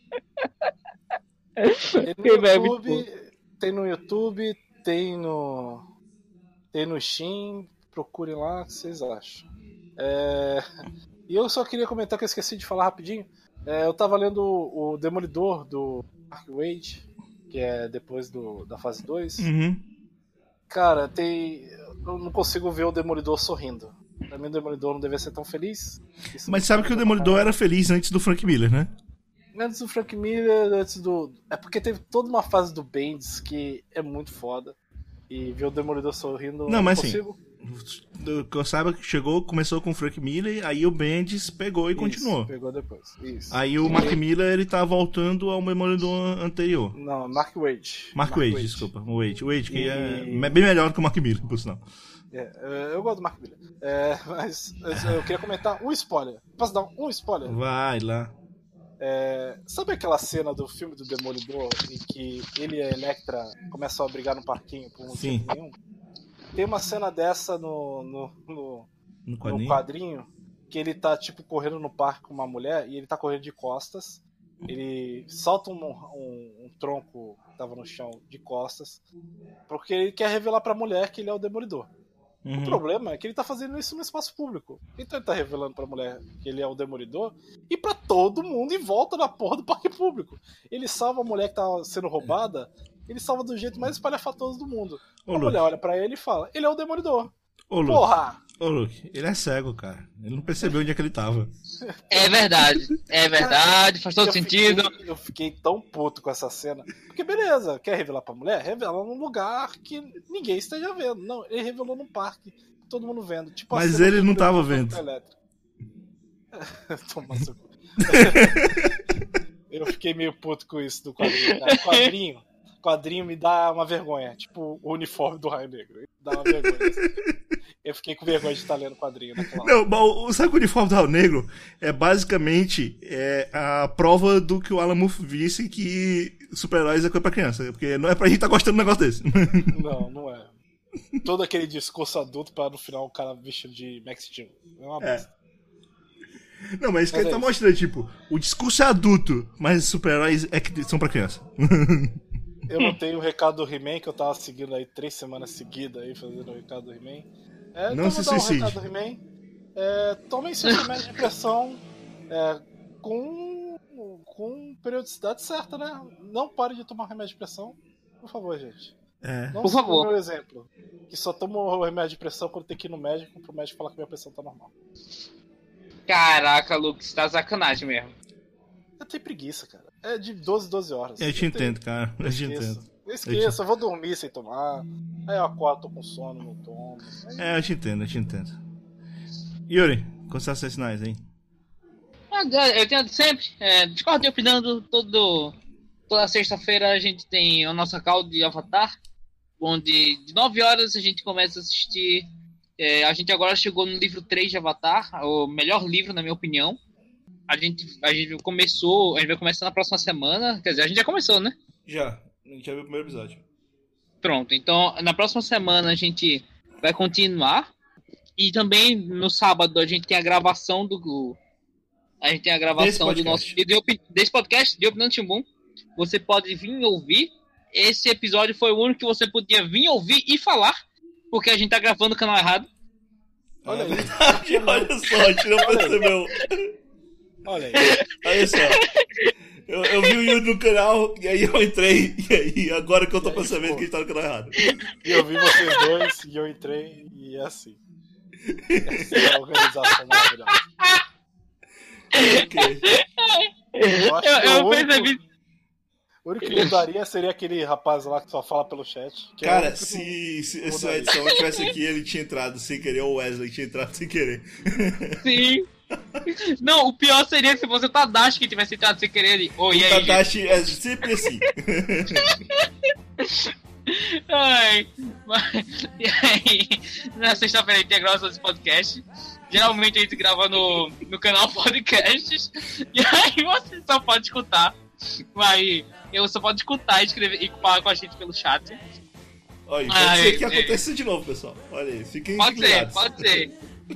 Tem Que no velho, YouTube, tem no YouTube, tem no. Tem no Steam, procurem lá o que vocês acham. É, E eu só queria comentar que eu esqueci de falar rapidinho. É, eu tava lendo o o Demolidor do Mark Waid, que é depois do, da fase dois. Uhum. Cara, tem. Eu não consigo ver o Demolidor sorrindo. Pra mim o Demolidor não devia ser tão feliz. Isso Mas me sabe que o incomoda pra Demolidor caralho. era feliz antes do Frank Miller, né? Antes do Frank Miller, antes do. É porque teve toda uma fase do Bendis que é muito foda. E ver o Demolidor sorrindo. Não, eu mas assim, consigo. Do que eu saiba que chegou, começou com o Frank Miller, aí o Bendis pegou e Isso, continuou. Pegou depois. Isso. Aí o Mark Miller, ele tá voltando ao Demolidor anterior. Não, Mark Wade. Mark Wade, desculpa. O Wade. O Wade, que E- é bem melhor que o Mark Miller, por sinal. É, é, eu gosto do Mark Miller. É, mas eu eu queria comentar um spoiler. Posso dar um spoiler? Vai lá. É, sabe aquela cena do filme do Demolidor em que ele e a Elektra começam a brigar no parquinho por um Sim. motivo nenhum? Tem uma cena dessa no, no, no, No no quadrinho. quadrinho que ele tá tipo correndo no parque com uma mulher e ele tá correndo de costas. Ele solta um, um, um tronco que tava no chão de costas porque ele quer revelar pra mulher que ele é o Demolidor. O Uhum. problema é que ele tá fazendo isso no espaço público. Então ele tá revelando pra mulher que ele é o Demolidor e pra todo mundo em volta na porra do parque público. Ele salva a mulher que tá sendo roubada, ele salva do jeito mais espalhafatoso do mundo. Ô, a Luke. mulher olha pra ele e fala: ele é o Demolidor. Ô, Luke. Porra! Ô, Luke, ele é cego, cara. Ele não percebeu onde é que ele tava. É verdade, é verdade, faz todo eu sentido. Fiquei, eu fiquei tão puto com essa cena. Porque beleza, quer revelar pra mulher? Revela num lugar que ninguém esteja vendo. Não, ele revelou num parque, todo mundo vendo. Tipo, a Mas cena ele do não tava Demolidor vendo. elétrico. Toma seu cu. Eu fiquei meio puto com isso do quadrinho. Cara. Quadrinho, quadrinho me dá uma vergonha. Tipo o uniforme do Raio Negro. Dá uma vergonha. Eu fiquei com vergonha de estar lendo quadrinho naquela hora. Não, mas o- sabe que o uniforme do Raio Negro é basicamente é, a prova do que o Alan Moore disse que super-heróis é coisa pra criança. Porque não é pra gente estar gostando de um negócio desse. Não, não é. Todo aquele discurso adulto pra no final o cara vestido de Max Steel. É uma É. bosta. Não, mas isso que Mas ele é tá isso. mostrando, tipo, o discurso é adulto, mas super-heróis é que são pra criança. Eu não tenho o recado do He-Man, que eu tava seguindo aí três semanas seguidas aí, fazendo o recado do He-Man. É, Não então se vou dar um suicide. recado do He-Man. É, tomem seus remédios de pressão é, com, com periodicidade certa, né? Não pare de tomar remédio de pressão, por favor, gente. É. Não Por siga favor. o meu exemplo. Que só tomo o remédio de pressão quando tem que ir no médico, pro médico falar que minha pressão tá normal. Caraca, Luke, você tá sacanagem mesmo. Eu tenho preguiça, cara. É de doze, doze horas. Eu te tenho- entendo, cara. Eu te esqueço. entendo. Eu esqueço, eu vou dormir sem tomar. Aí eu acordo, tô com sono, não tomo. Aí- É, eu te entendo, eu te entendo. Yuri, considerações finais, hein? Ah, Eu tento sempre, é, Discord opinando, todo, toda sexta-feira a gente tem a nossa call de Avatar, onde de nove horas a gente começa a assistir. É, a gente agora chegou no livro três de Avatar, o melhor livro, na minha opinião. A gente, a gente começou, a gente vai começar na próxima semana, quer dizer, a gente já começou, né? Já. A gente já viu o primeiro episódio. Pronto, então na próxima semana a gente vai continuar. E também no sábado a gente tem a gravação do, A gente tem a gravação do nosso de, de, desse podcast, de Opinando Timbum. Você pode vir ouvir. Esse episódio foi o único que você podia vir ouvir e falar, porque a gente tá gravando o canal errado. Olha aí. Olha só, a gente não percebeu. Olha aí. Olha só. Eu, eu vi o Yuri no canal, e aí eu entrei, e aí agora que eu tô percebendo que a gente tá no canal errado. E eu vi vocês dois, e eu entrei, e é assim. Essa é a organização maravilhosa. Ok. Eu, acho Eu, que eu o único, percebi. o único que mudaria seria aquele rapaz lá que só fala pelo chat. Que é o Cara, único que se, se, se o mudaria. Edson tivesse aqui, ele tinha entrado sem querer, ou o Wesley tinha entrado sem querer. Sim. Não, o pior seria se fosse o Tadashi que tivesse entrado sem querer ali. Oh, e O aí, Tadashi é sempre assim. Ai, mas, e aí, na sexta-feira a gente tem gravação desse podcast. Geralmente a gente grava no, no canal Podcasts. E aí você só pode escutar. Mas eu só pode escutar e escrever e falar com a gente pelo chat. Olha, pode Ai, ser que é. aconteça de novo, pessoal. Olha aí, fiquem Pode ser, ligados. pode ser.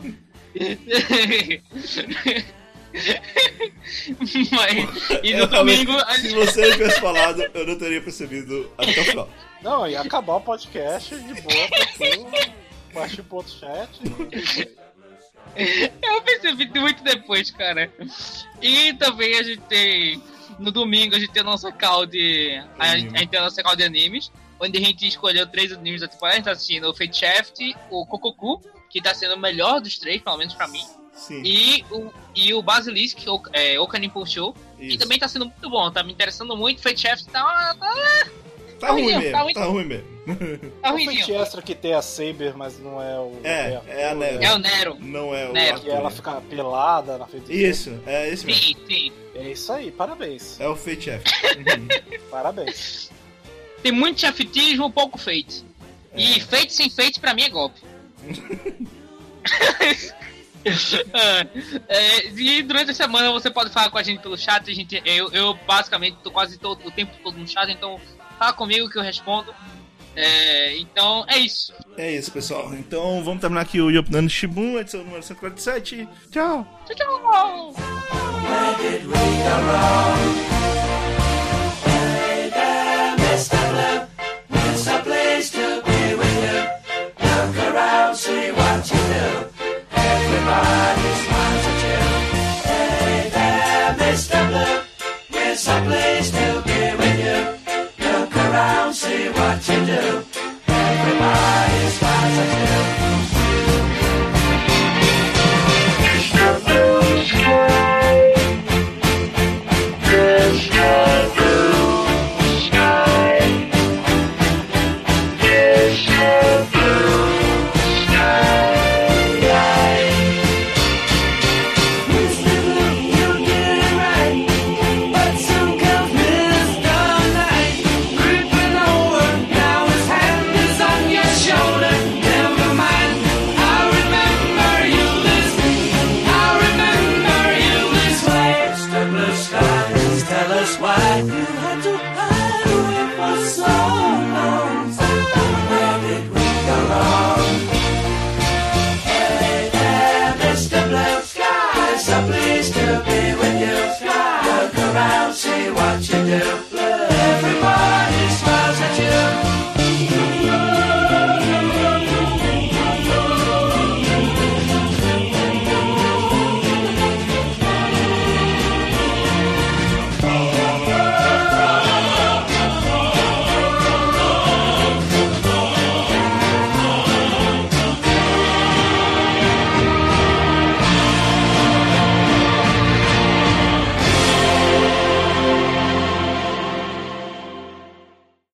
Mas, e no Eu domingo. realmente, A se gente... você tivesse falado, eu não teria percebido até o final. Não, ia acabar o podcast de boa, tranquilo. Partir pro outro chat. E... Eu percebi muito depois, cara. E também a gente tem. No domingo a gente tem a nossa call de. A, a gente tem a nossa call de animes. Onde a gente escolheu três animes da temporada. A gente tá assistindo o Fate Shaft, o Kokoku, que tá sendo o melhor dos três, pelo menos pra mim. Sim. E o, e o Basilisk, o é, Okanin Show, que Isso. também tá sendo muito bom, tá me interessando muito. Fate Shaft tá. tá Tá ruim ruimzinho, mesmo, tá ruim. tá ruim mesmo. tá O Fate ruimzinho. Extra que tem a Saber, mas não é o. É, é a Nero. É o Nero. Não é o Nero. Arthur. E ela fica pelada na frente do Isso, é esse mesmo. Sim, sim. É isso aí, parabéns. É o Fate F. Uhum. Parabéns. Tem muito chafetismo, pouco Fate. E É. Fate sem Fate pra mim é golpe. É, e durante a semana você pode falar com a gente pelo chat. A gente, eu, eu basicamente tô quase todo o tempo todo no chat, então fala comigo que eu respondo. É, então é isso. É isso, pessoal. Então vamos terminar aqui o Yopinando Shibun, edição número cento e quarenta e sete. Tchau! Tchau, tchau! Where did we go wrong?